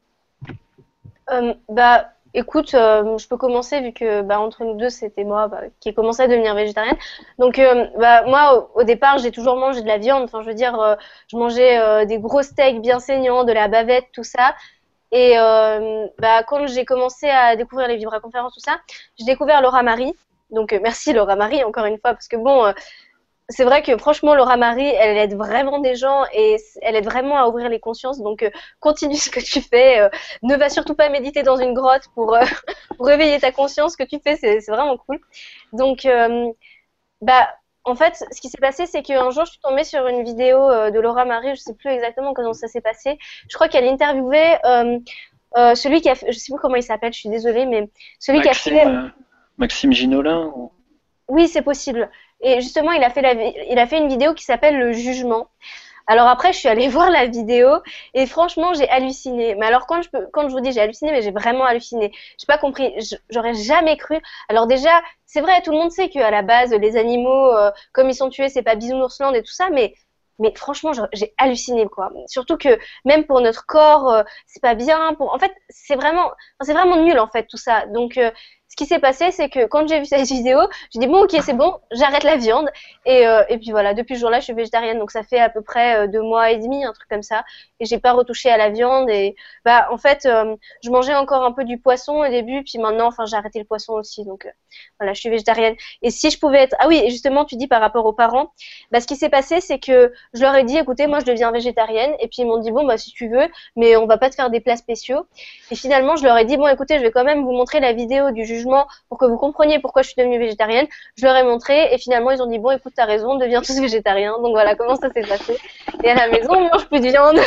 Euh, bah, écoute, euh, je peux commencer vu que bah, entre nous deux, c'était moi bah, qui ai commencé à devenir végétarienne. Donc, euh, bah, moi, au, au départ, j'ai toujours mangé de la viande. Enfin, je veux dire, euh, je mangeais euh, des gros steaks bien saignants, de la bavette, tout ça. Et euh, bah, quand j'ai commencé à découvrir les vibraconférences, tout ça, j'ai découvert Laura Marie. Donc, euh, merci Laura Marie, encore une fois, parce que bon, euh, c'est vrai que franchement, Laura Marie, elle aide vraiment des gens et elle aide vraiment à ouvrir les consciences. Donc, euh, continue ce que tu fais. Euh, ne va surtout pas méditer dans une grotte pour, euh, pour réveiller ta conscience. Ce que tu fais, c'est vraiment cool. Donc, euh, bah, en fait, ce qui s'est passé, c'est qu'un jour, je suis tombée sur une vidéo euh, de Laura Marie. Je sais plus exactement comment ça s'est passé. Je crois qu'elle interviewait euh, euh, celui qui a fait, je sais plus comment il s'appelle, je suis désolée, mais celui Maxime, qui a fait. Euh, Maxime Ginolin ou... Oui, c'est possible. Et justement, il a fait, la, il a fait une vidéo qui s'appelle Le Jugement. Alors après, je suis allée voir la vidéo et franchement, j'ai halluciné. Mais alors, quand je, peux, quand je vous dis j'ai halluciné, mais j'ai vraiment halluciné. J'ai pas compris. J'aurais jamais cru. Alors déjà, c'est vrai, tout le monde sait qu'à la base, les animaux, euh, comme ils sont tués, c'est pas Bisounoursland et tout ça, mais mais franchement, j'ai halluciné quoi. Surtout que même pour notre corps, euh, c'est pas bien. Pour... En fait, c'est vraiment, c'est vraiment nul en fait tout ça. Donc euh, ce qui s'est passé, c'est que quand j'ai vu cette vidéo, j'ai dit bon ok c'est bon, j'arrête la viande et, euh, et puis voilà, depuis ce jour-là je suis végétarienne, donc ça fait à peu près euh, deux mois et demi, un truc comme ça, et j'ai pas retouché à la viande et bah en fait euh, je mangeais encore un peu du poisson au début, puis maintenant enfin j'ai arrêté le poisson aussi, donc euh, voilà je suis végétarienne. Et si je pouvais être, ah oui et justement tu dis par rapport aux parents, bah ce qui s'est passé c'est que je leur ai dit écoutez moi je deviens végétarienne et puis ils m'ont dit bon bah si tu veux, mais on va pas te faire des plats spéciaux. Et finalement je leur ai dit bon écoutez je vais quand même vous montrer la vidéo du jugement pour que vous compreniez pourquoi je suis devenue végétarienne. Je leur ai montré et finalement ils ont dit bon écoute t'as raison, on devient tous végétariens. Donc voilà comment ça s'est passé. Et à la maison on mange plus de viande.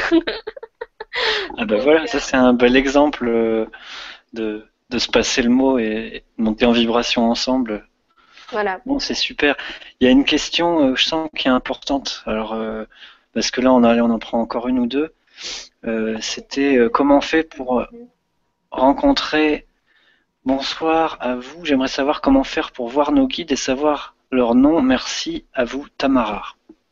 Ah ben voilà, ça c'est un bel exemple de, de se passer le mot et monter en vibration ensemble. Voilà. Bon c'est super. Il y a une question je sens qui est importante. Alors euh, parce que là on, a, on en prend encore une ou deux. Euh, C'était euh, comment on fait pour rencontrer. Bonsoir à vous. J'aimerais savoir comment faire pour voir nos guides et savoir leur nom. Merci à vous, Tamara.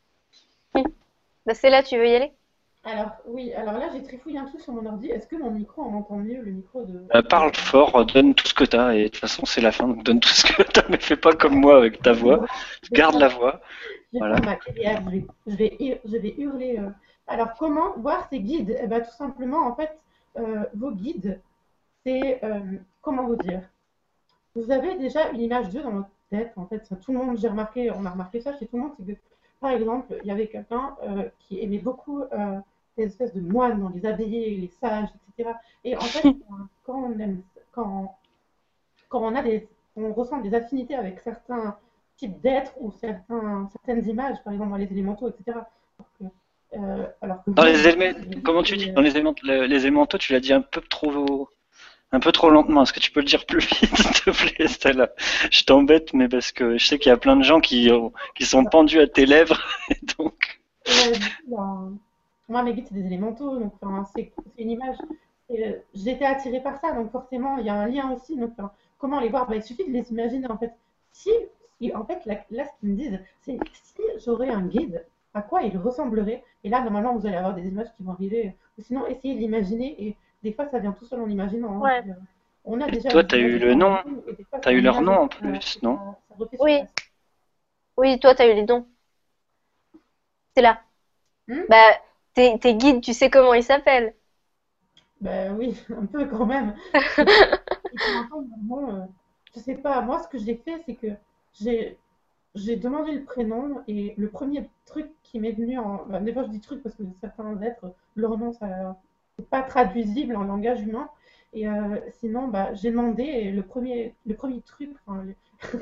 Bah c'est là, tu veux y aller? Alors, oui, alors là, j'ai trifouillé un truc sur mon ordi. Est-ce que mon micro, on entend mieux le micro de... Euh, parle fort, donne tout ce que t'as. Et de toute façon, c'est la fin, donc donne tout ce que t'as, mais fais pas comme moi avec ta voix. Garde la voix. Je vais, Voilà. ma carrière, je, vais, je, vais, je vais hurler. Euh... Alors, comment voir ces guides? Eh ben, tout simplement, en fait, euh, vos guides, c'est, euh, comment vous dire? Vous avez déjà une image d'eux dans votre tête. En fait, tout le monde, j'ai remarqué, on a remarqué ça chez tout le monde, c'est que, par exemple, il y avait quelqu'un euh, qui aimait beaucoup euh, les espèces de moines dans les abbayés, les sages, et cetera. Et en fait, quand on aime, quand, quand on a des, on ressent des affinités avec certains types d'êtres ou certains, certaines images, par exemple dans les élémentaux, et cetera. Alors que, euh, alors que dans vous, les éléments, comment tu dis? Dans les éléments, les élémentaux, tu l'as dit un peu trop un peu trop lentement. Est-ce que tu peux le dire plus vite, s'il te plaît, Stella? Je t'embête, mais parce que je sais qu'il y a plein de gens qui, ont- qui sont pendus à tes lèvres. Et donc, Ouais, du coup, ben, moi, mes guides, c'est des élémentaux, donc enfin, c'est c'est une image. Et, euh, j'ai été attirée par ça, donc forcément, il y a un lien aussi. Donc, enfin, comment les voir? Bah, il suffit de les imaginer, en fait. Si, si- en fait, là, là, ce qu'ils me disent, c'est si j'aurais un guide, à quoi il ressemblerait? Et là, normalement, vous allez avoir des images qui vont arriver. Ou sinon, essayez de l'imaginer. Et des fois, ça vient tout seul en imaginant, hein. Ouais. Puis, euh, on a et déjà toi, des t'as images eu de le nom, formation, et des fois, c'est t'as eu en leur nom imaginant. en Voilà, plus, que non? ça, ça refait Oui, surface. oui, toi, t'as eu les dons. C'est là. Hmm. Bah, tes, tes guides, tu sais comment ils s'appellent. Ben oui, un peu quand même. Et, et pour l'instant, vraiment, euh, je sais pas. Moi, ce que j'ai fait, c'est que j'ai j'ai demandé le prénom et le premier truc qui m'est venu en. Bah, des fois, je dis truc parce que certains êtres, leur nom, ça c'est pas traduisible en langage humain. Et euh, sinon, bah, j'ai demandé et le premier, le premier truc, enfin, le-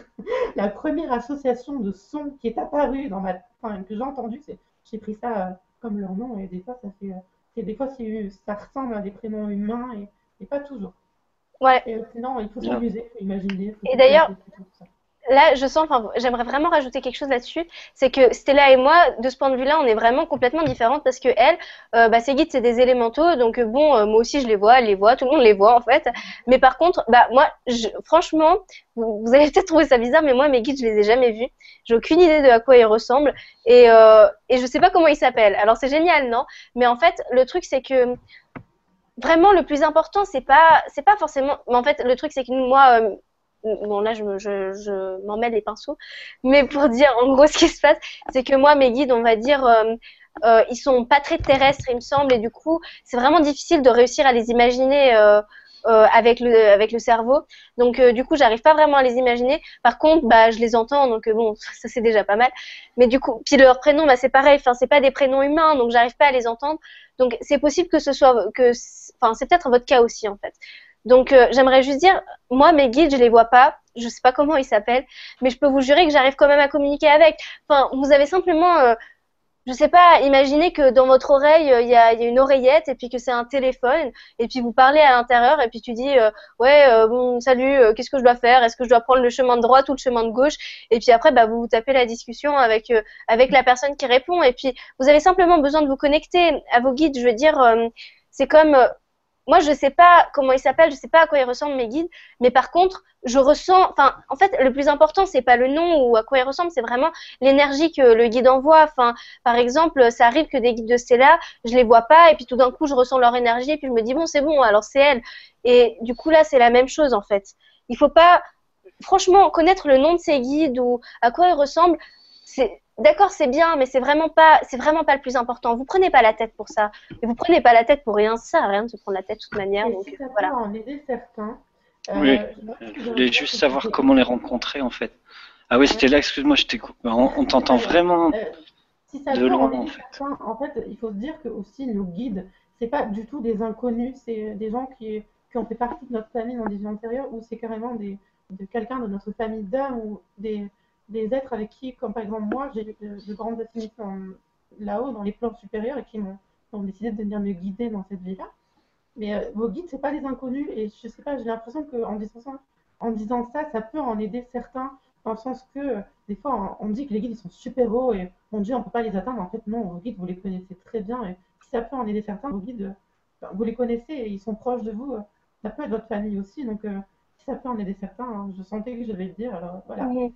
la première association de sons qui est apparue dans ma, enfin, que j'ai entendu, c'est, j'ai pris ça euh, comme leur nom et des fois ça fait, euh, c'est des fois c'est- ça ressemble à des prénoms humains et, et pas toujours. Ouais. Et euh, sinon, il faut Bien. s'amuser, il faut imaginer, il faut Et s'éclater, d'ailleurs, c'est tout ça. là, je sens, enfin, j'aimerais vraiment rajouter quelque chose là-dessus, c'est que Stella et moi, de ce point de vue-là, on est vraiment complètement différentes parce que elle, euh, bah, ses guides, c'est des élémentaux, donc euh, bon, euh, moi aussi je les vois, elle les voit, tout le monde les voit en fait. Mais par contre, bah moi, je, franchement, vous, vous allez peut-être trouver ça bizarre, mais moi, mes guides, je les ai jamais vus. J'ai aucune idée de à quoi ils ressemblent et euh, et je sais pas comment ils s'appellent. Alors c'est génial, non? Mais en fait, le truc, c'est que vraiment le plus important c'est pas c'est pas forcément mais en fait le truc c'est que moi euh, bon là je me je, je m'en mêle les pinceaux mais pour dire en gros ce qui se passe c'est que moi mes guides on va dire euh, euh, ils sont pas très terrestres il me semble et du coup c'est vraiment difficile de réussir à les imaginer euh, euh, avec le avec le cerveau donc euh, du coup j'arrive pas vraiment à les imaginer par contre bah je les entends donc euh, bon ça c'est déjà pas mal mais du coup puis leur prénom bah c'est pareil enfin c'est pas des prénoms humains donc j'arrive pas à les entendre donc c'est possible que ce soit que enfin c'est peut-être votre cas aussi en fait. Donc euh, j'aimerais juste dire moi mes guides je les vois pas, je sais pas comment ils s'appellent, mais je peux vous jurer que j'arrive quand même à communiquer avec. Enfin vous avez simplement euh, je sais pas, imaginez que dans votre oreille, euh, il y, a, y a une oreillette et puis que c'est un téléphone et puis vous parlez à l'intérieur et puis tu dis euh, ouais euh, bon salut, euh, qu'est-ce que je dois faire? Est-ce que je dois prendre le chemin de droite ou le chemin de gauche? Et puis après bah vous vous tapez la discussion avec euh, avec la personne qui répond et puis vous avez simplement besoin de vous connecter à vos guides. Je veux dire, euh, c'est comme euh, moi je sais pas comment ils s'appellent, je sais pas à quoi ils ressemblent mes guides, mais par contre je ressens, enfin en fait le plus important c'est pas le nom ou à quoi ils ressemblent, c'est vraiment l'énergie que le guide envoie. Enfin par exemple, ça arrive que des guides de Stella, je les vois pas, et puis tout d'un coup, je ressens leur énergie, et puis je me dis, bon, c'est bon, alors c'est elle. Et du coup, là, c'est la même chose, en fait. Il faut pas, franchement, connaître le nom de ces guides ou à quoi ils ressemblent, c'est, d'accord, c'est bien, mais c'est vraiment pas, c'est vraiment pas le plus important. Vous prenez pas la tête pour ça. Et vous prenez pas la tête pour rien, ça sert à rien de se prendre la tête de toute manière, Et donc si euh, ça peut voilà. en aider certains, Oui, euh, moi, ce je que j'aimerais voulais dire, juste c'est que savoir j'ai comment les rencontrer en fait. Ah oui, ouais, c'était là, excuse-moi, je t'écoute. On, on c'est t'entend pas grave. vraiment Euh, si ça de peut en loin en aider fait. certains, en fait, il faut se dire que aussi nos guides, c'est pas du tout des inconnus, c'est des gens qui, qui ont fait partie de notre famille dans des vies antérieures, ou c'est carrément des, de quelqu'un de notre famille d'âme, ou des, des êtres avec qui, comme par exemple moi, j'ai de, de grandes affinités en- là-haut, dans les plans supérieurs, et qui m'ont ont décidé de venir me guider dans cette vie-là. Mais euh, vos guides, c'est pas des inconnus, et je sais pas, j'ai l'impression qu'en disant ça, en disant ça, ça peut en aider certains, dans le sens que euh, des fois, on, on dit que les guides ils sont super hauts et on dit on peut pas les atteindre. En fait, non, vos guides, vous les connaissez très bien, et si ça peut en aider certains, vos guides, euh, enfin, vous les connaissez et ils sont proches de vous. euh, ça peut être votre famille aussi, donc euh, si ça peut en aider certains, hein, je sentais que je devais le dire, alors voilà. Mhm.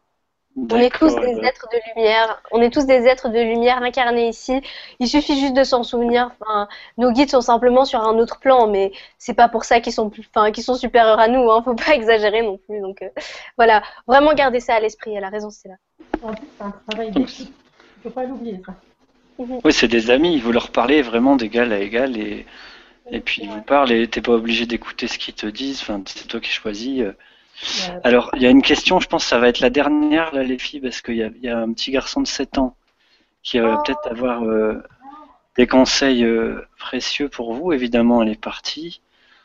On est tous D'accord, eh des ben, êtres de lumière. On est tous des êtres de lumière incarnés ici. Il suffit juste de s'en souvenir. Enfin, nos guides sont simplement sur un autre plan, mais c'est pas pour ça qu'ils sont plus, enfin, qu'ils sont supérieurs à nous. Hein. Faut pas exagérer non plus. Donc euh, voilà, vraiment garder ça à l'esprit. Elle a raison, c'est là. En plus, c'est un travail donc, d'équipe, il faut pas l'oublier ça. Mhm. oui, c'est des amis, vous leur parlez vraiment d'égal à égal et, et Oui, puis c'est ils vous vrai. parlent et t'es pas obligé d'écouter ce qu'ils te disent, enfin, c'est toi qui choisis. euh. Voilà. Alors, il y a une question, je pense que ça va être la dernière là, les filles, parce qu'il y a, il y a un petit garçon de sept ans qui va peut-être avoir euh, des conseils euh, précieux pour vous. Évidemment, elle est partie.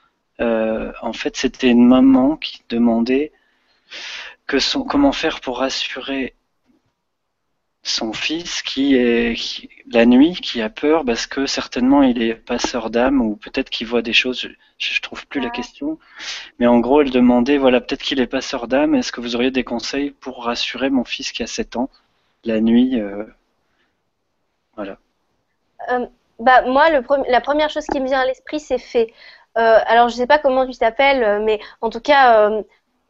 Euh, en fait, c'était une maman qui demandait que son, comment faire pour rassurer son fils qui est qui, la nuit, qui a peur parce que certainement il est passeur d'âme ou peut-être qu'il voit des choses. Je, je trouve plus la question, mais en gros elle demandait voilà peut-être qu'il est passeur d'âme. Est-ce que vous auriez des conseils pour rassurer mon fils qui a sept ans la nuit euh, voilà. Euh, bah, moi, le pre- la première chose qui me vient à l'esprit, c'est Fée. Euh, alors, je sais pas comment tu t'appelles, euh, mais en tout cas, euh,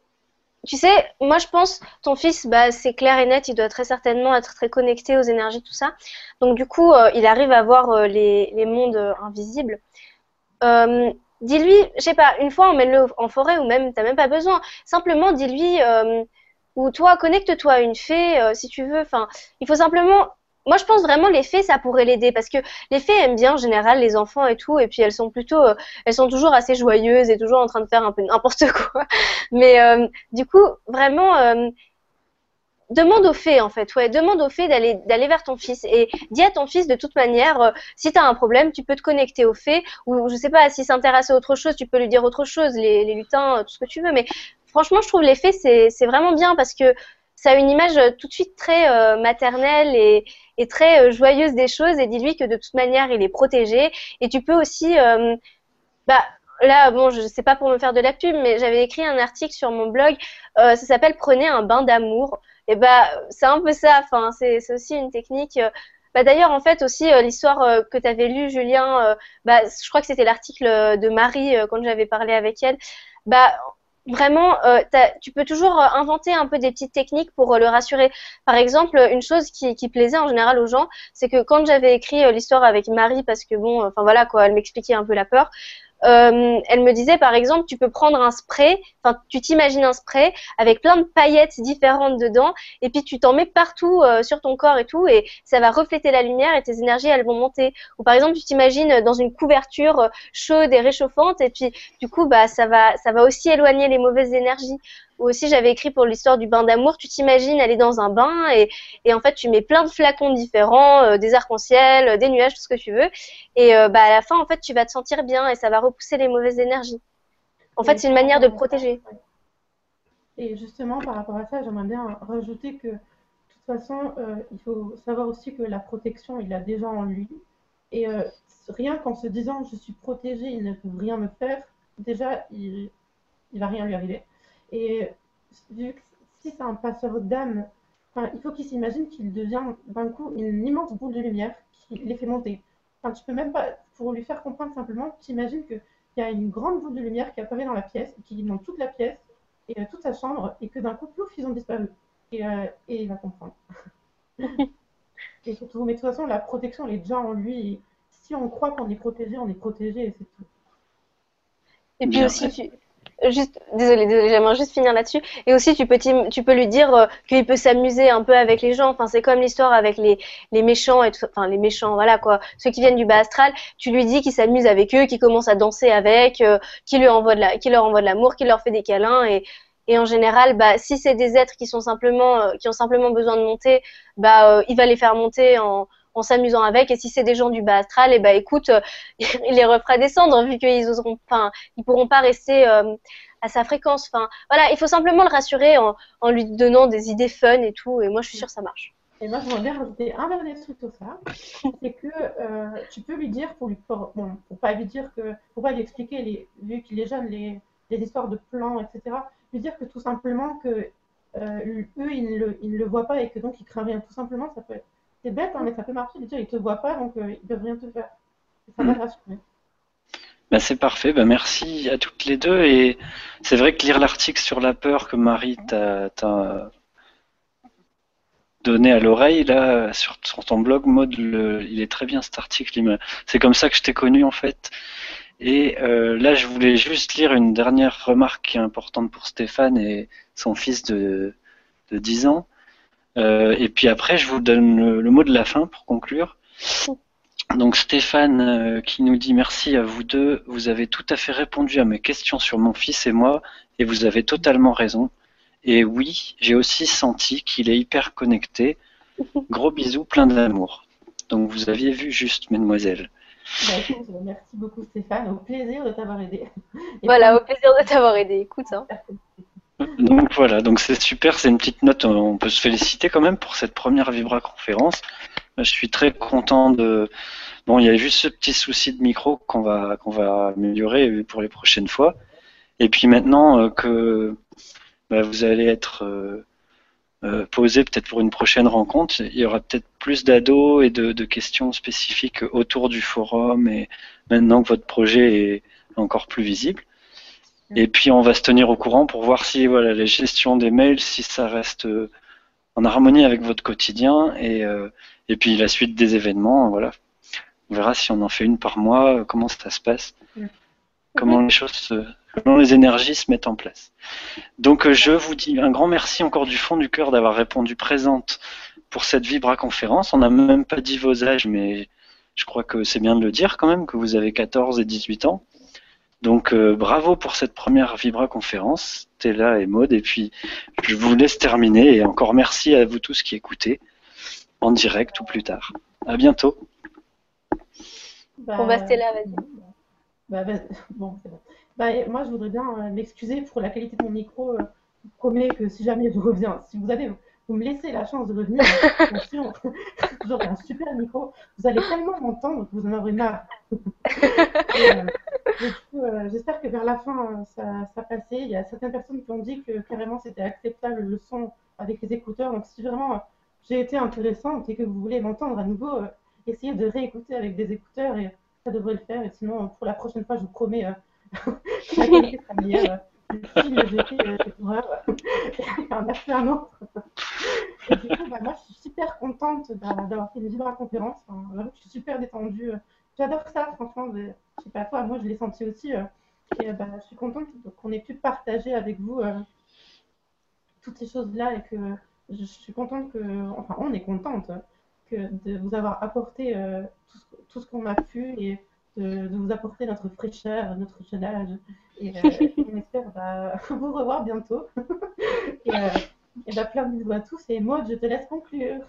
tu sais, moi, je pense, ton fils, bah, c'est clair et net, il doit très certainement être très connecté aux énergies, tout ça. Donc, du coup, euh, il arrive à voir euh, les, les mondes euh, invisibles. Euh, dis-lui, je sais pas, une fois, emmène-le en forêt ou même, t'as même pas besoin. Simplement, dis-lui, euh, ou toi, connecte-toi à une fée, euh, si tu veux. Enfin, il faut simplement. Moi, je pense vraiment les fées, ça pourrait l'aider parce que les fées aiment bien en général les enfants et tout, et puis elles sont plutôt, euh, elles sont toujours assez joyeuses et toujours en train de faire un peu n'importe quoi. Mais euh, du coup, vraiment, euh, demande aux fées en fait, ouais, demande aux fées d'aller d'aller vers ton fils et dis à ton fils de toute manière, euh, si tu as un problème, tu peux te connecter aux fées ou je sais pas, s'il s'intéresse à autre chose, tu peux lui dire autre chose, les, les lutins, euh, tout ce que tu veux. Mais franchement, je trouve les fées c'est c'est vraiment bien parce que ça a une image euh, tout de suite très euh, maternelle et, et très euh, joyeuse des choses et dis-lui que de toute manière il est protégé et tu peux aussi euh, bah, là, bon, je sais pas pour me faire de la pub, mais j'avais écrit un article sur mon blog. Euh, ça s'appelle Prenez un bain d'amour. Et bah, c'est un peu ça. Enfin, c'est c'est aussi une technique. euh, Bah, d'ailleurs, en fait, aussi euh, l'histoire euh, que tu avais lue, Julien. euh, bah, je crois que c'était l'article euh, de Marie euh, quand j'avais parlé avec elle. Bah, vraiment, euh, t'as- tu peux toujours euh, inventer un peu des petites techniques pour euh, le rassurer. Par exemple, une chose qui, qui plaisait en général aux gens, c'est que quand j'avais écrit euh, l'histoire avec Marie, parce que bon, enfin voilà quoi, elle m'expliquait un peu la peur. Euh, elle me disait par exemple, tu peux prendre un spray, enfin tu t'imagines un spray avec plein de paillettes différentes dedans, et puis tu t'en mets partout euh, sur ton corps et tout, et ça va refléter la lumière et tes énergies elles vont monter. Ou par exemple, tu t'imagines dans une couverture euh, chaude et réchauffante, et puis du coup bah ça va ça va aussi éloigner les mauvaises énergies. Ou aussi j'avais écrit pour l'histoire du bain d'amour, tu t'imagines aller dans un bain et, et en fait tu mets plein de flacons différents, euh, des arcs-en-ciel, euh, des nuages, tout ce que tu veux. Et euh, bah, à la fin, en fait, tu vas te sentir bien et ça va repousser les mauvaises énergies. En fait, Et c'est une par manière de rapport le à ça, protéger. ouais. Et justement, par rapport à ça, j'aimerais bien rajouter que, de toute façon, euh, il faut savoir aussi que la protection, il l'a déjà en lui. Et euh, rien qu'en se disant je suis protégé, il ne peut rien me faire, déjà, il il va rien lui arriver. Et vu que si c'est un passeur d'âme, enfin, il faut qu'il s'imagine qu'il devient d'un coup une immense boule de lumière qui les fait monter. Enfin, tu peux même pas, pour lui faire comprendre simplement, tu imagines qu'il y a une grande boule de lumière qui apparaît dans la pièce, qui inonde toute la pièce et euh, toute sa chambre, et que d'un coup, plouf, ils ont disparu. Et, euh, et il va comprendre. Et surtout, mais de toute façon, la protection, elle est déjà en lui. Et si on croit qu'on est protégé, on est protégé, et c'est tout. Et puis Bien. aussi, tu... juste, désolé, désolé, j'aimerais juste finir là-dessus. Et aussi, tu peux, t'im- tu peux lui dire euh, qu'il peut s'amuser un peu avec les gens. Enfin, c'est comme l'histoire avec les, les méchants et tout. Enfin, les méchants, voilà quoi. Ceux qui viennent du bas astral, tu lui dis qu'il s'amuse avec eux, qu'il commence à danser avec, euh, qu'il lui envoie de la, qu'il leur envoie de l'amour, qu'il leur fait des câlins. Et, et en général, bah, si c'est des êtres qui sont simplement, euh, qui ont simplement besoin de monter, bah, euh, il va les faire monter en en s'amusant avec. Et si c'est des gens du bas astral, et bah écoute, euh, il les refera descendre vu qu'ils oseront, enfin, ils pourront pas rester euh, à sa fréquence. Enfin, voilà, il faut simplement le rassurer en, en lui donnant des idées fun et tout. Et moi, je suis sûre que ça marche. Et moi, j'aimerais bien rajouter un dernier truc sur ça. C'est que euh, tu peux lui dire, pour lui, pour, bon, pour pas lui dire que, pour pas lui expliquer, les, vu qu'il est jeune, les, les histoires de plans, et cetera, lui dire que tout simplement que euh, eux, ils ne le, ils ne le voient pas et que donc ils craignent rien. Tout simplement, ça peut être, c'est bête, hein, mais ça peut marcher. Lui dire, ils te voient pas, donc euh, ils peuvent rien te faire. Et ça va le rassurer. Bah, c'est parfait, bah, merci à toutes les deux. Et c'est vrai que lire l'article sur la peur que Marie t'a t'a donné à l'oreille, là, sur, sur ton blog, Maud, le- il est très bien cet article. il me- C'est comme ça que je t'ai connu en fait. Et euh, là, je voulais juste lire une dernière remarque qui est importante pour Stéphane et son fils de, de dix ans. Euh, et puis après, je vous donne le, le mot de la fin pour conclure. Donc Stéphane euh, qui nous dit merci à vous deux, vous avez tout à fait répondu à mes questions sur mon fils et moi, et vous avez totalement raison. Et oui, j'ai aussi senti qu'il est hyper connecté. Gros bisous, plein d'amour. Donc vous aviez vu juste, mesdemoiselles. Bah, écoute, euh, merci beaucoup Stéphane, au plaisir de t'avoir aidé. Et plein Voilà, de au plaisir de t'avoir aidé. Écoute, hein. merci. Donc voilà, donc c'est super, c'est une petite note, on peut se féliciter quand même pour cette première Vibra conférence. Je suis très content de. Bon, il y a juste ce petit souci de micro qu'on va qu'on va améliorer pour les prochaines fois. Et puis maintenant euh, que bah, vous allez être euh, euh, posé peut-être pour une prochaine rencontre, il y aura peut-être plus d'ados et de, de questions spécifiques autour du forum et maintenant que votre projet est encore plus visible. Et puis on va se tenir au courant pour voir si voilà les gestions des mails, si ça reste euh, en harmonie avec votre quotidien et, euh, et puis la suite des événements, voilà. On verra si on en fait une par mois, euh, comment ça se passe, Ouais. comment les choses, se, comment les énergies se mettent en place. Donc euh, je vous dis un grand merci encore du fond du cœur d'avoir répondu présente pour cette Vibra conférence. On n'a même pas dit vos âges, mais je crois que c'est bien de le dire quand même, que vous avez quatorze et dix-huit ans. Donc euh, bravo pour cette première Vibra conférence, Stella et Maud, et puis je vous laisse terminer et encore merci à vous tous qui écoutez en direct ou plus tard. À bientôt. Bah, Bon, bah, Stella, vas-y. bah, bah, bon, c'est bon. Bah, et moi, je voudrais bien euh, m'excuser pour la qualité de mon micro. euh, Je vous promets que si jamais je reviens, si vous avez, vous me laissez la chance de revenir, bien sûr, j'aurai un super micro. Vous allez tellement m'entendre que vous en aurez marre. Et, euh, et du coup, euh, j'espère que vers la fin, euh, ça, ça passait. Il y a certaines personnes qui ont dit que carrément c'était acceptable le son avec les écouteurs. Donc, si vraiment euh, j'ai été intéressante et que vous voulez m'entendre à nouveau, euh, essayez de réécouter avec des écouteurs et ça devrait le faire. Et sinon, euh, pour la prochaine fois, je vous promets euh, que la qualité sera meilleure. Euh, si j'ai fait euh, cette horreur, et en a fait un autre. Et du coup, bah, moi, je suis super contente d'a- d'avoir fait une Vibra conférence. Enfin, j'avoue que je suis super détendue. J'adore ça, franchement. Je, je sais pas toi, moi, je l'ai senti aussi. euh, et euh, bah, je suis contente qu'on ait pu partager avec vous euh, toutes ces choses-là et que je suis contente que, enfin, on est contente que de vous avoir apporté euh, tout, ce, tout ce qu'on a pu et de, de vous apporter notre fraîcheur, notre jeune âge. Et euh, on espère bah, vous revoir bientôt. Et, euh, et bah, plein de bisous à tous. Et Maud, je te laisse conclure.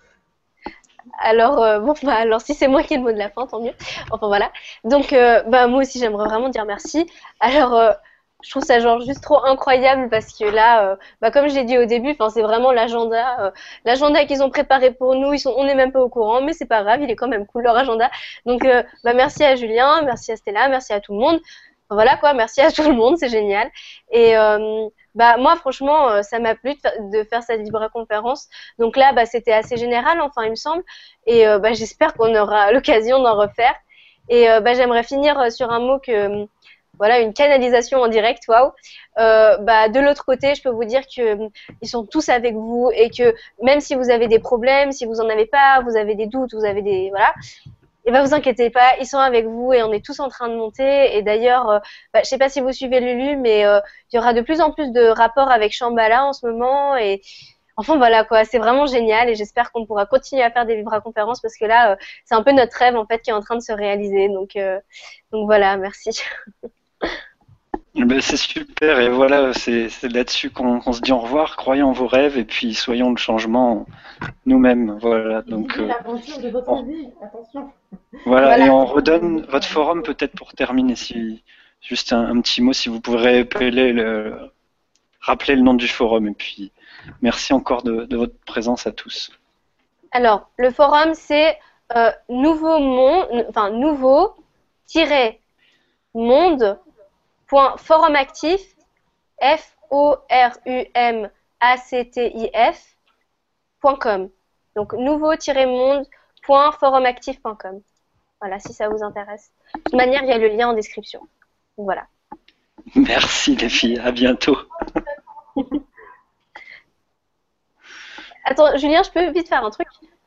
Alors, euh, bon, bah, alors si c'est moi qui ai le mot de la fin, tant mieux. Enfin voilà. Donc, euh, bah, moi aussi, j'aimerais vraiment dire merci. Alors, euh, je trouve ça genre juste trop incroyable parce que là, euh, bah, comme je l'ai dit au début, enfin, c'est vraiment l'agenda, euh, l'agenda qu'ils ont préparé pour nous. Ils sont, on n'est même pas au courant, mais c'est pas grave, il est quand même cool leur agenda. Donc, euh, bah, merci à Julien, merci à Stella, merci à tout le monde. Enfin, voilà quoi, merci à tout le monde, c'est génial. Et euh, bah moi, franchement, euh, ça m'a plu de, fa- de faire cette Vibra conférence. Donc là, bah, c'était assez général, enfin, il me semble. Et euh, bah, j'espère qu'on aura l'occasion d'en refaire. Et euh, bah, j'aimerais finir euh, sur un mot que, euh, voilà, une canalisation en direct, waouh. Euh, bah, de l'autre côté, je peux vous dire que euh, ils sont tous avec vous et que même si vous avez des problèmes, si vous en avez pas, vous avez des doutes, vous avez des, voilà, et ben vous inquiétez pas, ils sont avec vous et on est tous en train de monter. Et d'ailleurs, euh, bah, je sais pas si vous suivez Lulu, mais euh, il y aura de plus en plus de rapports avec Shambhala en ce moment. Et enfin voilà quoi, c'est vraiment génial et j'espère qu'on pourra continuer à faire des vibra-conférences parce que là, euh, c'est un peu notre rêve en fait qui est en train de se réaliser. Donc, euh, donc voilà, merci. Eh ben, c'est super et voilà, c'est c'est là-dessus qu'on qu'on se dit au revoir. Croyons en vos rêves et puis soyons le changement nous-mêmes. Voilà, Et donc vivez euh, l'aventure de votre on- vie. Attention. voilà, et Voilà. on redonne votre forum peut-être pour terminer, si juste un, un petit mot, si vous pouvez rappeler le, rappeler le nom du forum et puis merci encore de, de votre présence à tous. Alors, le forum, c'est euh, nouveau monde, enfin nouveau-monde.forumactif, F O R U M A C T I F point com. Donc nouveau-monde.forumactif point com. Voilà, si ça vous intéresse. De toute manière, il y a le lien en description. Donc voilà. Merci les filles, à bientôt. Attends, Julien, je peux vite faire un truc?